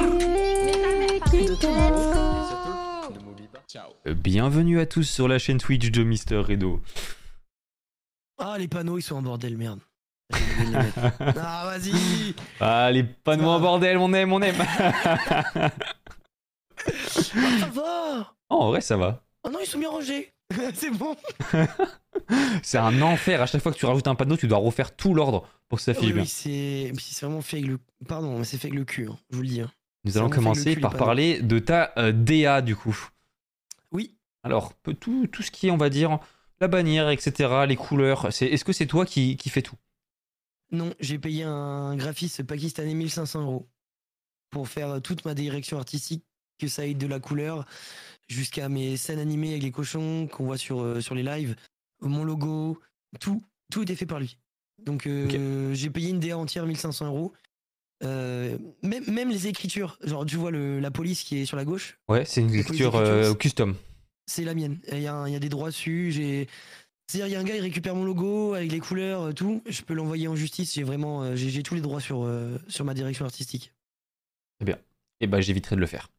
Euh, Bienvenue à tous sur la chaîne Twitch de Mister Redo. Ah, les panneaux, ils sont en bordel, merde. J'ai oublié de les mettre. Ah, vas-y. Ah, les panneaux en bordel, on aime, on aime. Ah, ça va. Oh, en vrai, ça va. Oh non, ils sont bien rangés. C'est bon. C'est un enfer. À chaque fois que tu rajoutes un panneau, tu dois refaire tout l'ordre pour que ça Oui, fiche bien. oui, c'est puis c'est vraiment fait avec le. Pardon, mais c'est fait avec le cul, hein, je vous le dis. Hein. Nous C'est allons vraiment fait avec le commencer cul, par les panneaux. parler de ta euh, D A du coup. Oui. Alors, peu- tout, tout ce qui est, on va dire, la bannière, et cetera, les couleurs, c'est, est-ce que c'est toi qui, qui fais tout? Non, j'ai payé un graphiste pakistanais mille cinq cents euros pour faire toute ma direction artistique, que ça aille de la couleur jusqu'à mes scènes animées avec les cochons qu'on voit sur, euh, sur les lives, mon logo, tout, tout était fait par lui. Donc euh, j'ai payé une D A entière mille cinq cents euros. Euh, même, même les écritures, genre tu vois le, la police qui est sur la gauche, Ouais, c'est une les polices lecture d'écriture, euh, c'est- custom. c'est la mienne. Il y, a un- il y a des droits dessus. J'ai... C'est-à-dire, il y a un gars, il récupère mon logo avec les couleurs, euh, tout. Je peux l'envoyer en justice. J'ai vraiment, euh, j'ai, j'ai tous les droits sur, euh, sur ma direction artistique. Très bien. Et bah, j'éviterai de le faire.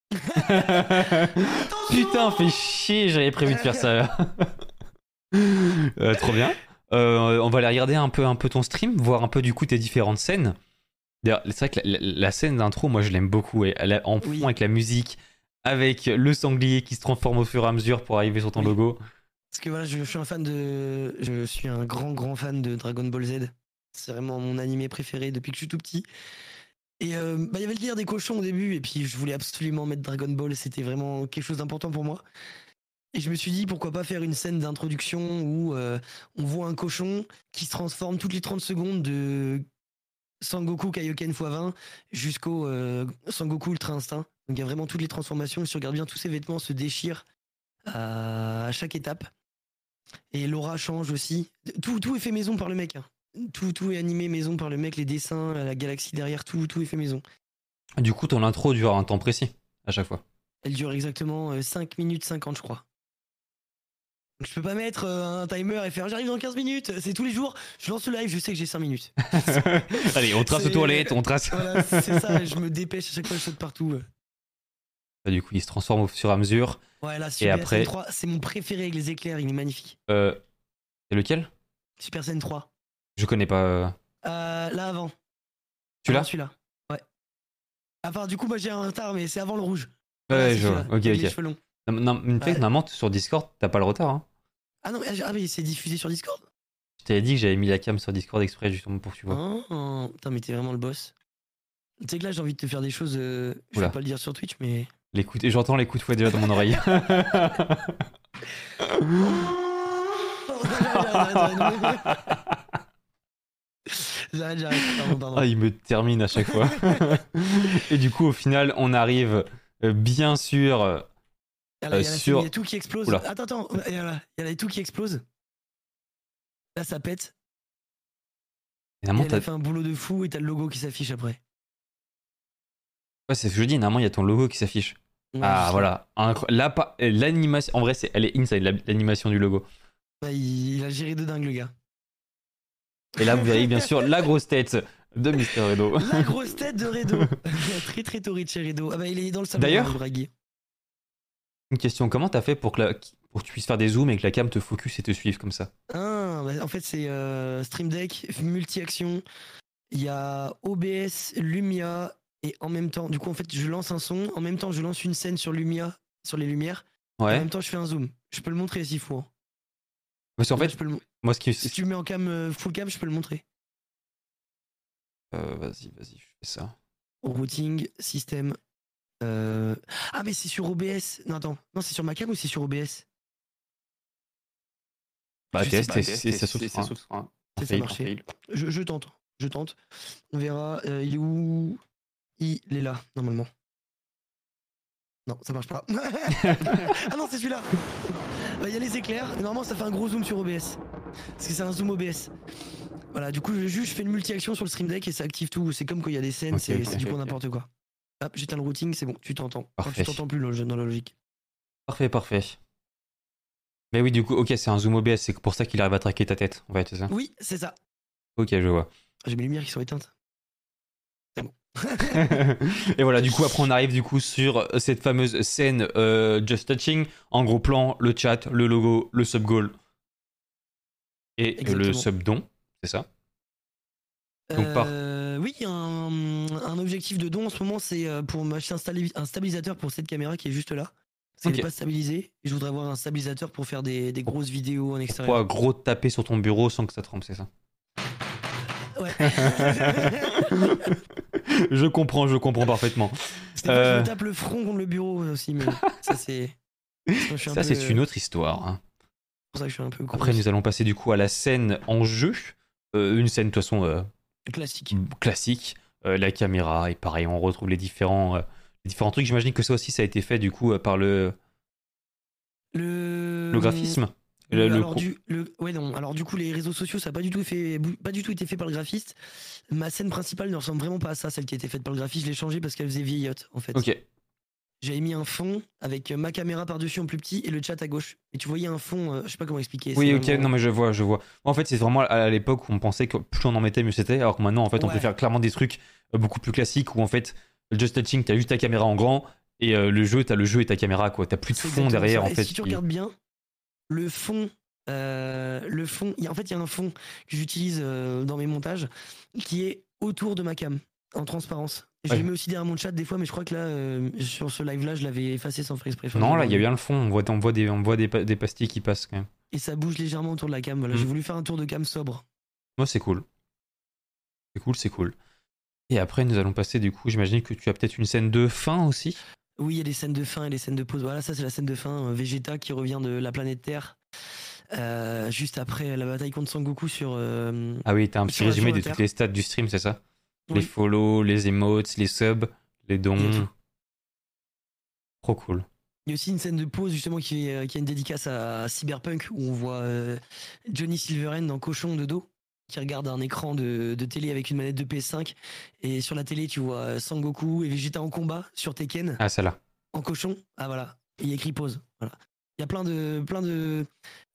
Putain, fais chier, j'avais prévu de faire ça. Euh, trop bien. Euh, on va aller regarder un peu, un peu ton stream, voir un peu du coup tes différentes scènes. D'ailleurs, c'est vrai que la, la- la scène d'intro, moi je l'aime beaucoup. Et elle a- en fond Oui. avec la musique, avec le sanglier qui se transforme au fur et à mesure pour arriver sur ton Oui. logo. Parce que voilà, je, je suis un fan de. Je suis un grand, grand fan de Dragon Ball Z. C'est vraiment mon animé préféré depuis que je suis tout petit. Et euh, bah, il y avait le guerre des cochons au début, et puis je voulais absolument mettre Dragon Ball, c'était vraiment quelque chose d'important pour moi. Et je me suis dit, pourquoi pas faire une scène d'introduction où euh, on voit un cochon qui se transforme toutes les trente secondes de Sangoku Kaioken fois vingt jusqu'au euh, Sangoku Ultra Instinct. Donc il y a vraiment toutes les transformations, et si tu regardes bien, tous ses vêtements se déchirent à, à chaque étape. Et l'aura change aussi. Tout, tout est fait maison par le mec. Hein. Tout, tout est animé maison par le mec, les dessins, la galaxie derrière, tout, tout est fait maison. Du coup, ton intro dure un temps précis à chaque fois. Elle dure exactement euh, cinq minutes cinquante, je crois. Je peux pas mettre euh, un timer et faire j'arrive dans quinze minutes. C'est tous les jours. Je lance le live, je sais que j'ai cinq minutes. Allez, on trace aux C'est- toilettes, on trace. Voilà, c'est ça. Je me dépêche à chaque fois, je saute partout. Bah, du coup, il se transforme au fur et à mesure. Ouais, là, Et Super après- Saiyan trois, c'est mon préféré avec les éclairs. Il est magnifique. Euh, c'est lequel? Super Saiyan trois. Je connais pas. euh, Euh, là, avant. Celui-là? Avant celui-là. Ouais. Enfin, du coup, moi, j'ai un retard, mais c'est avant le rouge. Ouais, Voilà, c'est je vois. celui-là, Ok, avec les ok. cheveux longs. Non, non, une fait, Ouais. normalement, sur Discord, t'as pas le retard. Hein. Ah non, mais, ah, mais c'est diffusé sur Discord. Je t'avais dit que j'avais mis la cam sur Discord exprès justement pour que tu vois. Oh, oh. Putain, mais t'es vraiment le boss. Tu sais que là, j'ai envie de te faire des choses. euh, je Oula. vais pas le dire sur Twitch, mais. Les coups, et j'entends les coups de fouet déjà dans mon oreille. J'arrête, j'arrête. Pardon, pardon. Ah, il me termine à chaque fois. Et du coup, au final, on arrive euh, bien sûr. euh, Ah là, il y a euh, la- sur- il y a tout qui explose. Oula. Attends, attends. Il y a là, il y a tout qui explose. Là, ça pète. Et Normalement, elle t'as- a fait un boulot de fou et t'as le logo qui s'affiche après. ouais, c'est ce que je dis. Normalement, il y a ton logo qui s'affiche. Ouais, Ah, juste là. voilà. Incro- Là, pas- euh, l'animation. En vrai, c'est... elle est inside, la- l'animation du logo. Ouais, il, il a géré de dingue, le gars. Et là, vous verrez bien sûr la grosse tête de Mister Redo. La grosse tête de Redo. Très très torride chez Redo. Ah bah il est dans le salon. D'ailleurs- hein, le Braggy. Une question, comment t'as fait pour que, la- pour que tu puisses faire des zooms et que la cam te focus et te suive comme ça? Ah, bah, en fait c'est euh, Stream Deck, multi-action. Il y a O B S, Lumia et en même temps, du coup en fait je lance un son, en même temps je lance une scène sur Lumia, sur les lumières. En Ouais. même temps je fais un zoom. Je peux le montrer s'il faut. hein. Parce qu'en Là, fait, je peux le mo- moi, ce qui. si tu me mets en cam euh, full cam, je peux le montrer. Euh, vas-y, vas-y, je fais ça. Routing, système. euh, Ah mais c'est sur O B S. Non attends, non c'est sur ma cam ou c'est sur O B S? Bah, Je sais test, pas. et si ça saute, ça ça saute. hein. C'est ça marché. Je, je tente, je tente. On verra. euh, il est où? Il est là, normalement. Non, ça marche pas. Ah non, c'est celui-là. Bah, il y a les éclairs. Et normalement, ça fait un gros zoom sur O B S. Parce que c'est un zoom O B S. Voilà, du coup, je, juste, je fais une multi-action sur le Stream Deck et ça active tout. C'est comme quand il y a des scènes, Ok, c'est ok, c'est du ok, coup ok. n'importe quoi. Hop, j'éteins le routing, c'est bon, tu t'entends. Enfin, Parfait. tu t'entends plus le- dans la logique. Parfait, parfait. Mais oui, du coup, ok, c'est un zoom O B S, c'est pour ça qu'il arrive à traquer ta tête. En fait, c'est ça? Oui, c'est ça. Ok, je vois. J'ai mes lumières qui sont éteintes. Et voilà, du coup, après, on arrive du coup sur cette fameuse scène euh, Just Touching. En gros plan, le chat, le logo, le sub goal et Exactement. le sub don, c'est ça? Donc, par- Euh, oui, un, un objectif de don en ce moment, c'est euh, pour m'acheter un, stali- un stabilisateur pour cette caméra qui est juste là. Parce qu'elle Ok. n'est pas stabilisée. Et je voudrais avoir un stabilisateur pour faire des, des grosses vidéos en extérieur. Quoi, gros taper sur ton bureau sans que ça trempe, c'est ça? Ouais. Je comprends, je comprends parfaitement. Des fois, je Euh. me tape le front contre le bureau aussi, mais ça, c'est. je suis un Ça, peu, c'est euh, une autre histoire. hein. C'est pour ça que je suis un peu. Après, nous allons passer du coup à la scène en jeu. Euh, une scène, de toute façon, euh, Classique. classique. Euh, la caméra, et pareil, on retrouve les différents, euh, les différents trucs. J'imagine que ça aussi, ça a été fait du coup euh, par le, Le. le graphisme. Le- Le- le alors, co- du, le, ouais, non. Alors, du coup, les réseaux sociaux, ça n'a pas, du tout fait- pas du tout été fait par le graphiste. Ma scène principale ne ressemble vraiment pas à ça, celle qui a été faite par le graphiste. Je l'ai changée parce qu'elle faisait vieillotte, en fait. Ok. J'avais mis un fond avec ma caméra par-dessus en plus petit et le chat à gauche. Et tu voyais un fond, euh, je sais pas comment expliquer. Oui, c'est ok, vraiment- non, mais je vois, je vois. En fait, c'est vraiment à l'époque où on pensait que plus on en mettait, mieux c'était. Alors que maintenant, en fait, on Ouais. peut faire clairement des trucs euh, beaucoup plus classiques où en fait, le Just Touching, t'as juste ta caméra en grand et euh, le jeu, t'as le jeu et ta caméra, quoi. T'as plus de C'est fond exactement derrière, ça. en Et fait. si tu qui- regardes bien, le fond, euh, le fond, il y a- en fait, il y a un fond que j'utilise euh, dans mes montages qui est autour de ma cam, en transparence. Je Ouais. le mets aussi derrière mon chat des fois, mais je crois que là, euh, sur ce live-là, je l'avais effacé sans faire exprès. Enfin, Non, je là, il y a l'ai- bien le fond. On voit, on voit, des, on voit des, pa- des pastilles qui passent quand même. Et ça bouge légèrement autour de la cam. Voilà, Mm. j'ai voulu faire un tour de cam sobre. Moi, c'est cool. C'est cool, c'est cool. Et après, nous allons passer, du coup, j'imagine que tu as peut-être une scène de fin aussi. Oui, il y a des scènes de fin et des scènes de pause. Voilà, ça c'est la scène de fin. euh, Vegeta qui revient de la planète Terre. euh, juste après la bataille contre Sangoku sur. euh, Ah oui, t'as un petit Sur la- résumé sur de la toutes Terre. les stats du stream, c'est ça? Les oui. follow, les emotes, les subs, les Il y a dons. tout. Trop cool. Il y a aussi une scène de pause justement qui, est, qui a une dédicace à Cyberpunk où on voit euh, Johnny Silverhand en cochon de dos qui regarde un écran de, de télé avec une manette de P S cinq et sur la télé tu vois euh, Sangoku et Vegeta en combat sur Tekken Ah, celle-là. en cochon. Ah voilà, et il y a écrit pause. Voilà. Il y a plein de plein de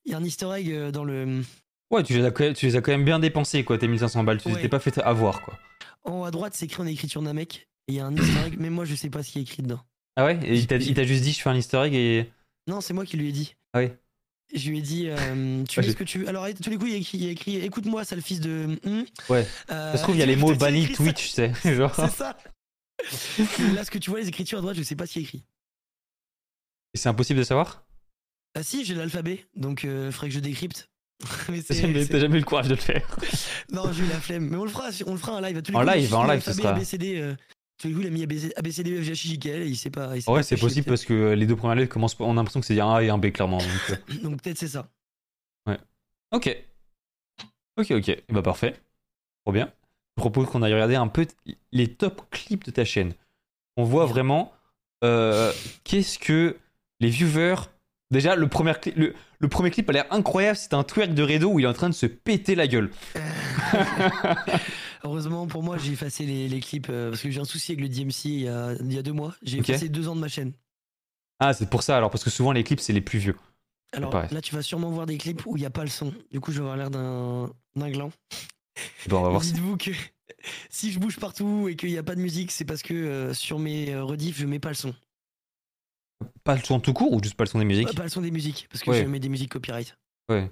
Il y a un easter egg euh, dans le. Ouais, tu les, as, quand même- tu les as quand même bien dépensés, quoi, tes mille cinq cents balles. Tu Ouais. t'es pas fait avoir, quoi. En haut à droite, c'est écrit en écriture Namek. Et il y a un easter egg, mais moi, je sais pas ce qui est écrit dedans. Ah ouais? Et il t'a J'ai- il t'a juste dit, je fais un easter egg et. Non, c'est moi qui lui ai dit. Ah ouais. Je lui ai dit, euh, tu Ouais, mets j'ai- ce que tu veux. Alors, à tous les coups, il y a écrit, il y a écrit écoute-moi, sale fils de. hum. Ouais. Euh, Ça se trouve, il y a les tu- mots peut-être il y a bannis écrit ça. Twitch, tu sais. Genre. C'est ça. Mais là, ce que tu vois, les écritures à droite, je sais pas ce qui est écrit. Et c'est impossible de savoir? Ah si, j'ai l'alphabet, donc euh, faudrait que je décrypte. Mais T'as c'est- jamais, c'est- t'as jamais eu le courage de le faire. Non, j'ai eu la flemme. Mais on le fera, on le fera en live. À tous les En coups, live, juste en mis live, ce l'alphabet sera- A B C D. Euh, tous les coups, il a mis A B C A B C D E F G H I J K L et il sait pas. Il sait Ouais, pas c'est cacher, possible parce que les deux premières lettres commencent. On a l'impression que c'est un A et un B, clairement. Donc, euh, peut-être. Donc peut-être c'est ça. Ok. Ok, ok. Et bah parfait. Trop bien. Je propose qu'on aille regarder un peu t- les top clips de ta chaîne. On voit Bien. vraiment euh, qu'est-ce que les viewers. Déjà, le premier, cli- le, le premier clip a l'air incroyable. C'est un twerk de Redo où il est en train de se péter la gueule. Heureusement pour moi, j'ai effacé les, les clips euh, parce que j'ai un souci avec le D M C il y a, il y a deux mois. J'ai Ok. effacé deux ans de ma chaîne. Ah, c'est pour ça alors, parce que souvent les clips c'est les plus vieux. Alors pareil. là, tu vas sûrement voir des clips où il n'y a pas le son. Du coup, je vais avoir l'air d'un d'un gland. Bon, on va voir ça. Dites-vous que si je bouge partout et qu'il n'y a pas de musique, c'est parce que euh, sur mes euh, rediffs, je mets pas le son. Pas le son tout court ou juste pas le son des musiques? Euh, pas le son des musiques, parce que Ouais. je mets des musiques copyright. Ouais.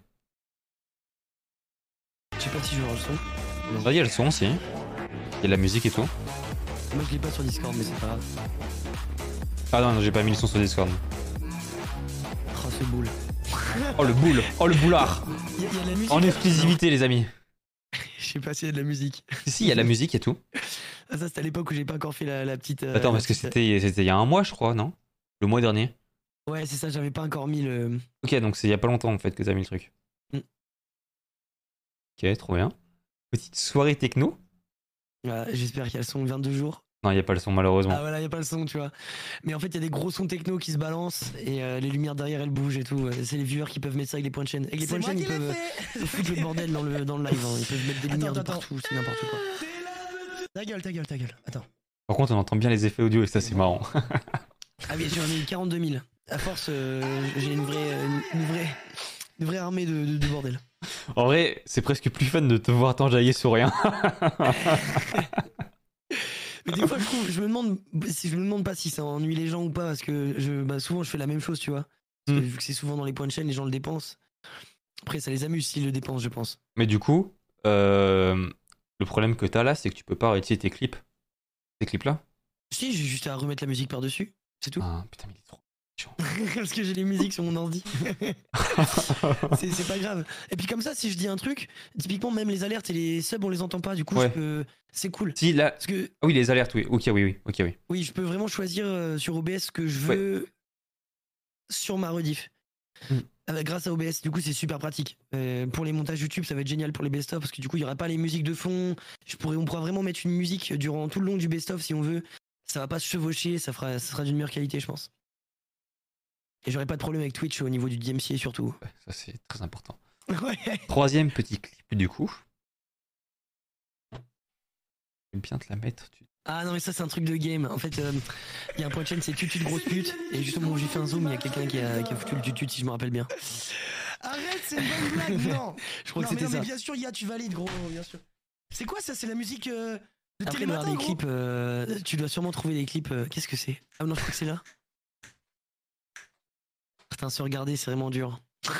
Je sais pas si je vais avoir le son. Ah, il y a le son aussi. Il y a de la musique et tout. Moi, je l'ai pas sur Discord, mais c'est pas grave. Ah non, non j'ai pas mis le son sur Discord. Oh, ce boule. Oh le boule. Oh le boulard. Il y, a- il y a de la musique. En exclusivité les amis. Je sais pas s'il y a de la musique. Si, si, il y a de la musique et tout. Ah, ça, c'était à l'époque où j'ai pas encore fait la, la petite. euh, Attends, la parce que petite- c'était c'était il y a un mois je crois, non? Le mois dernier. Ouais, c'est ça, j'avais pas encore mis le. Ok, donc c'est il y a pas longtemps en fait que t'as mis le truc. Mm. Ok, trop bien. Petite soirée techno. Voilà, j'espère qu'il y a le son vingt-deux jours. Non, il y a pas le son malheureusement. Ah voilà, il y a pas le son, tu vois. Mais en fait, il y a des gros sons techno qui se balancent et euh, les lumières derrière elles bougent et tout. C'est les viewers qui peuvent mettre ça avec les points de chaîne. Avec les points de chaîne, ils peuvent euh, foutre le bordel dans le, dans le live. Hein. Ils peuvent mettre des lumières Attends, de attends. partout, c'est n'importe quoi. Ta gueule, ta gueule, ta gueule. Attends. Par contre, on entend bien les effets audio et ça c'est marrant. Ah oui, j'en ai eu quarante-deux mille. À force, euh, j'ai une vraie, une, une vraie, une vraie armée de, de, de bordel. En vrai, c'est presque plus fun de te voir t'enjailler sur rien. Mais des fois, je, trouve, je me demande si je me demande pas si ça ennuie les gens ou pas, parce que je, bah, souvent je fais la même chose, tu vois. Parce que Mm. vu que c'est souvent dans les points de chaîne, les gens le dépensent. Après, ça les amuse s'ils le dépensent, je pense. Mais du coup, euh, le problème que t'as là, c'est que tu peux pas réutiliser tes clips. Ces clips-là? Si, j'ai juste à remettre la musique par-dessus, c'est tout. Ah, putain, mais il est trop chiant. Parce que j'ai les musiques sur mon ordi. c'est c'est pas grave. Et puis comme ça, si je dis un truc, typiquement même les alertes et les subs, on les entend pas. Du coup, Ouais. je peux... c'est cool. Si, là. Parce que Ah oui, les alertes, oui. Ok, oui, oui. Ok, oui. oui, je peux vraiment choisir euh, sur O B S ce que je veux sur ma rediff. Mm. Euh, grâce à O B S, du coup, c'est super pratique. Euh, pour les montages YouTube, ça va être génial pour les best-of parce que du coup, il y aura pas les musiques de fond. Je pourrais, on pourra vraiment mettre une musique durant tout le long du best-of si on veut. Ça va pas se chevaucher, ça fera, ça sera d'une meilleure qualité, je pense. Et j'aurai pas de problème avec Twitch au niveau du D M C surtout. Ouais, ça, c'est très important. Ouais. Troisième petit clip, du coup. Je vais bien te la mettre. Tu... Ah non, mais ça, c'est un truc de game. En fait, il y a un point de chaîne, c'est tutu de grosse pute. Et justement, où j'ai fait un zoom, il y a quelqu'un qui a, qui a foutu le tutu, si je me rappelle bien. Arrête, c'est une bonne blague, non. Je crois non, que mais c'était non, ça. mais bien sûr, Ya, tu valides, gros, bien sûr. C'est quoi ça? C'est la musique euh, de Après, Télématin, dans des gros clips, euh, tu dois sûrement trouver des clips. euh, Qu'est-ce que c'est? Ah non, je crois que c'est là. Putain, se regarder, c'est vraiment dur.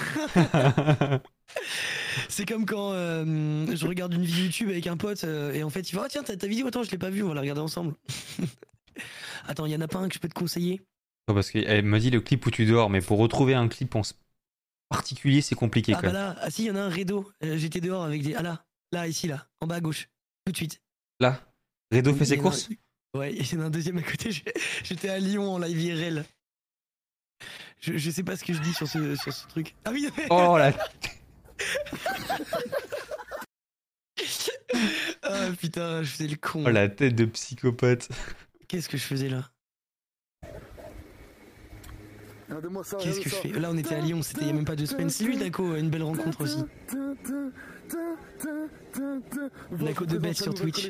C'est comme quand euh, je regarde une vidéo YouTube avec un pote euh, et en fait il va, oh tiens, t'as ta vidéo, attends, je l'ai pas vue, on va la regarder ensemble. Attends, il y en a pas un que je peux te conseiller? Non, parce qu'elle me dit le clip où tu dors, mais pour retrouver un clip en s- particulier, c'est compliqué Ah quand bah même. là, ah si, il y en a un Redo. Euh, J'étais dehors avec des. Ah là, là, ici, là, en bas à gauche, tout de suite. Là, Redo fait Il y ses en a courses. un- Ouais, il y en a un deuxième à côté. j'ai- J'étais à Lyon en live I R L. Je, je sais pas ce que je dis sur ce, sur ce truc. Ah oui, Oh là. ah putain, je faisais le con. Oh la tête de psychopathe. Qu'est-ce que je faisais là? Qu'est-ce que je fais? Là, on était à Lyon, c'était il y a même pas deux semaines. C'est lui, Daco, une belle rencontre aussi. Daco de Best sur Twitch.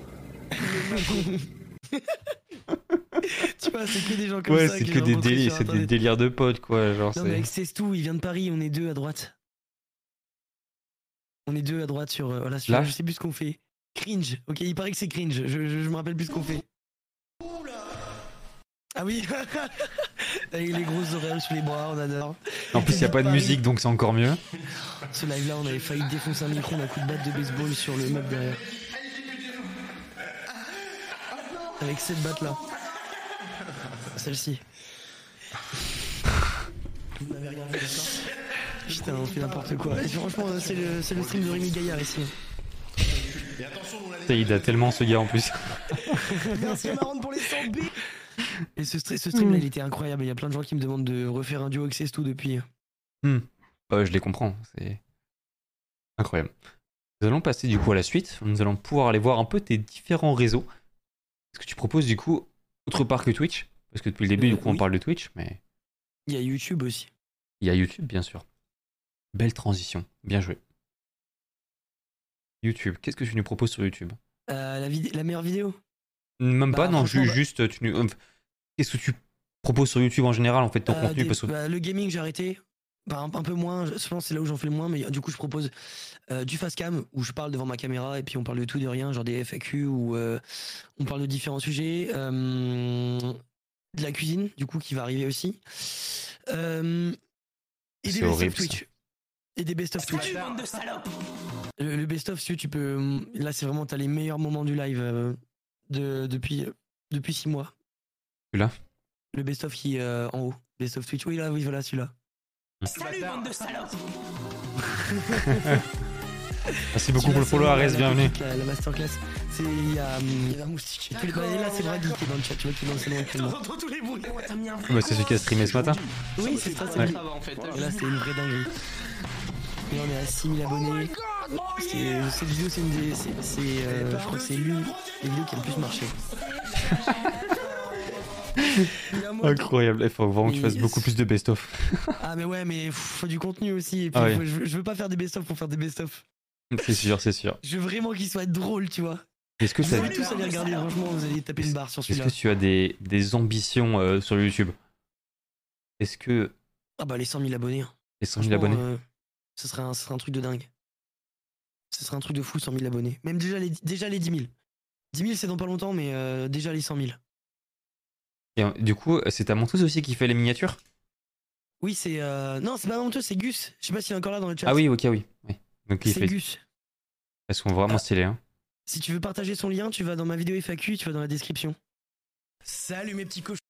Tu vois, c'est que des gens comme Ouais, ça. c'est que que j'ai des rencontrés délires, sur c'est des Internet. délires de potes quoi. Genre, Non, mais c'est. avec Cestou, il vient de Paris, on est deux à droite. On est deux à droite sur. euh, voilà, sur- Là je sais plus ce qu'on fait. Cringe. Ok, il paraît que c'est cringe. Je, je, je me rappelle plus ce qu'on fait. Ah oui. Avec les grosses oreilles sous les bras, on adore. En plus, il n'y a pas de musique, donc c'est encore mieux. Ce live-là, on avait failli défoncer un micro d'un coup de batte de baseball sur le meuble derrière. Avec cette batte-là. Celle-ci. Vous n'avez rien vu, d'accord? Putain, on fait n'importe quoi. Et franchement, c'est le, c'est le stream de Rémi Gaillard ici. Ça, il a tellement ce gars en plus. Merci Marron pour les cent B. Et ce, stre- ce stream-là, il était incroyable. Il y a plein de gens qui me demandent de refaire un duo avec Cestou depuis. Hmm. Ouais, je les comprends, c'est incroyable. Nous allons passer du coup à la suite. Nous allons pouvoir aller voir un peu tes différents réseaux. Est-ce que tu proposes du coup autre part que Twitch? Parce que depuis le début, Euh, du coup, on oui. parle de Twitch, mais Il y a YouTube aussi. il y a YouTube, bien sûr. Belle transition, bien joué. YouTube, qu'est-ce que tu nous proposes sur YouTube? Euh, la, vid- la meilleure vidéo. Même Bah, pas, non, franchement, ju- bah- juste, tu nous... enfin, qu'est-ce que tu proposes sur YouTube en général, en fait, ton Euh, contenu des- parce que... bah, le gaming, j'ai arrêté. Bah, un, un peu moins. Je pense que c'est là où j'en fais le moins. Mais du coup, je propose euh, du fast cam où je parle devant ma caméra et puis on parle de tout, de rien, genre des F A Q où euh, on parle de différents sujets. Euh, de la cuisine, du coup, qui va arriver aussi. Euh, et C'est des best-of horrible, Twitch. Et des best-of Twitch. Le, le best-of, si tu veux, tu peux. Là, c'est vraiment, t'as les meilleurs moments du live euh, de, depuis, depuis six mois. Celui-là Le best-of qui est euh, en haut. Best-of Twitch. Oui, là, oui, voilà, celui-là. Salut bande de salopes. Merci beaucoup Celui-là, pour le follow, c'est Arès, la bienvenue. petite, La, la masterclass. C'est. Il y a. hum, Il y a un moustique. Tous les- bah, et là, c'est Bragi qui est dans le chat, tu vois, qui est dans le salon actuellement. J'entends tous les bruits. Oh, t'as mis un Bah, c'est celui qui a streamé ce matin. Oui, c'est ça, c'est Ouais. lui. Là, c'est une vraie dinguerie. Et on est à six mille abonnés. C'est- Cette vidéo, c'est une des. c'est- c'est, euh, je crois que c'est l'une des vidéos qui a le plus marché. Et à moi, Incroyable, il faut vraiment que tu fasses Yes. beaucoup plus de best-of. Ah, mais ouais, mais pff, faut du contenu aussi. Et puis, Ah oui. faut- je, veux- je veux pas faire des best-of pour faire des best-of. C'est sûr, c'est sûr. Je veux vraiment qu'ils soient drôles, tu vois. Est-ce que, Vous t'as- allez tous aller regarder, franchement, vous allez taper une barre sur est-ce celui-là. que tu as des, des ambitions euh, sur YouTube? Est-ce que Ah bah les cent mille abonnés. hein. les cent mille Franchement, abonnés? euh, ce, serait un, ce serait un truc de dingue. Ce serait un truc de fou, cent mille abonnés. Même déjà les, déjà les dix mille. dix mille, c'est dans pas longtemps, mais euh, déjà les cent mille. Et, euh, du coup, c'est ta monteuse aussi qui fait les miniatures? Oui, c'est. Euh... Non, c'est pas mon c'est Gus. Je sais pas s'il est encore là dans le chat. Ah oui, ok, oui. oui. Donc il c'est fait. Gus. Elles sont vraiment Ah. stylées. Hein. Si tu veux partager son lien, tu vas dans ma vidéo F A Q, tu vas dans la description. Salut mes petits cochons.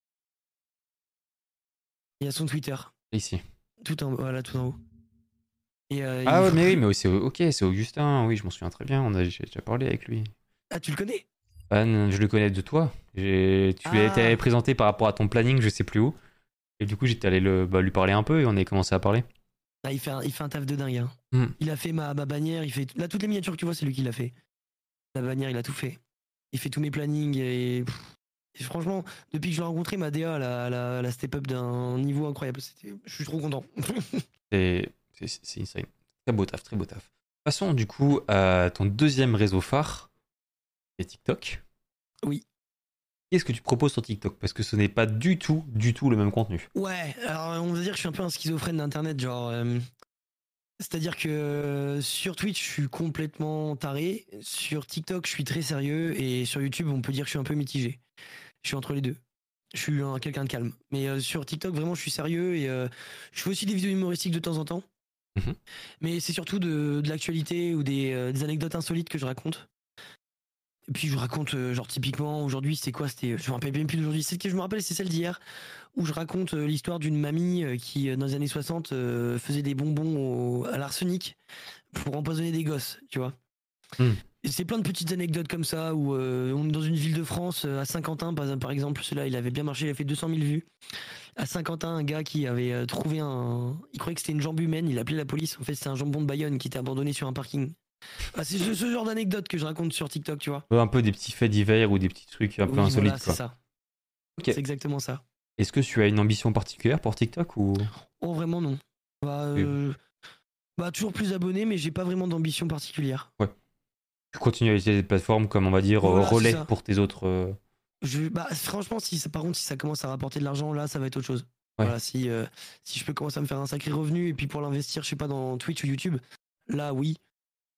Il y a son Twitter. Ici. Tout en, voilà, tout en haut. Et, euh, Ah il ouais, faut mais que- oui, mais c'est ok, c'est Augustin. Oui, je m'en souviens très bien. On a j'ai déjà parlé avec lui. Ah, tu le connais? Ah, non, je le connais de toi. J'ai- Tu l'as Ah. été présenté par rapport à ton planning, je sais plus où. Et du coup, j'étais allé le, bah, lui parler un peu et on a commencé à parler. Ah, il, fait un, il fait un taf de dingue. Hein. Hmm. Il a fait ma, ma bannière, il fait. Là, toutes les miniatures que tu vois, c'est lui qui l'a fait. La bannière, il a tout fait. Il fait tous mes plannings et. pff, et franchement, depuis que je l'ai rencontré, ma D A, la, la, la step up d'un niveau incroyable. C'était- Je suis trop content. C'est c'est- c'est insane. Très beau taf, très beau taf. Passons du coup à ton deuxième réseau phare, c'est TikTok. Oui. Qu'est-ce que tu proposes sur TikTok? Parce que ce n'est pas du tout, du tout le même contenu. Ouais, alors on va dire que je suis un peu un schizophrène d'internet, genre. euh, C'est-à-dire que euh, sur Twitch, je suis complètement taré. Sur TikTok, je suis très sérieux. Et sur YouTube, on peut dire que je suis un peu mitigé. Je suis entre les deux. Je suis un- quelqu'un de calme. Mais euh, sur TikTok, vraiment, je suis sérieux. Et euh, je fais aussi des vidéos humoristiques de temps en temps. Mhm. Mais c'est surtout de, de l'actualité ou des, euh, des anecdotes insolites que je raconte. Et puis je raconte, euh, genre typiquement, aujourd'hui, c'était quoi? C'était, je me rappelle même plus d'aujourd'hui. Celle que je me rappelle, c'est celle d'hier, où je raconte euh, l'histoire d'une mamie euh, qui, euh, dans les années soixante, euh, faisait des bonbons au- à l'arsenic pour empoisonner des gosses, tu vois. Hmm. Et c'est plein de petites anecdotes comme ça, où euh, on est dans une ville de France, euh, à Saint-Quentin, par, par exemple, celui-là, il avait bien marché, il a fait deux cent mille vues. À Saint-Quentin, un gars qui avait euh, trouvé un... Il croyait que c'était une jambe humaine, il appelait la police, en fait c'était un jambon de Bayonne qui était abandonné sur un parking. Ah, c'est ce, ce genre d'anecdote que je raconte sur TikTok, tu vois. Un peu des petits faits divers ou des petits trucs un peu Oui, insolites. voilà, c'est quoi. ça. Ok. C'est exactement ça. Est-ce que tu as une ambition particulière pour TikTok ou Oh, vraiment non. Bah, euh, bah toujours plus abonnés, mais j'ai pas vraiment d'ambition particulière. tu continues à utiliser des plateformes comme on va dire Voilà, euh, relais c'est ça. pour tes autres euh, Je, bah, franchement, si ça, par contre, si ça commence à rapporter de l'argent, là, ça va être autre chose. Ouais. Voilà, si, euh, si je peux commencer à me faire un sacré revenu et puis pour l'investir, je sais pas, dans Twitch ou YouTube, là, oui.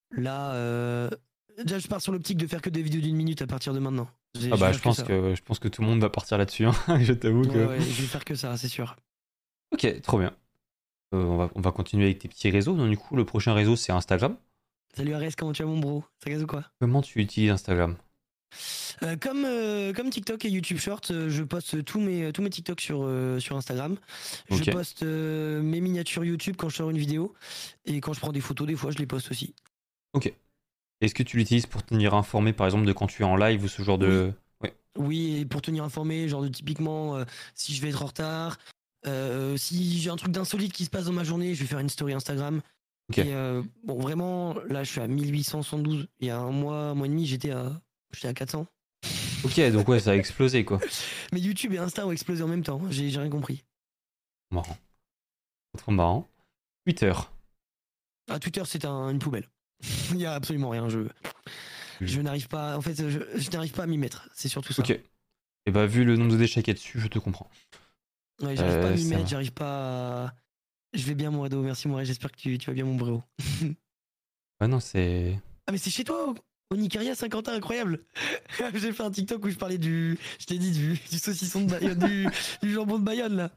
Là, euh, déjà, je pars sur l'optique de faire que des vidéos d'une minute à partir de maintenant. J'ai- Ah je bah vais je faire que pense ça. que je pense que tout le monde va partir là-dessus, hein. Je t'avoue Ouais, que. ouais, je vais faire que ça, c'est sûr. Ok, trop bien. Euh, on va, on va continuer avec tes petits réseaux. Donc, du coup, le prochain réseau, c'est Instagram. Salut Arès, comment tu vas mon bro? Ça gaze ou quoi? Comment tu utilises Instagram? Euh, comme, euh, comme TikTok et YouTube Short, euh, je poste tous mes, tous mes TikTok sur, euh, sur Instagram. Je Ok. poste euh, mes miniatures YouTube quand je sors une vidéo. Et quand je prends des photos, des fois, je les poste aussi. Ok. Est-ce que tu l'utilises pour tenir informé, par exemple, de quand tu es en live ou ce genre Oui, de... Ouais. oui, et pour tenir informé, genre de typiquement, euh, si je vais être en retard, euh, si j'ai un truc d'insolite qui se passe dans ma journée, je vais faire une story Instagram. Ok. Et euh, bon, vraiment, là, je suis à mille huit cent soixante-douze. Il y a un mois, un mois et demi, j'étais à, j'étais à quatre cents. Ok, donc ouais, ça a explosé, quoi. Mais YouTube et Insta ont explosé en même temps. J'ai j'ai rien compris. Marrant. Trop marrant. Twitter. Ah, Twitter, c'est un- une poubelle. Il y a absolument rien. Je, je n'arrive pas. En fait, je, je n'arrive pas à m'y mettre. C'est surtout ça. Ok. Et bah, vu le nombre de déchets qu'il y a dessus, je te comprends. Ouais, j'arrive pas à Euh, m'y ça mettre. va. J'arrive pas. À... Je vais bien, mon Redo. Merci, mon Redo. J'espère que tu, tu vas bien, mon bro. Ouais, non, c'est... Ah, mais c'est chez toi, au au Nicaria, Saint-Quentin, incroyable. J'ai fait un TikTok où je parlais du. Je t'ai dit du, du saucisson de Bayonne, du, du jambon de Bayonne, là.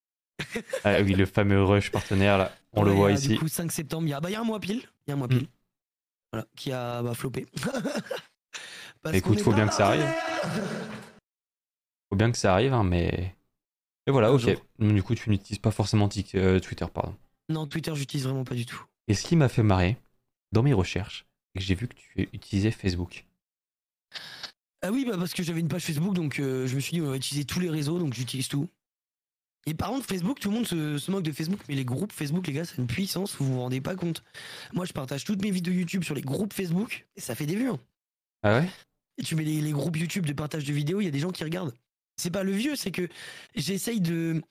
Ah oui, le fameux Rush partenaire, là. On le Ouais, voit euh, du ici. coup, cinq septembre, il y a, bah, il y a un mois pile. Il y a un mois Hmm. pile. Voilà, qui a bah, floppé. Bah, Parce qu'on écoute, n'est faut pas bien que ça arrive. partenaire. Faut bien que ça arrive, hein, mais... Et voilà, Un ok. jour. Donc, du coup, tu n'utilises pas forcément Tik- euh, Twitter, pardon. Non, Twitter, j'utilise vraiment pas du tout. Et ce qui m'a fait marrer, dans mes recherches, c'est que j'ai vu que tu utilisais Facebook. Ah oui, bah parce que j'avais une page Facebook, donc euh, je me suis dit, on va utiliser tous les réseaux, donc j'utilise tout. Et par contre, Facebook, tout le monde se, se moque de Facebook, mais les groupes Facebook, les gars, c'est une puissance, vous vous rendez pas compte. Moi, je partage toutes mes vidéos YouTube sur les groupes Facebook, et ça fait des vues. Hein. Ah ouais? Et tu mets les, les groupes YouTube de partage de vidéos, il y a des gens qui regardent. C'est pas le vieux, c'est que j'essaye de,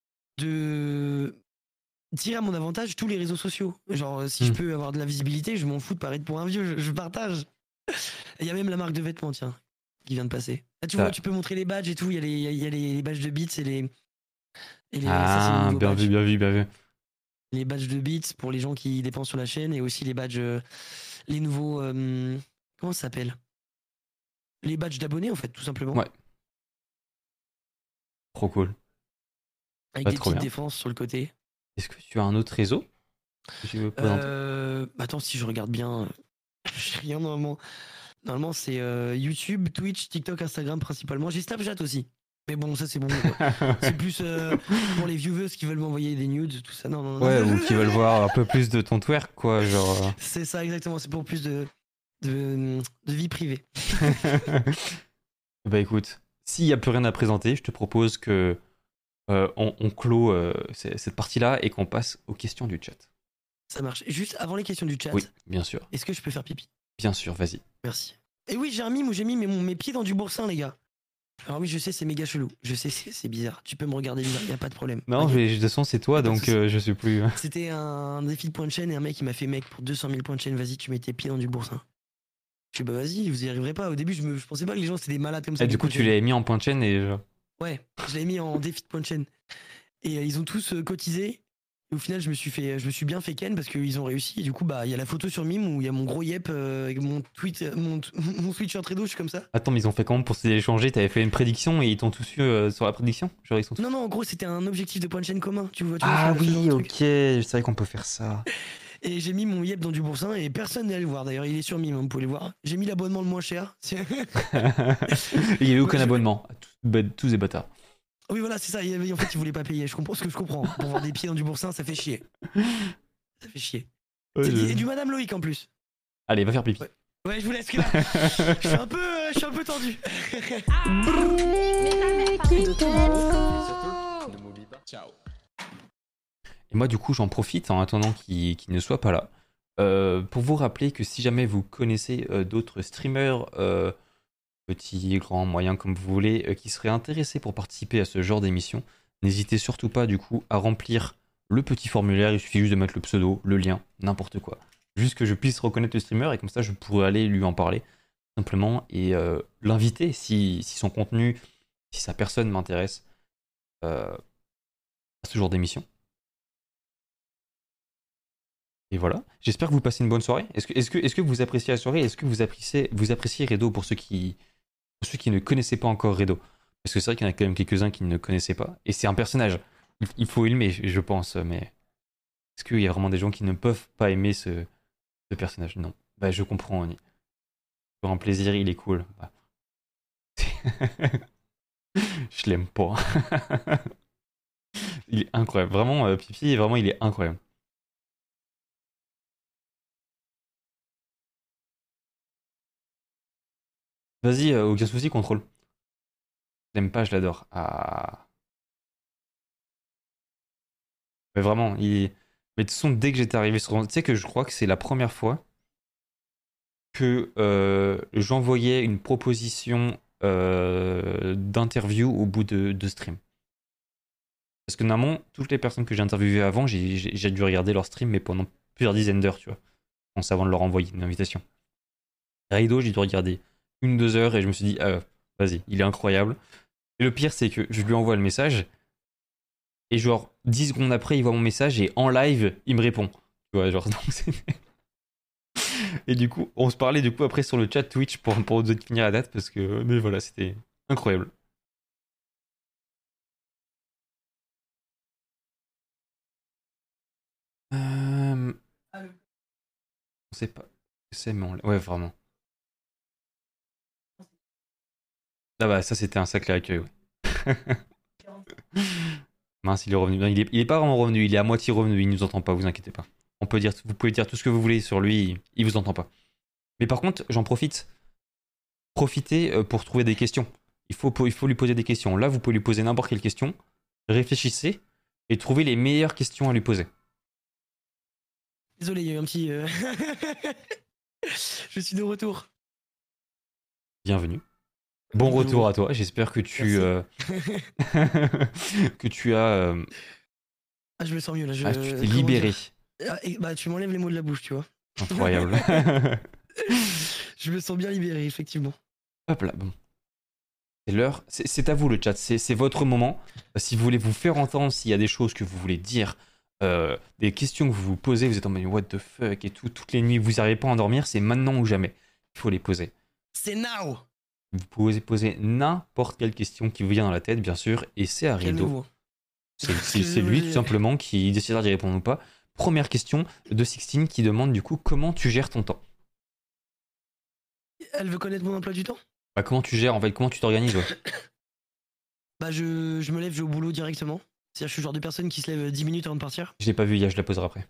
de tirer à mon avantage tous les réseaux sociaux. Genre, euh, si je Hmm. peux avoir de la visibilité, je m'en fous de paraître pour un vieux, je, je partage. Il y a même la marque de vêtements, tiens, qui vient de passer. Là, tu vois, Ça- tu peux montrer les badges et tout. Il y a les, il y a les, les badges de Beats et les. Et les ça, c'est les Ah, nouveaux bien vu, badges. bien vu, bien vu. Les badges de Beats pour les gens qui dépensent sur la chaîne et aussi les badges. euh, les nouveaux. euh, comment ça s'appelle? Les badges d'abonnés, en fait, tout simplement. Ouais. Trop cool. Avec Bah, des trop petites bien. défenses sur le côté. Est-ce que tu as un autre réseau que tu veux présenter? Euh, attends, si je regarde bien. euh, J'ai rien normalement. Normalement, c'est euh, YouTube, Twitch, TikTok, Instagram principalement. J'ai Snapchat aussi. Mais bon, ça, c'est bon. C'est plus euh, pour les viewers qui veulent m'envoyer des nudes, tout ça. Non, non, non. Ouais, ou qui veulent voir un peu plus de ton twerk, quoi, genre... C'est ça, exactement. C'est pour plus de, de, de vie privée. Bah écoute, s'il n'y a plus rien à présenter, je te propose que euh, on, on clôt euh, c- cette partie-là et qu'on passe aux questions du chat. Ça marche. Juste avant les questions du chat, Oui, bien sûr. est-ce que je peux faire pipi? Bien sûr, vas-y. Merci. Et oui, j'ai un mime où j'ai mis mes, mes pieds dans du boursin, les gars. Alors oui, je sais, c'est méga chelou. Je sais, c'est c'est bizarre. Tu peux me regarder bizarre, y a pas de problème. Non, Ok. mais de toute façon, c'est toi, Y a pas de donc souci. euh, je suis plus... C'était un défi de point de chaîne et un mec il m'a fait mec pour deux cent mille points de chaîne, vas-y, tu mets tes pieds dans du boursin. Je suis bah vas-y, vous y arriverez pas. Au début, je, me, je pensais pas que les gens c'était des malades comme ça. Et du du coup, point de tu chaîne. l'as mis en point de chaîne et... genre- Ouais, je l'avais mis en défi de point de chaîne. Et euh, ils ont tous euh, cotisé. Et au final, je me suis fait, je me suis bien fait ken parce qu'ils ont réussi. Et du coup, bah, il y a la photo sur Mime où il y a mon gros yep euh, avec mon tweet, euh, mon, mon sweatshirt très douche comme ça. Attends, mais ils ont fait comment pour s'échanger? T'avais fait une prédiction et ils t'ont tous eu euh, sur la prédiction? Genre, ils sont tous... Non, non, en gros, c'était un objectif de point de chaîne commun. Tu vois, tu vois, Ah ce- ce genre oui, de ok, truc. c'est vrai qu'on peut faire ça. Et j'ai mis mon yep dans du boursin et personne n'est allé le voir. D'ailleurs, il est sur Mime, hein, vous pouvez le voir. J'ai mis l'abonnement le moins cher. Il n'y a eu aucun Ouais, je- abonnement. Tous, bah, tous des bâtards. Oui, voilà, c'est ça. Il y avait- En fait, ils voulaient pas payer. Je comprends ce que je comprends. Pour voir des pieds dans du boursin, ça fait chier. Ça fait chier. Ouais, C'est- je- Et du Madame Loïc en plus. Allez, va faire pipi. Ouais. Ouais, je vous laisse que là. Je suis un peu, euh, je suis un peu tendu. Et moi, du coup, j'en profite en attendant qu'il qu'il ne soit pas là. euh, pour vous rappeler que si jamais vous connaissez euh, d'autres streamers, euh, petits, grands, moyens, comme vous voulez, euh, qui seraient intéressés pour participer à ce genre d'émission, n'hésitez surtout pas, du coup, à remplir le petit formulaire. Il suffit juste de mettre le pseudo, le lien, n'importe quoi. Juste que je puisse reconnaître le streamer et comme ça, je pourrais aller lui en parler, simplement, et euh, l'inviter si, si son contenu, si sa personne m'intéresse euh, à ce genre d'émission. Et voilà. J'espère que vous passez une bonne soirée. Est-ce que, est-ce que, est-ce que vous appréciez la soirée? Est-ce que vous appréciez, vous appréciez Redo pour ceux qui, pour ceux qui ne connaissaient pas encore Redo? Parce que c'est vrai qu'il y en a quand même quelques-uns qui ne connaissaient pas. Et c'est un personnage. Il, il faut aimer, je pense. Mais est-ce qu'il y a vraiment des gens qui ne peuvent pas aimer ce, ce personnage? Non. Bah, je comprends, Oni. Pour un plaisir, il est cool. Bah. Je l'aime pas. Il est incroyable. Vraiment, euh, Pipi, vraiment, il est incroyable. Vas-y, euh, aucun souci, contrôle. Je l'aime pas, je l'adore. Ah. Mais vraiment, il. Mais de toute façon, dès que j'étais arrivé sur. Tu sais que je crois que c'est la première fois que euh, j'envoyais une proposition euh, d'interview au bout de, de stream. Parce que normalement, toutes les personnes que j'ai interviewées avant, j'ai, j'ai, j'ai dû regarder leur stream, mais pendant plusieurs dizaines d'heures, tu vois. Je pense avant de leur envoyer une invitation. Raido, j'ai dû regarder une, deux heures et je me suis dit, ah, vas-y, il est incroyable. Et le pire, c'est que je lui envoie le message et genre dix secondes après, il voit mon message et en live, il me répond. Tu vois, genre, donc c'est. Et du coup, on se parlait du coup après sur le chat Twitch pour, pour définir la date parce que. Mais voilà, c'était incroyable. Euh... On sait pas. C'est mais on... Ouais, vraiment. Ah bah, ça, c'était un sacré accueil, ouais. Mince, il est revenu. Non, il, est, il est pas vraiment revenu, il est à moitié revenu, il nous entend pas, vous inquiétez pas. On peut dire, vous pouvez dire tout ce que vous voulez sur lui, il vous entend pas. Mais par contre, j'en profite. Profitez euh, pour trouver des questions. Il faut, il faut lui poser des questions. Là, vous pouvez lui poser n'importe quelle question. Réfléchissez et trouvez les meilleures questions à lui poser. Désolé, il y a eu un petit. euh, Je suis de retour. Bienvenue. Bon Bonjour. retour à toi. J'espère que tu euh, que tu as euh, Ah, je me sens mieux là. Je... ah, tu t'es comment libéré. dire Ah, et- bah, tu m'enlèves les mots de la bouche, tu vois. Incroyable. Je me sens bien libéré, effectivement. Hop là, bon. C'est l'heure. C'est, c'est à vous le chat. C'est, c'est votre moment. Si vous voulez vous faire entendre, s'il y a des choses que vous voulez dire, euh, des questions que vous vous posez, vous êtes en mode what the fuck et tout, toutes les nuits, vous n'arrivez pas à endormir, c'est maintenant ou jamais. Il faut les poser. C'est now. Vous pouvez poser n'importe quelle question qui vous vient dans la tête, bien sûr, et c'est à Rido. Calmez-vous. C'est, c'est, c'est lui tout simplement qui décidera d'y répondre ou pas. Première question de Sixtine qui demande du coup comment tu gères ton temps. Elle veut connaître mon emploi du temps? Bah, comment tu gères en fait, comment tu t'organises ouais. Bah, je, je me lève, je vais au boulot directement. C'est-à-dire, je suis le genre de personne qui se lève dix minutes avant de partir. Je l'ai pas vu hier, je la poserai après.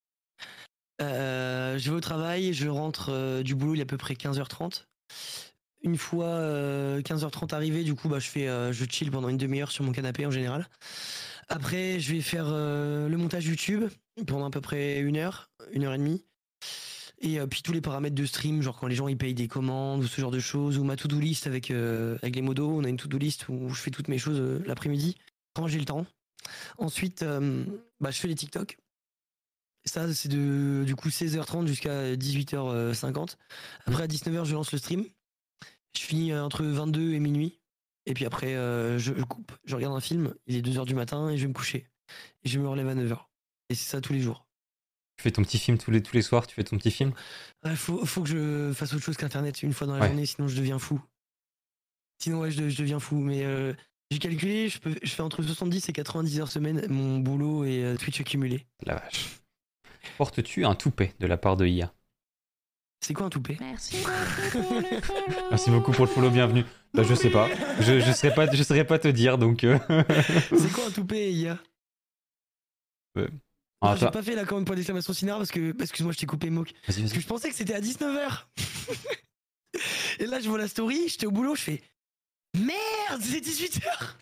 Euh, je vais au travail, je rentre euh, du boulot, il est à peu près quinze heures trente. Une fois euh, quinze heures trente arrivé, du coup, bah, je, fais, euh, je chill pendant une demi-heure sur mon canapé en général. Après, je vais faire euh, le montage YouTube pendant à peu près une heure, une heure et demie. Et euh, puis tous les paramètres de stream, genre quand les gens ils payent des commandes ou ce genre de choses, ou ma to-do list avec, euh, avec les modos, on a une to-do list où je fais toutes mes choses euh, l'après-midi, quand j'ai le temps. Ensuite, euh, bah, je fais les TikTok. Ça, c'est de du coup seize heures trente jusqu'à dix-huit heures cinquante. Après, à dix-neuf heures, je lance le stream. Je finis euh, entre vingt-deux et minuit. Et puis après, euh, je, je coupe, je regarde un film, il est deux heures du matin et je vais me coucher. Et je me relève à neuf heures. Et c'est ça tous les jours. Tu fais ton petit film tous les, tous les soirs, tu fais ton petit film. Il faut, faut que je fasse autre chose qu'Internet une fois dans la Ouais. journée, sinon je deviens fou. Sinon, ouais, je, je deviens fou. Mais euh, j'ai calculé, je, peux, je fais entre soixante-dix et quatre-vingt-dix heures semaine, mon boulot et euh, Twitch accumulé. La vache. Portes-tu un toupet de la part de I A? C'est quoi un toupet? Merci beaucoup pour le follow. Merci beaucoup pour le follow, bienvenue. Bah, je sais pas, je, je saurais pas, je saurais pas te dire donc. Euh... C'est quoi un toupet, I A? Ouais. Non, Ah, j'ai attends. pas fait là quand même point d'exclamation sinar parce que excuse-moi je t'ai coupé Moque. Vas-y, Parce que vas-y. je pensais que c'était à dix-neuf heures. Et là je vois la story, j'étais au boulot, je fais merde, c'est dix-huit heures.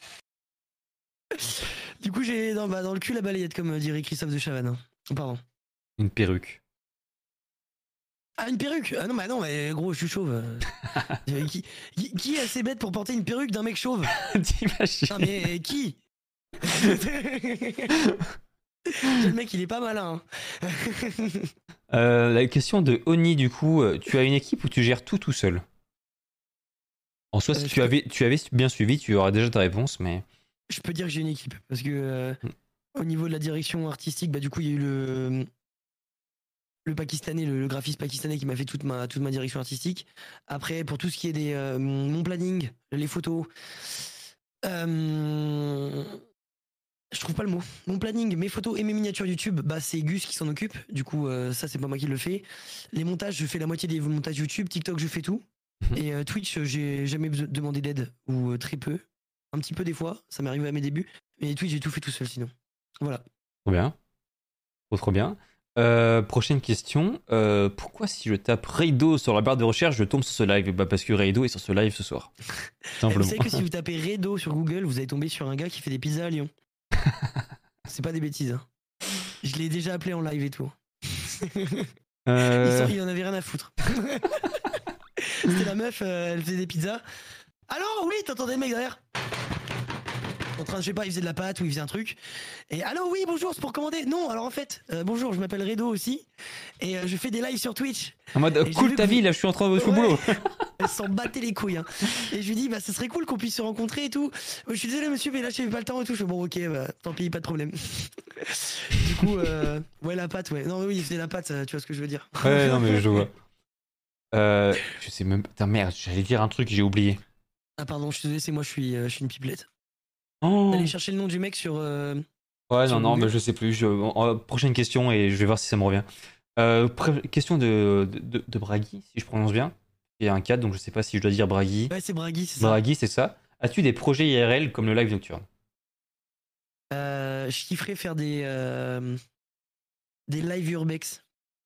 Du coup j'ai dans, bah, dans le cul la balayette comme dirait Christophe de Chavannes. hein. Pardon. Une perruque. Ah une perruque. Ah non bah non mais gros je suis chauve. Euh, qui, qui, qui est assez bête pour porter une perruque d'un mec chauve? T'imagines? Non mais qui? Le mec il est pas malin. hein. Euh, la question de Oni, du coup, euh, tu as une équipe ou tu gères tout tout seul? En soi, Euh, si je tu peux- avais, tu avais bien suivi, tu auras déjà ta réponse, mais. Je peux dire que j'ai une équipe parce que euh, Mm. au niveau de la direction artistique, bah du coup il y a eu le le pakistanais, le, le graphiste pakistanais qui m'a fait toute ma, toute ma direction artistique. Après, pour tout ce qui est des, euh, mon planning, les photos, euh, je trouve pas le mot. Mon planning, mes photos et mes miniatures YouTube, bah c'est Gus qui s'en occupe. Du coup, euh, ça c'est pas moi qui le fais. Les montages, je fais la moitié des montages YouTube. TikTok, je fais tout. Et euh, Twitch, euh, j'ai jamais beso- demandé d'aide ou euh, très peu. Un petit peu des fois, ça m'est arrivé à mes débuts. Mais Twitch, j'ai tout fait tout seul sinon. Voilà. Trop bien. Trop, trop bien. Euh, prochaine question. Euh, pourquoi si je tape Raido sur la barre de recherche, je tombe sur ce live? Bah parce que Raido est sur ce live ce soir. Tout Et vous simplement. savez que si vous tapez Redo sur Google, vous allez tomber sur un gars qui fait des pizzas à Lyon. C'est pas des bêtises. Hein. Je l'ai déjà appelé en live et tout. Euh, Il, s'en- il en avait rien à foutre. C'était la meuf, euh, elle faisait des pizzas. Alors oui, t'entendais le mec derrière en train de, je sais pas, il faisait de la pâte ou il faisait un truc. Et allô, oui, bonjour, c'est pour commander. Non, alors en fait, euh, bonjour, je m'appelle Redo aussi. Et euh, je fais des lives sur Twitch. En mode, Et j'ai cool vu ta que vie, vous- là je suis en train de faire le Ouais. boulot. Elle s'en battait les couilles. Hein. Et je lui dis, bah, ce serait cool qu'on puisse se rencontrer et tout. Je suis désolé, monsieur, mais là, j'ai pas le temps et tout. Je fais, bon, ok, bah, tant pis, pas de problème. Du coup, euh, ouais, la pâte, ouais. Non, oui, il faisait la pâte, euh, tu vois ce que je veux dire. Ouais, non, mais je vois. Euh, je sais même. Putain, merde, j'allais dire un truc, j'ai oublié. Ah, pardon, je suis désolé, c'est moi, je suis, euh, je suis une pipelette. Oh. Allez chercher le nom du mec sur. euh, Ouais, sur non, non, Google. mais je sais plus. Je- en- en- prochaine question et je vais voir si ça me revient. Euh, pré- question de, de, de, de Bragui, si je prononce bien. Il y a un cadre, donc je sais pas si je dois dire Bragui. Ouais, c'est Bragui, c'est ça. Bragui, c'est ça. As-tu des projets I R L comme le live nocturne? Euh, je kifferais faire des. euh, des live urbex.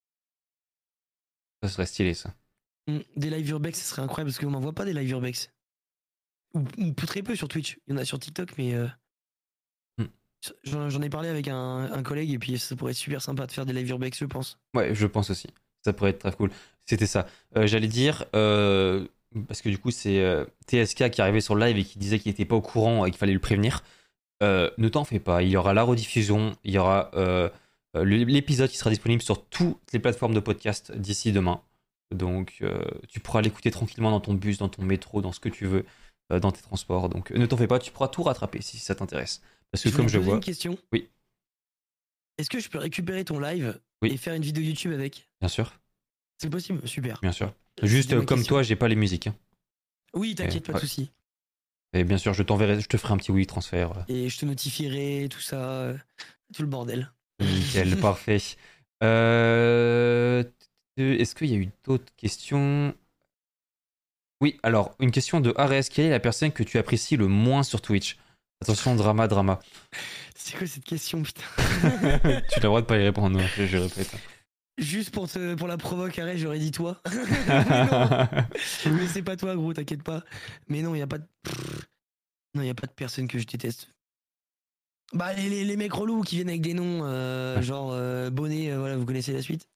Ça serait stylé, ça. Mm, Des live urbex, ce serait incroyable parce qu'on n'en voit pas des live urbex. Ou, ou peu- très peu sur Twitch. Il y en a sur TikTok, mais. euh, Mm. J'en j'en ai parlé avec un, un collègue et puis ça pourrait être super sympa de faire des live urbex, je pense. Ouais, je pense aussi. Ça pourrait être très cool. C'était ça. Euh, J'allais dire, euh, parce que du coup, c'est euh, T S K qui arrivait sur le live et qui disait qu'il n'était pas au courant et qu'il fallait le prévenir. Euh, ne t'en fais pas. Il y aura la rediffusion. Il y aura euh, euh, le- l'épisode qui sera disponible sur toutes les plateformes de podcast d'ici demain. Donc, euh, tu pourras l'écouter tranquillement dans ton bus, dans ton métro, dans ce que tu veux, euh, dans tes transports. Donc, euh, ne t'en fais pas. Tu pourras tout rattraper si ça t'intéresse. Parce que, voulais comme te je poser vois. une question. Oui. Est-ce que je peux récupérer ton live Oui. et faire une vidéo YouTube avec? Bien sûr. C'est possible, super. Bien sûr. C'était Juste ma euh, comme question. toi, j'ai pas les musiques. hein. Oui, t'inquiète, Eh, pas ouais. de soucis. Et bien sûr, je t'enverrai, je te ferai un petit oui transfert. euh, Et je te notifierai, tout ça, euh, tout le bordel. Nickel, parfait. Euh, Est-ce qu'il y a eu d'autres questions? Oui, alors, une question de Ares. Quelle est la personne que tu apprécies le moins sur Twitch? Attention, drama, drama. C'est quoi cette question, putain? Tu as le droit de pas y répondre, hein, je, je répète. Juste pour, te, pour la provoque, arrête, j'aurais dit toi. Mais non. Mais c'est pas toi, gros, t'inquiète pas. Mais non, il y a pas de. Pff. Non, il y a pas de personne que je déteste. Bah, les, les, les mecs relous qui viennent avec des noms, euh, Ouais. genre euh, Bonnet, euh, voilà, vous connaissez la suite.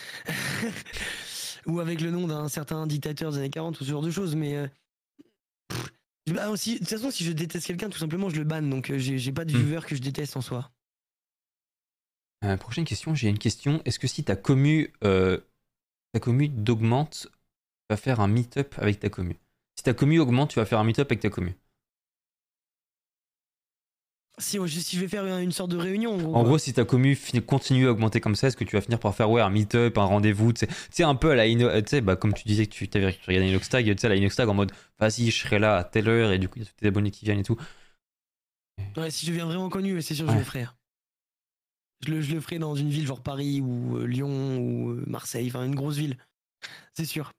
Ou avec le nom d'un certain dictateur des années quarante ou ce genre de choses, mais. euh, pff. Bah, aussi, de toute façon, si je déteste quelqu'un, tout simplement, je le banne, donc euh, j'ai j'ai pas de Hmm. viewer que je déteste en soi. Euh, prochaine question, j'ai une question. Est-ce que si ta commu, euh, ta commu d'augmente, tu vas faire un meet-up avec ta commu? Si ta commu augmente, tu vas faire un meet-up avec ta commu. Si, ouais, je- si je vais faire une, une sorte de réunion, en gros. En quoi. gros, si ta commu fin- continue à augmenter comme ça, est-ce que tu vas finir par faire ouais, un meet-up, un rendez-vous, tu sais, tu sais, un peu à la Ino- tu sais, bah, comme tu disais que tu t'avais regardé Inoxtag, tu sais, à la Inoxtag en mode vas-y, je serai là à telle heure et du coup, il y a tous tes abonnés qui viennent et tout. Ouais, si je deviens vraiment connu, c'est sûr que Ouais. je le ferai. Je le, je le ferai dans une ville genre Paris ou euh, Lyon ou euh, Marseille, enfin une grosse ville. C'est sûr.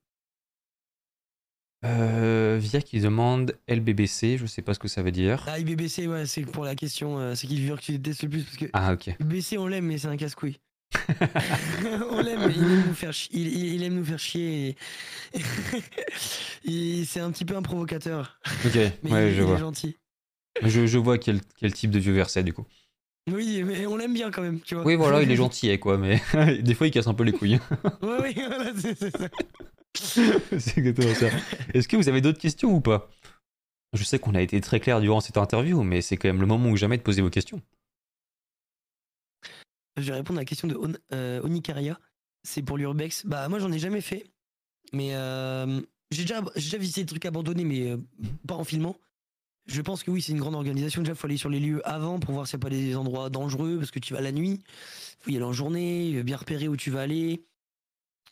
Euh, Via qui demande L B B C, je sais pas ce que ça veut dire. Ah, I B B C, ouais, c'est pour la question, euh, c'est qui le viewer que tu détestes le plus parce que Ah, ok. I B B C, on l'aime, mais c'est un casse-couille. On l'aime, mais il aime nous faire, chi- il, il- il aime nous faire chier. Et... Et c'est un petit peu un provocateur, Ok, mais ouais, il, je il vois. est gentil. Je, je vois quel, quel type de viewer c'est du coup. Oui, mais on l'aime bien quand même, tu vois. Oui, voilà, il est gentil, eh, quoi, mais des fois il casse un peu les couilles. Ouais, oui, voilà, c'est c'est ça. C'est exactement ça. Est-ce que vous avez d'autres questions ou pas? Je sais qu'on a été très clair durant cette interview, mais c'est quand même le moment ou jamais de poser vos questions. Je vais répondre à la question de On- euh, Onikaria. C'est pour l'Urbex. Bah, moi, j'en ai jamais fait. Mais euh, j'ai déjà, j'ai déjà visité des trucs abandonnés, mais euh, pas en filmant. Je pense que oui, c'est une grande organisation. Déjà, il faut aller sur les lieux avant pour voir s'il n'y a pas des endroits dangereux, parce que tu vas la nuit. Il faut y aller en journée, euh, bien repérer où tu vas aller.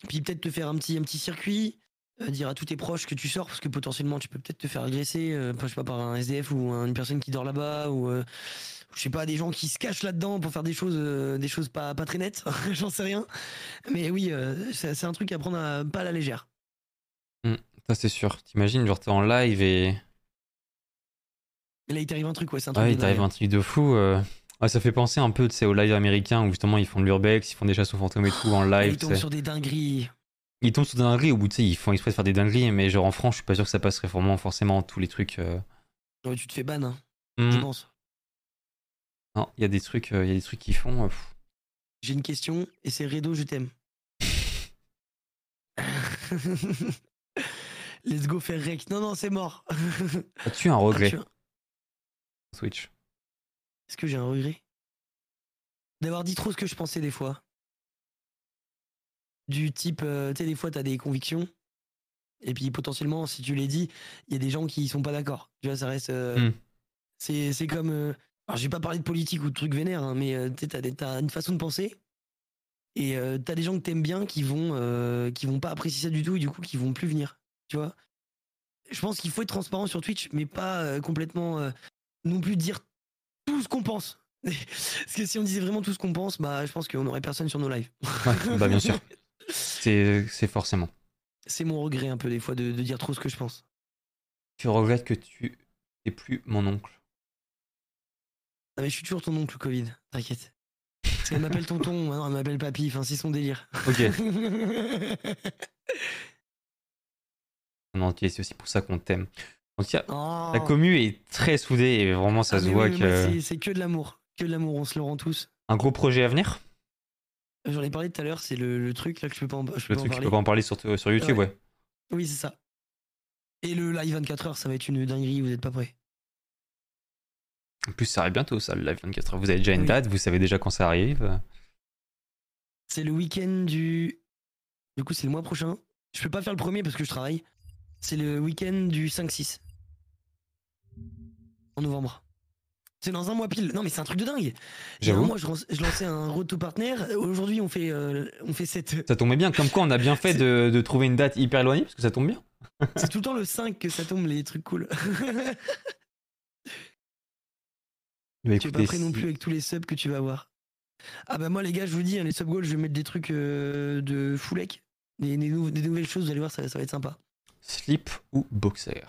Puis peut-être te faire un petit, un petit circuit, euh, dire à tous tes proches que tu sors, parce que potentiellement tu peux peut-être te faire agresser, euh, je sais pas, par un S D F ou un- une personne qui dort là-bas, ou euh, je sais pas, des gens qui se cachent là-dedans pour faire des choses, euh, des choses pas, pas très nettes, j'en sais rien. Mais oui, euh, c'est c'est un truc à prendre à, pas à la légère. Hmm, ça, c'est sûr. T'imagines, genre, t'es en live et. Et là, il t'arrive un truc, ouais, c'est un truc Ouais, de il t'arrive dingue. un truc de fou. euh. Ouais, ça fait penser un peu, tu sais, au live américain où justement ils font de l'urbex, ils font des chasses aux fantômes et tout en Et live, il tu tombe sais. sur des dingueries. Ils tombent sur des dingueries au bout, tu sais, ils font exprès de faire des dingueries, mais genre en France, je suis pas sûr que ça passerait vraiment forcément tous les trucs. euh. Ouais, tu te fais ban, hein, je Hmm. pense. Non, il y a des trucs, euh, il y a des trucs qu'ils font. euh, pff. J'ai une question, et c'est Redo, je t'aime. Let's go faire rec. Non, non, c'est mort. As-tu un Ah, regret tu... Switch? Est-ce que j'ai un regret d'avoir dit trop ce que je pensais des fois? Du type, euh, tu sais, des fois, t'as des convictions, et puis potentiellement, si tu les dis, il y a des gens qui sont pas d'accord. Tu vois, ça reste. euh, Hmm. c'est, c'est comme. euh, Alors, j'ai pas parlé de politique ou de trucs vénères, hein, mais euh, tu sais, t'as, des- t'as une façon de penser, et euh, t'as des gens que t'aimes bien qui vont, euh, qui vont pas apprécier ça du tout, et du coup, qui vont plus venir. Tu vois? Je pense qu'il faut être transparent sur Twitch, mais pas euh, complètement euh, non plus dire tout ce qu'on pense. Parce que si on disait vraiment tout ce qu'on pense, bah je pense qu'on aurait personne sur nos lives. Ouais, bah bien sûr. C'est c'est forcément. C'est mon regret un peu des fois de, de dire trop ce que je pense. Tu regrettes que tu n'es plus mon oncle. Ah mais je suis toujours ton oncle Covid, t'inquiète. Parce qu'elle m'appelle tonton, maintenant elle m'appelle papy, enfin c'est son délire. Ok. Non, ok, c'est aussi pour ça qu'on t'aime. En tout cas, la Oh. commu est très soudée et vraiment ça Ah se mais voit oui, mais moi que. c'est c'est que de l'amour. Que de l'amour, on se le rend tous. Un gros projet à venir? J'en ai parlé tout à l'heure, c'est le, le truc là que je peux pas en, je peux Le pas en truc, tu parler. peux pas en parler sur, sur YouTube, Ouais. ouais. Oui, c'est ça. Et le live vingt-quatre heures, ça va être une dinguerie, vous êtes pas prêts. En plus, ça arrive bientôt, ça, le live vingt-quatre heures. Vous avez déjà une Oui. date, vous savez déjà quand ça arrive. C'est le week-end du. Du coup, c'est le mois prochain. Je peux pas faire le premier parce que je travaille. C'est le week-end du cinq six. En novembre. C'est dans un mois pile. Non, mais c'est un truc de dingue. Il y a un J'avoue. mois, je, ran- je lançais un road to partner. Aujourd'hui, on fait, euh, on fait cette. Ça tombait bien. Comme quoi, on a bien fait C'est- de, de trouver une date hyper éloignée, parce que ça tombe bien. C'est tout le temps le cinq que ça tombe, les trucs cool. Mais Tu es écoutez, pas prêt non si- plus avec tous les subs que tu vas avoir. Ah bah moi, les gars, je vous dis, hein, les sub goals, je vais mettre des trucs euh, de foulec. Des, des, nou- des nouvelles choses, vous allez voir, ça, ça va être sympa. slip ou boxer.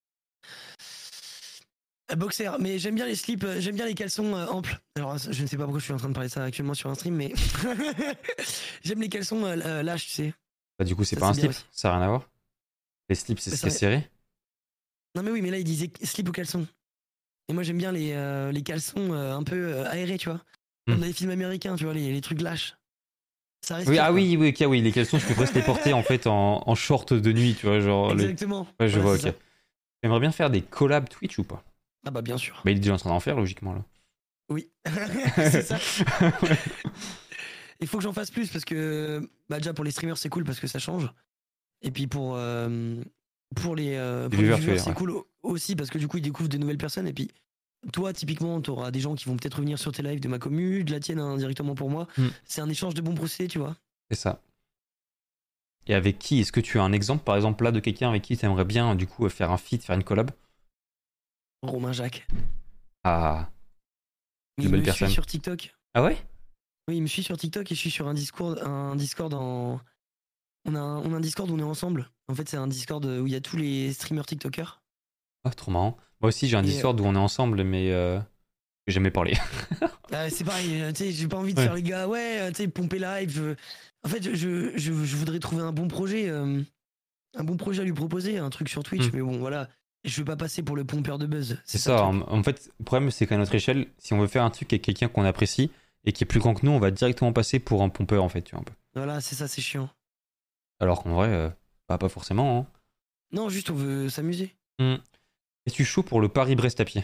Euh, Boxer, mais j'aime bien les slips, euh, j'aime bien les caleçons euh, amples. Alors je ne sais pas pourquoi je suis en train de parler de ça actuellement sur un stream, mais j'aime les caleçons euh, euh, lâches, tu sais. Bah, du coup, c'est Ça, pas un c'est bien slip, aussi. ça n'a rien à voir. Les slips, c'est Mais ce qui est ça- serré. Non mais oui, mais là il disait slip ou caleçon. Et moi j'aime bien les, euh, les caleçons euh, un peu euh, aérés, tu vois. Comme Hmm. dans les films américains, tu vois, les, les trucs lâches. Ça respire. Oui, ah quoi. oui, oui, ok, oui, les caleçons, je peux presque les porter en fait en, en short de nuit, tu vois, genre. le- Exactement. Ouais, je Voilà, vois, c'est ok. ça. J'aimerais bien faire des collabs Twitch ou pas? Ah bah bien sûr. Bah, il est déjà en train d'en faire, logiquement, là. Oui. c'est ça. Ouais. Il faut que j'en fasse plus parce que bah déjà pour les streamers c'est cool parce que ça change. Et puis pour euh, pour les euh, pour les viewers, tu veux viewers dire, c'est ouais. cool au- aussi parce que du coup ils découvrent de nouvelles personnes et puis toi typiquement tu auras des gens qui vont peut-être revenir sur tes lives de ma commu, de la tienne hein, directement pour moi. Hmm. C'est un échange de bons procédés, tu vois. C'est ça. Et avec qui? Est-ce que tu as un exemple, par exemple, là, de quelqu'un avec qui tu aimerais bien, du coup, faire un feat, faire une collab? Romain Jacques. Ah. Mais Quelle il belle me personne. suit sur TikTok. Ah ouais? Oui, il me suit sur TikTok et je suis sur un Discord un Discord en on a un, on a un Discord où on est ensemble. En fait, c'est un Discord où il y a tous les streamers TikTokers. Ah, trop marrant. Moi aussi, j'ai un Et, Discord où on est ensemble, mais euh, j'ai jamais parlé. Euh, c'est pareil, euh, tu sais, j'ai pas envie de Ouais. faire les gars, ouais, euh, tu sais, pomper live. je- En fait, je, je, je- je voudrais trouver un bon projet, euh, un bon projet à lui proposer, un truc sur Twitch, Hmm. mais bon, voilà. Je veux pas passer pour le pompeur de buzz. C'est ça. ça. le truc. En, en fait, le problème, c'est qu'à notre échelle, si on veut faire un truc avec quelqu'un qu'on apprécie et qui est plus grand que nous, on va directement passer pour un pompeur, en fait, tu vois, un peu. Voilà, c'est ça, c'est chiant. Alors qu'en vrai, euh, bah, pas forcément. Hein. Non, juste on veut s'amuser. Hmm. Es-tu chaud pour le Paris-Brest à pied?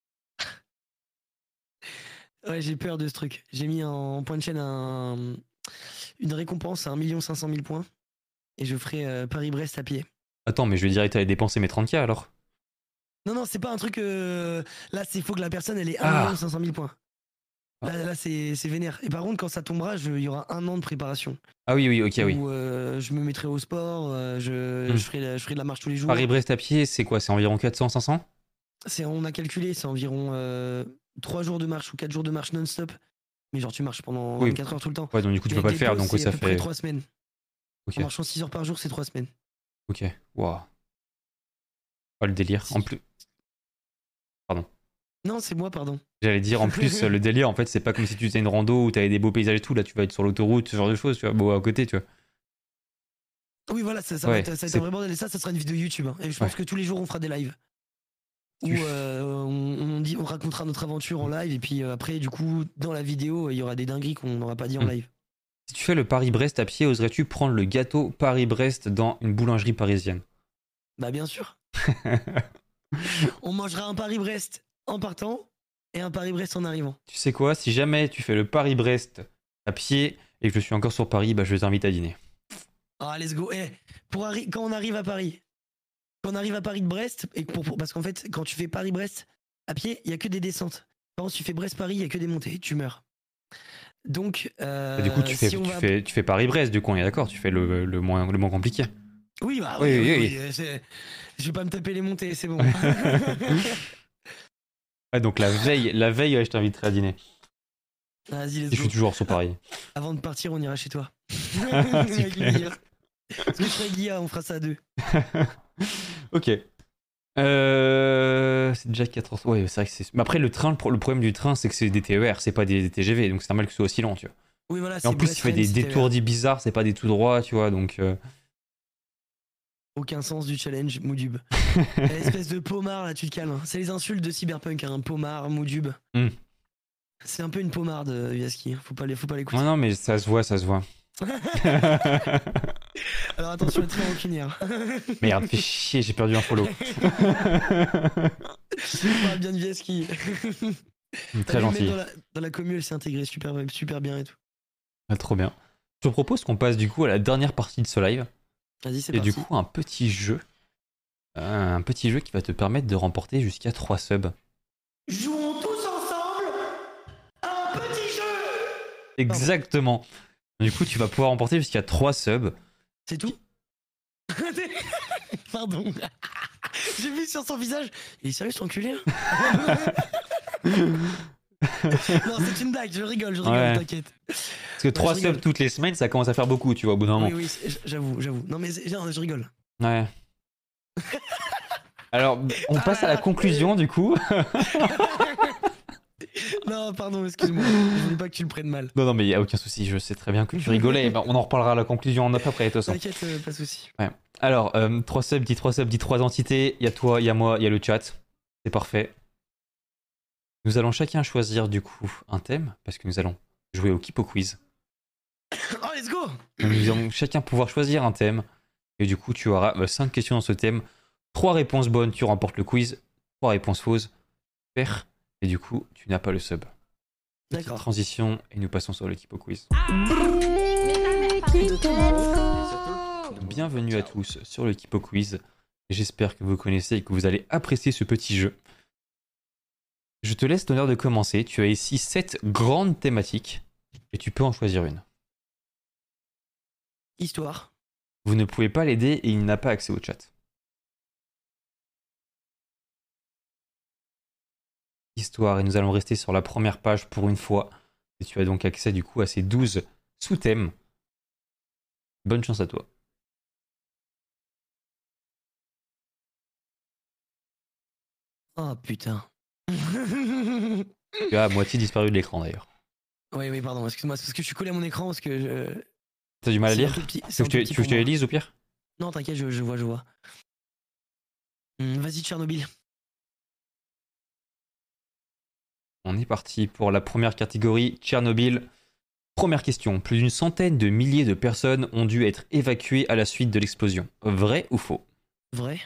Ouais, j'ai peur de ce truc. J'ai mis en point de chaîne un- une récompense à un million cinq cent mille points et je ferai euh, Paris-Brest à pied. Attends, mais je vais direct aller dépenser mes trente K alors. Non, non, c'est pas un truc. euh, Là, il faut que la personne elle ait un Ah. million cinq cent mille points. Là, là c'est c'est vénère. Et par contre, quand ça tombera, je- il y aura un an de préparation. Ah oui, oui, ok, oui. Où euh, je me mettrai au sport, euh, je, Hmm. je, ferai la- je ferai de la marche tous les jours. Paris-Brest à pied, c'est quoi? C'est environ quatre cents, cinq cents? C'est, on a calculé, c'est environ euh, trois jours de marche ou quatre jours de marche non-stop. Mais genre, tu marches pendant Oui. vingt-quatre heures tout le temps. Ouais, donc du coup, tu Et peux pas le avec les faire, pauses, donc ouais, c'est ça à peu près fait. trois semaines. Ok, En marchant six heures par jour, c'est trois semaines. ok. Waouh. Oh, le délire. En plus, Non, c'est moi, pardon. j'allais dire, en plus, le délire, en fait, c'est pas comme si tu faisais une rando où t'avais des beaux paysages et tout. Là, tu vas être sur l'autoroute, ce genre de choses, tu vois, bon, à côté, tu vois. Oui, voilà, ça, ça Ouais, va être, ça va être c'est- un vrai bordel. Et ça, ça sera une vidéo YouTube. Hein. Et je pense Ouais. que tous les jours, on fera des lives. Où Tu- euh, on, on dit, on racontera notre aventure en live. Et puis euh, après, du coup, dans la vidéo, il y aura des dingueries qu'on n'aura pas dit en Hmm. live. Si tu fais le Paris-Brest à pied, oserais-tu prendre le gâteau Paris-Brest dans une boulangerie parisienne? Bah, bien sûr. On mangera un Paris-Brest en partant et un Paris-Brest en arrivant. Tu sais quoi? Si jamais tu fais le Paris-Brest à pied et que je suis encore sur Paris, bah, je t'invite à dîner. Ah, let's go. Eh, pour arri- quand on arrive à Paris, quand on arrive à Paris de Brest, et pour, pour- parce qu'en fait, quand tu fais Paris-Brest à pied, il y a que des descentes. Quand tu fais Brest-Paris, il y a que des montées. Tu meurs. Donc, euh, Et du coup, tu fais, si on tu va... fais, tu fais Paris-Brest, du coup, on est d'accord, tu fais le, le, moins, le moins compliqué. Oui, bah Oui, oui, oui, oui, oui. oui, c'est- je vais pas me taper les montées, c'est bon. Ouais, donc la veille, la veille, ouais, je t'inviterai à dîner. Vas-y, let's Je suis go. toujours sur Paris. Avant de partir, on ira chez toi. Super. Avec plaisir. Parce que je serai Guilla, on fera ça à deux. Ok. Euh, c'est déjà quatre heures. Ouais, c'est vrai que c'est. Mais après, le train, le, pro- le problème du train, c'est que c'est des T E R, c'est pas des, des T G V, donc c'est normal que ce soit aussi lent, tu vois. Oui, voilà, Et en c'est plus, Brest, il fait des Rennes, c'est détourdis bizarres, c'est pas des tout droits, tu vois, donc. euh, aucun sens du challenge, Moudub. Espèce de pommard, là, tu te calmes. C'est les insultes de Cyberpunk, hein. Pommard, Moudub. Hmm. C'est un peu une pommarde, euh, Yaski. Faut pas les- faut pas l'écouter. Ouais, non, mais ça se voit, ça se voit. Alors attention, être très rancunière. Merde, fais chier, j'ai perdu un follow. On parle bien de Yaski. Très gentil. Dans la, dans la commu, elle s'est intégrée super, super bien et tout. Ah, trop bien. Je te propose qu'on passe du coup à la dernière partie de ce live. Vas-y, c'est Et parti. du coup, un petit jeu. Euh, Un petit jeu qui va te permettre de remporter jusqu'à trois subs. Jouons tous ensemble à un petit jeu. Exactement. Du coup, tu vas pouvoir remporter jusqu'à trois subs. C'est tout. Pardon. J'ai vu sur son visage. Il est sérieux, cet enculé hein Non, c'est une blague, je rigole, je rigole, Ouais. t'inquiète. Parce que trois je rigole. subs toutes les semaines, ça commence à faire beaucoup, tu vois, au bout d'un moment. Oui, oui, c'est- j'avoue, j'avoue. Non, mais c'est- non, je rigole. Ouais. Alors, on passe à la conclusion du coup. Non, pardon, excuse-moi. Je voulais pas que tu le prennes mal. Non, non, mais il n'y a aucun souci, je sais très bien que tu rigolais. Ben, on en reparlera à la conclusion en après, de toute façon. T'inquiète, euh, pas de soucis. Alors, euh, trois subs, dit trois subs, dit trois entités. Il y a toi, il y a moi, il y a le chat. C'est parfait. Nous allons chacun choisir du coup un thème, parce que nous allons jouer au Kipo Quiz. Oh, let's go. Nous allons chacun pouvoir choisir un thème. Et du coup, tu auras cinq questions dans ce thème. trois réponses bonnes, tu remportes le quiz. trois réponses fausses, perds. Et du coup, tu n'as pas le sub. Petite D'accord. transition, et nous passons sur le Kipo Quiz. Bienvenue à tous sur le Kipo Quiz. J'espère que vous connaissez et que vous allez apprécier ce petit jeu. Je te laisse l'honneur de commencer. Tu as ici sept grandes thématiques et tu peux en choisir une. Histoire. Vous ne pouvez pas l'aider et il n'a pas accès au chat. Histoire, et nous allons rester sur la première page pour une fois. Et tu as donc accès du coup à ces douze sous-thèmes. Bonne chance à toi. Oh putain. Tu as à moitié disparu de l'écran d'ailleurs. Oui, oui, pardon, excuse-moi, c'est parce que je suis collé à mon écran parce que je... T'as du mal à c'est un lire? tout petit- Tu c'est veux un que tout je te- petit tu veux que je pour te les moi. lise au pire? Non, t'inquiète, je, je vois, je vois. Hum, Vas-y, Tchernobyl. On est parti pour la première catégorie, Tchernobyl. Première question. Plus d'une centaine de milliers de personnes ont dû être évacuées à la suite de l'explosion. Vrai ou faux? Vrai?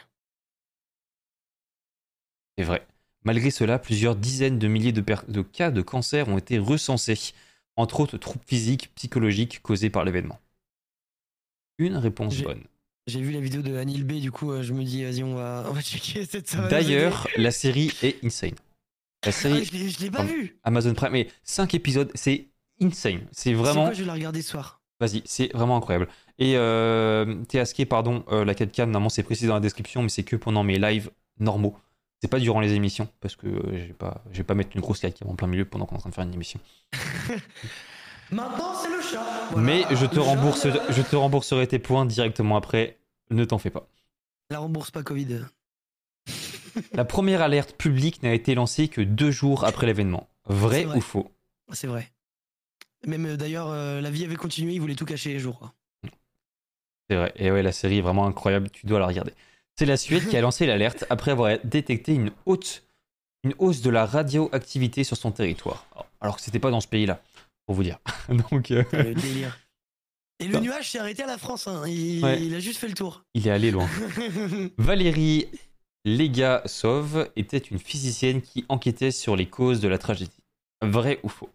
C'est vrai. Malgré cela, plusieurs dizaines de milliers de, per- de cas de cancer ont été recensés, entre autres troubles physiques, psychologiques causés par l'événement. Une réponse J'ai- bonne. J'ai vu la vidéo de Anil B, du coup, euh, je me dis, vas-y, on va, on va checker cette ça va nous D'ailleurs, la série est insane. La Ah, série je l'ai je l'ai pas Pardon. vu. Amazon Prime, mais cinq épisodes, c'est insane. C'est C'est vraiment. quoi, je vais la regarder ce soir. Vas-y, c'est vraiment incroyable. Et euh, T A S K, pardon, euh, la quatre K, normalement c'est précisé dans la description, mais c'est que pendant mes lives normaux. C'est pas durant les émissions, parce que euh, je vais pas, je vais pas mettre une grosse quatre K en plein milieu pendant qu'on est en train de faire une émission. Maintenant, c'est le chat. Voilà. Mais je te, Le rembourse, chat, je te rembourserai tes points directement après, ne t'en fais pas. La rembourse pas Covid. La première alerte publique n'a été lancée que deux jours après l'événement. Vrai, C'est vrai. ou faux? C'est vrai. Même euh, d'ailleurs, euh, la vie avait continué, il voulait tout cacher les jours. C'est vrai. Et ouais, la série est vraiment incroyable, tu dois la regarder. C'est la Suède qui a lancé l'alerte après avoir détecté une, haute, une hausse de la radioactivité sur son territoire. Alors que c'était pas dans ce pays-là, pour vous dire. Donc, euh, Putain, le délire. Et le Non. nuage s'est arrêté à la France. Hein. Il, Ouais. il a juste fait le tour. il est allé loin. Valérie Legasov était une physicienne qui enquêtait sur les causes de la tragédie. Vrai ou faux?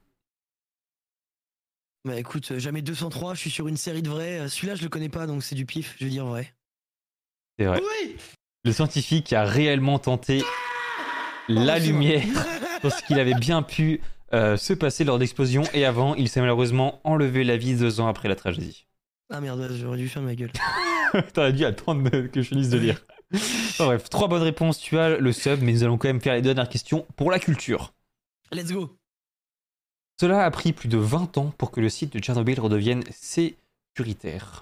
Bah écoute, euh, jamais deux cent trois, je suis sur une série de vrais. Euh, Celui-là, je le connais pas, donc c'est du pif. Je vais dire vrai. C'est vrai. Oui. Le scientifique a réellement tenté la Pardon, c'est moi. lumière sur ce qu'il avait bien pu euh, se passer lors d'explosion et avant, il s'est malheureusement enlevé la vie deux ans après la tragédie. Ah merde, j'aurais dû faire ma gueule. T'aurais dû attendre que je finisse de lire. Enfin, bref, trois bonnes réponses, tu as le sub, mais nous allons quand même faire les dernières questions pour la culture. Let's go. Cela a pris plus de vingt ans pour que le site de Tchernobyl redevienne sécuritaire.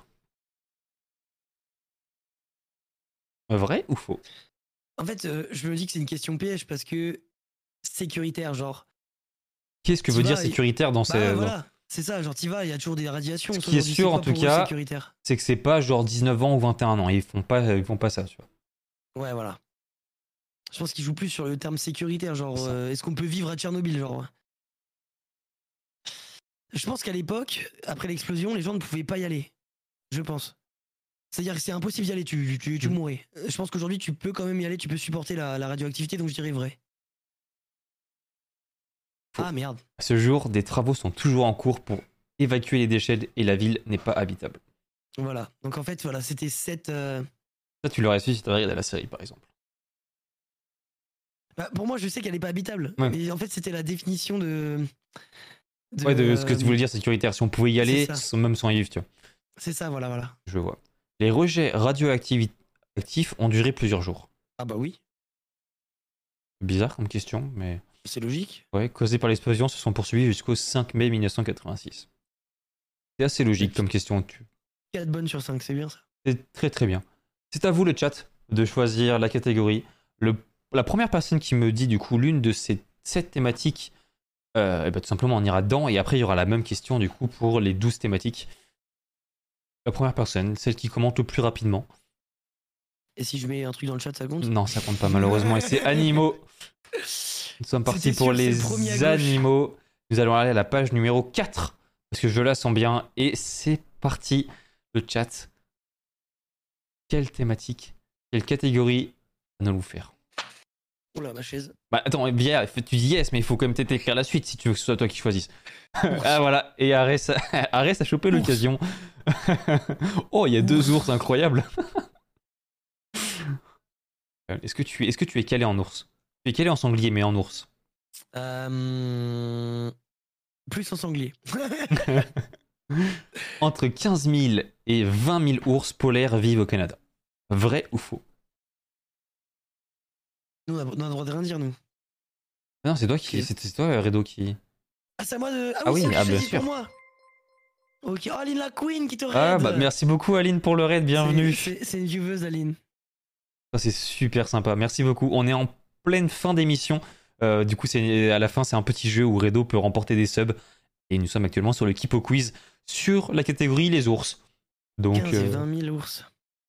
Vrai ou faux? En fait, euh, je me dis que c'est une question piège parce que sécuritaire, genre. Qu'est-ce que Tu veut vas dire et- sécuritaire dans Bah ces... dans- voilà, c'est ça, genre t'y vas, il y a toujours des radiations. Ce Toi, qui est aujourd'hui, sûr, c'est quoi en tout pour eux, cas, sécuritaire. C'est que c'est pas genre dix-neuf ans ou vingt et un ans. Ils font pas, ils font pas ça, tu vois. Ouais, voilà. Je pense qu'ils jouent plus sur le terme sécuritaire, genre C'est ça. euh, est-ce qu'on peut vivre à Tchernobyl, genre. Je pense qu'à l'époque, après l'explosion, les gens ne pouvaient pas y aller. Je pense. C'est-à-dire que c'est impossible d'y aller, tu, tu, tu Mm. mourrais. Euh, Je pense qu'aujourd'hui, tu peux quand même y aller, tu peux supporter la, la radioactivité, donc je dirais vrai. Faux. Ah merde. À ce jour, des travaux sont toujours en cours pour évacuer les déchets et la ville n'est pas habitable. Voilà. Donc en fait, voilà, c'était cette. euh, Ça, tu l'aurais su si t'avais regardé la série, par exemple. Bah, pour moi, je sais qu'elle n'est pas habitable. Ouais. Mais en fait, c'était la définition de. de- Ouais, de ce que tu voulais dire, sécuritaire. Si on pouvait y aller, c'est ça. sans- même sans y vivre, tu vois. C'est ça, voilà, voilà. Je vois. Les rejets radioactifs actifs ont duré plusieurs jours. Ah bah oui, Bizarre comme question, mais c'est logique. ouais, causés par l'explosion, se sont poursuivis jusqu'au cinq mai mille neuf cent quatre-vingt-six. C'est assez logique comme question. Tu- quatre bonnes sur cinq, c'est bien ça. C'est très très bien. C'est à vous le chat de choisir la catégorie. Le, la première personne qui me dit du coup l'une de ces sept thématiques, euh, eh ben, tout simplement on ira dedans et après il y aura la même question du coup pour les douze thématiques. La première personne, celle qui commente le plus rapidement. Et si je mets un truc dans le chat, ça compte? Non, ça compte pas malheureusement et c'est animaux. Nous sommes partis C'était pour sûr, c'est les le premier à gauche. animaux. Nous allons aller à la page numéro quatre parce que je la sens bien et c'est parti le chat. Quelle thématique, quelle catégorie allons-nous faire? Oula, ma chaise. Bah attends, bien, tu dis yes, mais il faut quand même peut-être écrire la suite si tu veux que ce soit toi qui choisisses. Ah voilà, et Arès a, Arès a chopé Ours. l'occasion. Oh, il y a deux ours incroyables. Est-ce que tu es, est-ce que tu es calé en ours? Tu es calé en sanglier, mais en ours. Euh... Plus en sanglier. Entre quinze mille et vingt mille ours polaires vivent au Canada. Vrai ou faux? Nous, on a, on a le droit de rien dire, nous. Ah non, c'est toi qui, Ok. c'est c'est toi Redo qui. Ah, c'est à moi de. Ah, Ah oui, oui, c'est ah, vrai que bien je sûr. pour moi. Ok. Oh, Aline la Queen qui te raid. Ah bah merci beaucoup Aline pour le raid, bienvenue. C'est c'est une vieweuse, Aline. Ça, c'est super sympa, merci beaucoup. On est en pleine fin d'émission. Euh, du coup, c'est à la fin, c'est un petit jeu où Redo peut remporter des subs. Et nous sommes actuellement sur le Kipo Quiz sur la catégorie les ours. Donc, quinze et euh, vingt mille ours.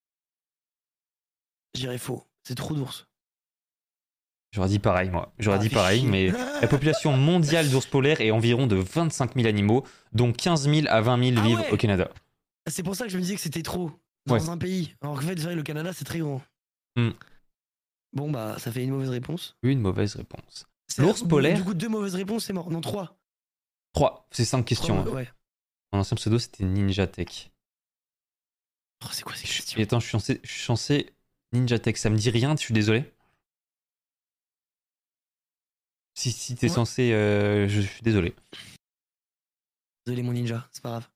J'irais faux. C'est trop d'ours. j'aurais dit pareil, moi. J'aurais Ah, dit fais pareil, chier. mais la population mondiale d'ours polaires est environ de vingt-cinq mille animaux, dont quinze mille à vingt mille Ah vivent ouais. au Canada. C'est pour ça que je me disais que c'était trop. Dans Ouais. un pays. Alors qu'en fait, c'est vrai, le Canada, c'est très grand. Hmm. Bon, bah, ça fait une mauvaise réponse. Une mauvaise réponse. C'est- L'ours polaire. Du coup, deux mauvaises réponses, c'est mort. Non, trois. trois, c'est cinq questions. Trois, hein. ouais. Mon ancien pseudo, c'était Ninja Tech. Oh, c'est quoi ces Je- questions? Et attends, je suis censé, je suis censé Ninja Tech, ça me dit rien, je suis désolé. Si, si t'es Ouais. censé... euh, je suis désolé. Désolé mon ninja, c'est pas grave.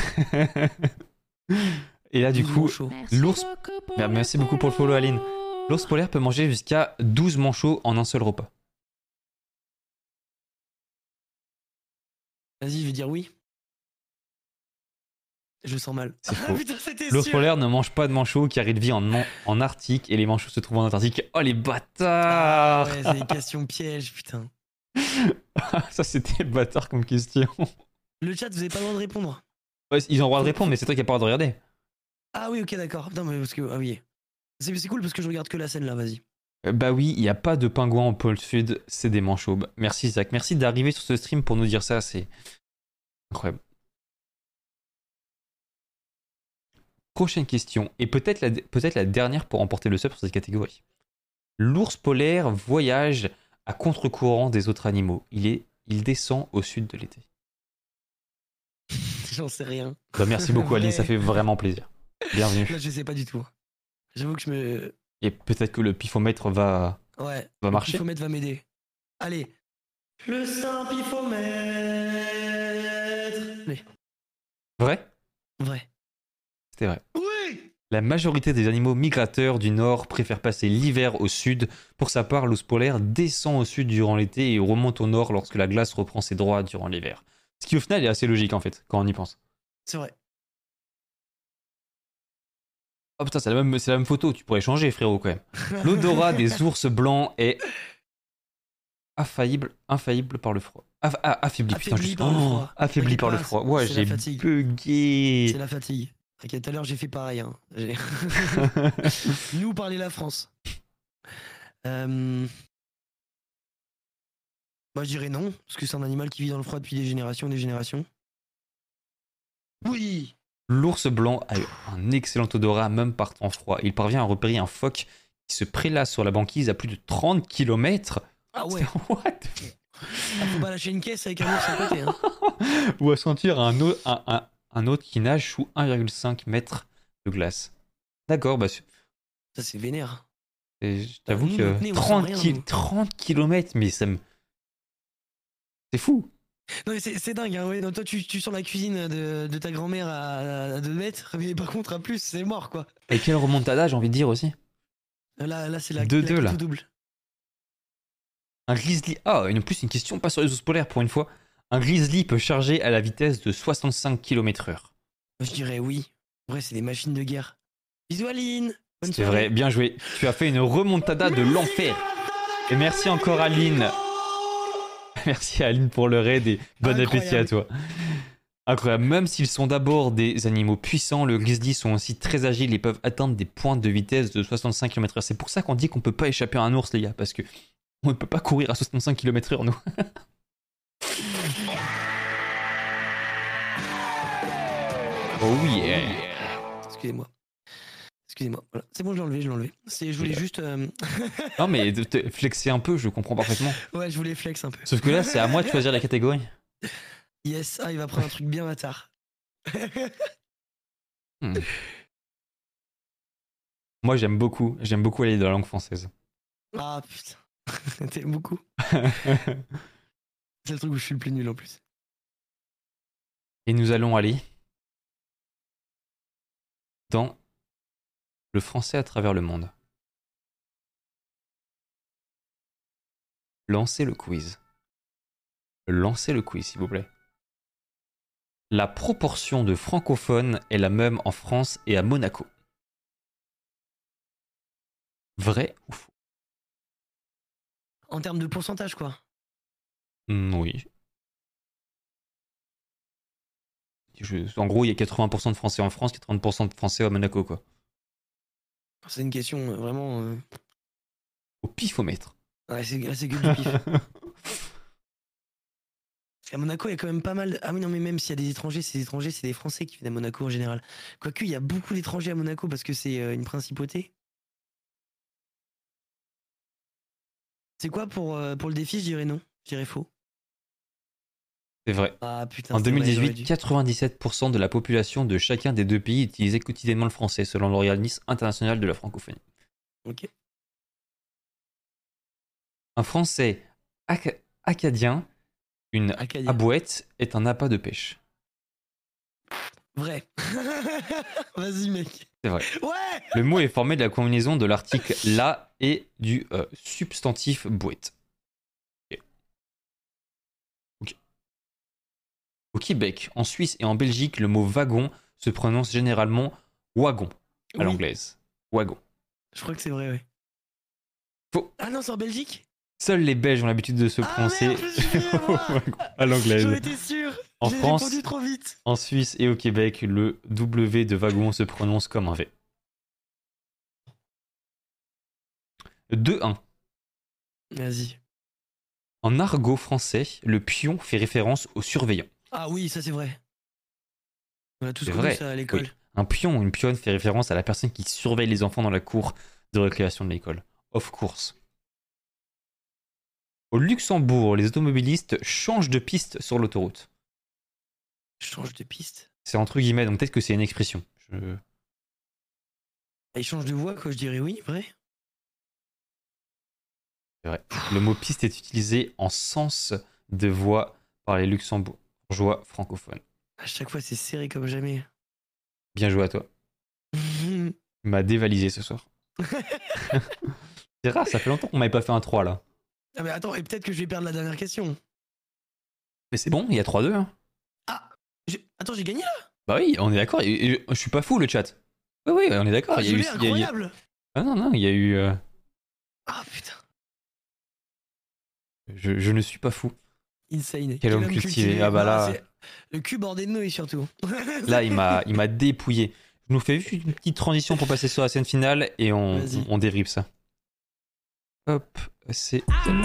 Et là, du douze coup, manchots. l'ours... Bah, merci beaucoup pour le follow, Aline. L'ours polaire peut manger jusqu'à douze manchots en un seul repas. Vas-y, je vais dire oui. Je le sens mal. C'est Ah faux. putain, c'était L'ours sûr. polaire ne mange pas de manchots car il vit en, en Arctique et les manchots se trouvent en Antarctique. Oh les Ah bâtards! ouais, c'est des questions pièges, putain. Ça c'était bâtard comme question. Le chat, vous avez pas le droit de répondre. Ouais, ils ont le droit de répondre, mais c'est toi qui n'as pas le droit de regarder. Ah oui, ok, d'accord. Non, mais parce que. Ah oui. C'est c'est cool parce que je regarde que la scène là, vas-y. Euh, Bah oui, il n'y a pas de pingouins au pôle sud, c'est des manchots. Bah, merci Zach, merci d'arriver sur ce stream pour nous dire ça, c'est incroyable. Prochaine question, et peut-être la, peut-être la dernière pour remporter le sub sur cette catégorie. L'ours polaire voyage à contre-courant des autres animaux. Il, est, il descend au sud de l'été. J'en sais rien. Bah, merci beaucoup Aline, Ouais. ça fait vraiment plaisir. Bienvenue. Là, je sais pas du tout. J'avoue que je me. Et peut-être que le pifomètre va, Ouais. va Le marcher. pifomètre va m'aider. Allez. Le saint pifomètre. Allez. Vrai? Vrai. C'était vrai. Oui. La majorité des animaux migrateurs du nord préfèrent passer l'hiver au sud. Pour sa part, l'ours polaire descend au sud durant l'été et remonte au nord lorsque la glace reprend ses droits durant l'hiver. Ce qui au final est assez logique en fait, quand on y pense. C'est vrai. Oh putain, c'est la même, c'est la même photo, tu pourrais changer frérot quand même. L'odorat des ours blancs est infaillible, infaillible par le froid. Aff- ah, affaibli, putain, Affaibli je par le froid. affaibli T'inquiète par le pas, froid. Ouais, c'est j'ai la fatigue. bugué. C'est la fatigue. T'inquiète, tout à l'heure j'ai fait pareil. Hein. J'ai- Nous parler la France. Euh... Moi je dirais non, parce que c'est un animal qui vit dans le froid depuis des générations et des générations. Oui. L'ours blanc a un excellent odorat même par temps froid. Il parvient à repérer un phoque qui se prélasse sur la banquise à plus de trente kilomètres. Ah ouais. What? Ah, faut pas lâcher une caisse avec un ours à côté. Hein. Ou à sentir un, au- un, un- un autre qui nage sous un virgule cinq mètres de glace. D'accord, bah c'est- Ça c'est vénère. c'est- je t'avoue nous, notre nez, que on sent trente, rien, ki- nous. trente kilomètres, mais ça me... C'est fou. Non mais c'est c'est dingue. Hein. Ouais, non, toi tu, tu sens la cuisine de, de ta grand-mère à, à deux mètres, mais par contre à plus c'est mort quoi. Et quelle remontada, j'ai envie de dire aussi. Là, là c'est la, deux la deux, cote là. au double. Un grizzly... Ah, une plus, une question pas sur les ours polaires pour une fois. Un grizzly peut charger à la vitesse de soixante-cinq kilomètres heure. Je dirais oui. En vrai c'est des machines de guerre. Bisous Aline. Bonne C'est soirée. vrai, bien joué. Tu as fait une remontada de l'enfer. Et merci encore Aline. Merci Aline pour le raid et bon Incroyable. appétit à toi. Incroyable. Même s'ils sont d'abord des animaux puissants, le grizzly sont aussi très agiles et peuvent atteindre des pointes de vitesse de soixante-cinq kilomètres heure. C'est pour ça qu'on dit qu'on peut pas échapper à un ours, les gars, parce que on ne peut pas courir à soixante-cinq kilomètres heure, nous. Oh oui. Excusez-moi. Excusez-moi. Voilà. C'est bon, je l'ai enlevé, je l'ai enlevé. C'est, je voulais juste. euh, Non mais de te flexer un peu, je comprends parfaitement. ouais, je voulais flex un peu. Sauf que là, c'est à moi de choisir la catégorie. Yes, ah, il va prendre un truc bien bâtard. Hmm. Moi, j'aime beaucoup, j'aime beaucoup aller dans la langue française. Ah putain. T'aimes beaucoup. C'est le truc où je suis le plus nul en plus. Et nous allons aller dans le français à travers le monde. Lancez le quiz. Lancez le quiz, s'il vous plaît. La proportion de francophones est la même en France et à Monaco. Vrai ou faux? En termes de pourcentage, quoi. Hmm, oui. Je- en gros, il y a quatre-vingts pour cent de Français en France, quatre-vingts pour cent de Français à Monaco, quoi. C'est une question euh, vraiment. euh, Au pifomètre. Ouais, c'est, c'est que du pif. Parce qu'à Monaco, il y a quand même pas mal. Ah oui, non, mais même s'il y a des étrangers, ces étrangers, c'est des Français qui viennent à Monaco en général. Quoique, il y a beaucoup d'étrangers à Monaco parce que c'est euh, une principauté. C'est quoi pour, euh, pour le défi? Je dirais non. Je dirais faux. C'est vrai. Ah putain. En c'est vrai, j'aurais deux mille dix-huit, dû. quatre-vingt-dix-sept pour cent de la population de chacun des deux pays utilisait quotidiennement le français, selon l'organisme international de la francophonie. Ok. Un Français ac- acadien, une Acadien. abouette est un appât de pêche. Vrai. Vas-y, mec. C'est vrai. Ouais. Le mot est formé de la combinaison de l'article la et du euh, substantif bouette. Ok. Ok. Au Québec, en Suisse et en Belgique, le mot wagon se prononce généralement wagon à Oui. l'anglaise. Wagon. Je crois que c'est vrai, ouais. Faux. Ah non, c'est en Belgique. Seuls les Belges ont l'habitude de se Ah, prononcer merde, je me suis fait avoir. wagon à l'anglaise. J'en étais sûr. En J'ai France- répondu trop vite. En Suisse et au Québec, le W de wagon se prononce comme un V. deux un. Vas-y. En argot français, le pion fait référence au surveillant. Ah oui, ça c'est vrai. On a tous C'est connu vrai, ça à l'école. oui. Un pion ou une pionne fait référence à la personne qui surveille les enfants dans la cour de récréation de l'école. Of course. Au Luxembourg, les automobilistes changent de piste sur l'autoroute. Je change de piste. C'est entre guillemets, donc peut-être que c'est une expression. Je... Et change de voie, quoi, je dirais oui, vrai. C'est vrai. Le mot piste est utilisé en sens de voie par les luxembourgeois francophones. À chaque fois, c'est serré comme jamais. Bien joué à toi. Tu m'as dévalisé ce soir. C'est rare, ça fait longtemps qu'on m'avait pas fait un trois là. Ah mais attends, et peut-être que je vais perdre la dernière question. Mais c'est bon, il y a trois deux. Hein. J'ai- Attends, j'ai gagné là. Bah oui, on est d'accord. et- et Je suis pas fou le chat. Oui, oui, on est d'accord. Ah, Il y a eu. Julien, il y a eu- incroyable. Ah non, non, il y a eu. euh, Ah putain, Je, je ne suis pas fou. insane. Quel homme cultivé. Ah bah là- c'est le cul bordé de nouilles surtout. Là, il m'a, il m'a dépouillé. Je nous fais juste une petite transition pour passer sur la scène finale et on, Vas-y. on dérive ça. Hop, c'est.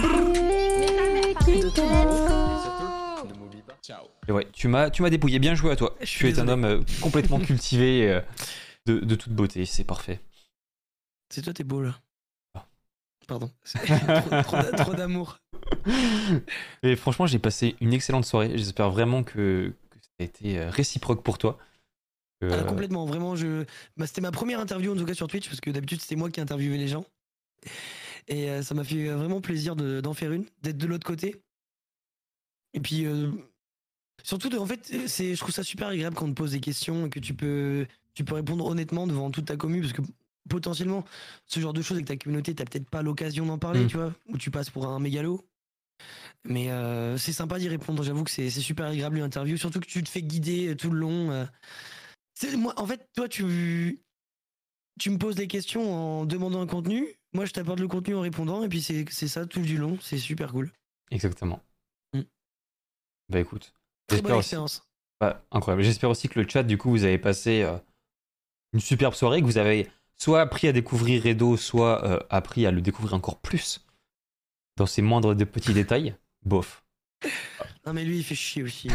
Et ouais, tu m'as, tu m'as dépouillé. Bien joué à toi. Je suis Tu es un désolé. homme euh, complètement cultivé euh, de, de toute beauté. C'est parfait. C'est toi, t'es beau là. Ah. Pardon. trop trop d'a- trop d'amour. Et franchement, j'ai passé une excellente soirée. J'espère vraiment que, que ça a été euh, réciproque pour toi. Que, Ah, euh, complètement, vraiment, je... bah, c'était ma première interview en tout cas sur Twitch, parce que d'habitude c'était moi qui interviewais les gens. Et euh, ça m'a fait euh, vraiment plaisir de- d'en faire une, d'être de l'autre côté. Et puis, euh, surtout, de- en fait, c'est, je trouve ça super agréable quand on te pose des questions et que tu peux, tu peux répondre honnêtement devant toute ta commu, parce que potentiellement, ce genre de choses avec ta communauté, t'as peut-être pas l'occasion d'en parler, Mm. tu vois, ou tu passes pour un mégalo. Mais euh, c'est sympa d'y répondre, j'avoue que c'est c'est super agréable une interview, surtout que tu te fais guider euh, tout le long. euh. C'est- moi, en fait, toi, tu, tu me poses des questions en demandant un contenu. Moi, je t'apporte le contenu en répondant. Et puis, c'est c'est ça tout du long. C'est super cool. Exactement. Mm. Bah écoute, Très j'espère bonne aussi. expérience. Bah, incroyable. J'espère aussi que le chat, du coup, vous avez passé euh, une superbe soirée, que vous avez soit appris à découvrir Redo, soit euh, appris à le découvrir encore plus dans ses moindres de petits détails. Bof. Non, mais lui, il fait chier aussi.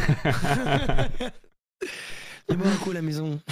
Fais-moi un coup à la maison.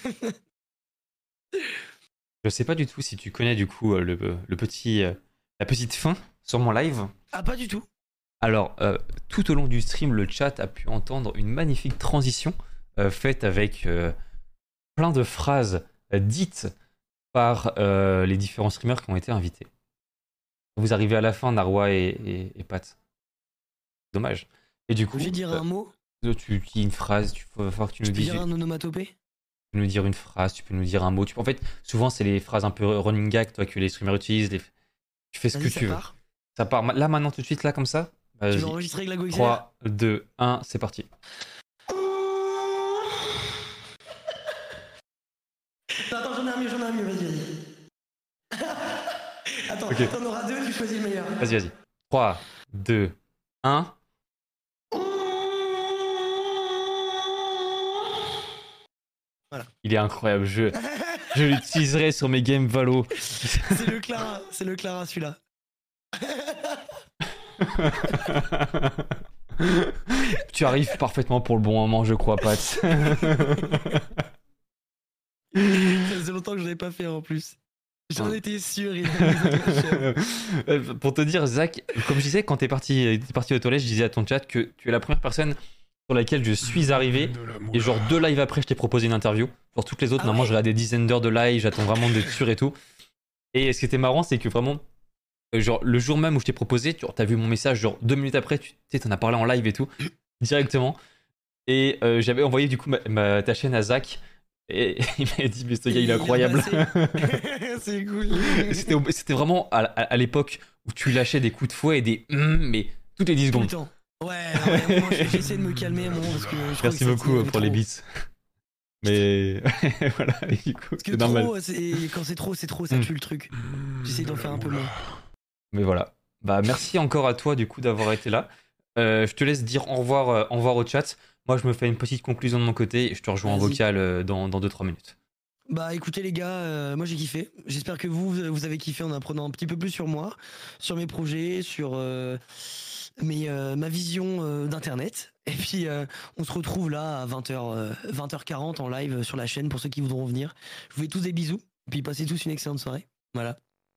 Je sais pas du tout si tu connais du coup euh, le, le petit, euh, la petite fin sur mon live. Ah, pas du tout. Alors, euh, tout au long du stream, le chat a pu entendre une magnifique transition euh, faite avec euh, plein de phrases euh, dites par euh, les différents streamers qui ont été invités. Vous arrivez à la fin, Narwa et, et, et Pat. Dommage. Et du coup, Je vais dire euh, un mot. tu dis une phrase, tu faut, faut que tu Je nous peux dises. dire un onomatopée. Tu peux nous dire une phrase, tu peux nous dire un mot. Tu, en fait, souvent, c'est les phrases un peu running gag toi, que les streamers utilisent. Les... Tu fais ce que Vas-y, tu ça veux. part. Ça part ma- là, maintenant, tout de suite, là, comme ça. Tu Vas-y. veux enregistrer avec la Go X L R? trois, deux, un, c'est parti. Attends, j'en ai un mieux, j'en ai un mieux. Vas-y, vas-y. Attends, Ok. t'en auras deux, tu choisis le meilleur. Vas-y, vas-y. trois, deux, un. Voilà. Il est incroyable. Je, je l'utiliserai sur mes games Valo. C'est le Clara, c'est le Clara celui-là. Tu arrives parfaitement pour le bon moment, je crois, Pat. Ça faisait longtemps que je l'avais pas fait en plus. J'en étais sûr. Il Euh, pour te dire, Zach, comme je disais, quand t'es parti, t'es parti aux toilettes, je disais à ton chat que tu es la première personne sur laquelle je suis arrivé. Et genre deux lives après, je t'ai proposé une interview. Genre toutes les autres, Ah normalement, ouais. je regarde des dizaines d'heures de live, j'attends vraiment d'être sûr et tout. Et ce qui était marrant, c'est que vraiment, Euh, genre, le jour même où je t'ai proposé, tu as vu mon message, genre deux minutes après, tu sais, t'en as parlé en live et tout, directement. Et euh, j'avais envoyé du coup ma, ma- ta chaîne à Zach. Et il m'a dit, mais ce gars, il est incroyable. C'est cool. C'était au- c'était vraiment à, à- à l'époque où tu lâchais des coups de fouet et des hum, mais toutes les dix Tout le secondes. temps. Ouais, non, mais à un moment, j'ai j'ai essayé de me calmer à un moment parce que je crois Merci que ça beaucoup devenait pour les trop. beats. Mais voilà, et du coup, Parce que c'est normal. trop, c'est- quand c'est trop, c'est trop, ça Mm. tue le truc. J'essaie d'en faire un peu moins. Mais voilà. Bah, merci encore à toi du coup d'avoir été là. Euh, je te laisse dire au revoir, euh, au revoir au chat. Moi, je me fais une petite conclusion de mon côté et je te rejoins en Vas-y. vocal euh, dans, dans deux trois minutes. Bah écoutez les gars, euh, moi j'ai kiffé. J'espère que vous, vous avez kiffé en apprenant un petit peu plus sur moi, sur mes projets, sur euh, mes, euh, ma vision euh, d'internet. Et puis euh, on se retrouve là à vingt heures, euh, vingt heures quarante en live sur la chaîne pour ceux qui voudront venir. Je vous fais tous des bisous. Et puis passez tous une excellente soirée. Voilà.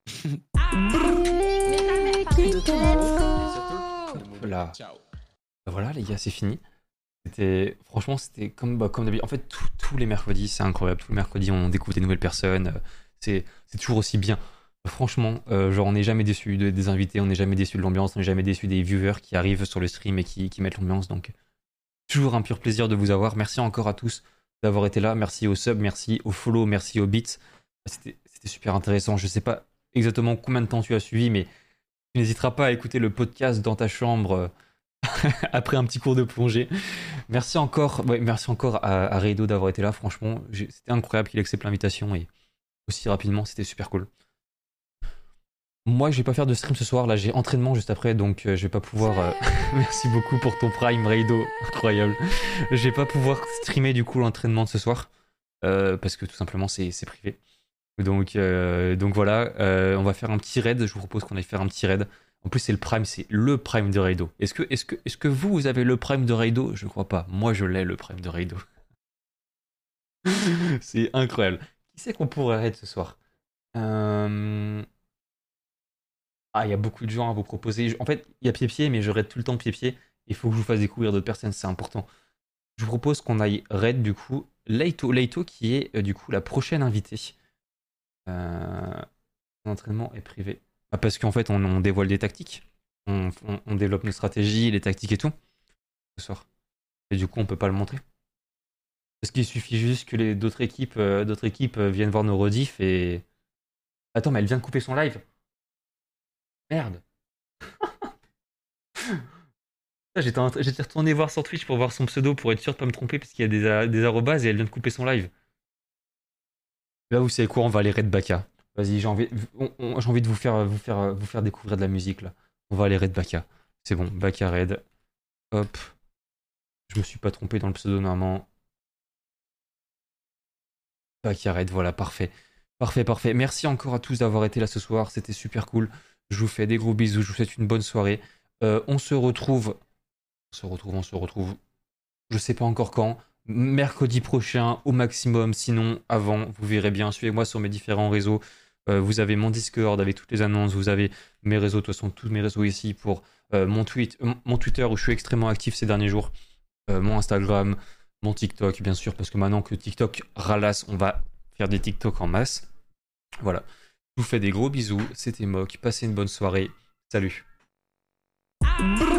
Voilà. Voilà les gars, c'est fini. C'était franchement c'était comme bah, comme d'habitude. En fait tout- tous les mercredis c'est incroyable. Tous les mercredis on découvre des nouvelles personnes. Euh, C'est c'est toujours aussi bien. Franchement, euh, genre on n'est jamais déçu de- des invités, on n'est jamais déçu de l'ambiance, on n'est jamais déçu des viewers qui arrivent sur le stream et qui, qui mettent l'ambiance. Donc toujours un pur plaisir de vous avoir. Merci encore à tous d'avoir été là. Merci aux subs, merci aux follow, merci aux beats. C'était c'était super intéressant. Je sais pas exactement combien de temps tu as suivi, mais tu n'hésiteras pas à écouter le podcast dans ta chambre euh, après un petit cours de plongée. Merci encore, ouais, merci encore à, à Reido d'avoir été là. Franchement, j'ai- c'était incroyable qu'il accepte l'invitation et aussi rapidement, c'était super cool. Moi, je vais pas faire de stream ce soir. Là, j'ai entraînement juste après, donc euh, je vais pas pouvoir. euh, Merci beaucoup pour ton prime, Reido, incroyable. Je vais pas pouvoir streamer du coup l'entraînement de ce soir euh, parce que tout simplement c'est c'est privé. Donc, euh, donc voilà, euh, on va faire un petit raid. Je vous propose qu'on aille faire un petit raid. En plus, c'est le prime, c'est le prime de Reido. Est-ce que, est-ce que, est-ce que vous, vous avez le prime de Reido? Je crois pas. Moi, je l'ai, le prime de Reido. C'est incroyable. Qui c'est qu'on pourrait raid ce soir? Euh, Ah, il y a beaucoup de gens à vous proposer. En fait, il y a Pied-Pied, mais je raid tout le temps Pied-Pied. Il faut que je vous fasse découvrir d'autres personnes, c'est important. Je vous propose qu'on aille raid, du coup, Leito. Leito, qui est, euh, du coup, la prochaine invitée. Euh... L'entraînement est privé. Ah, parce qu'en fait, on, on dévoile des tactiques. On, on- on développe nos stratégies, les tactiques et tout. Ce soir. Et du coup, on peut pas le montrer. Parce qu'il suffit juste que les d'autres équipes, euh, d'autres équipes euh, viennent voir nos rediffs et. Attends, mais elle vient de couper son live. Merde. Ah, J'étais en train- j'étais retourné voir sur Twitch pour voir son pseudo pour être sûr de pas me tromper parce qu'il y a des, a- des arrobas et elle vient de couper son live. Là, vous savez quoi, on va aller raid Baka. Vas-y, j'ai envie, on- on- j'ai envie de vous faire, vous, faire, vous faire découvrir de la musique là. On va aller raid Baka. C'est bon, Baka raid. Hop. Je me suis pas trompé dans le pseudo normalement. Baka raid, voilà, parfait. Parfait, parfait. Merci encore à tous d'avoir été là ce soir. C'était super cool. Je vous fais des gros bisous. Je vous souhaite une bonne soirée. Euh, on se retrouve. On se retrouve, on se retrouve. Je sais pas encore quand. Mercredi prochain au maximum. Sinon, avant, vous verrez bien. Suivez-moi sur mes différents réseaux. Euh, vous avez mon Discord avec toutes les annonces. Vous avez mes réseaux. De toute façon, tous mes réseaux ici pour euh, mon, tweet, euh, mon Twitter où je suis extrêmement actif ces derniers jours. Euh, mon Instagram, mon TikTok, bien sûr, parce que maintenant que TikTok ralasse, on va faire des TikTok en masse. Voilà. Je vous fais des gros bisous. C'était Mock. Passez une bonne soirée. Salut.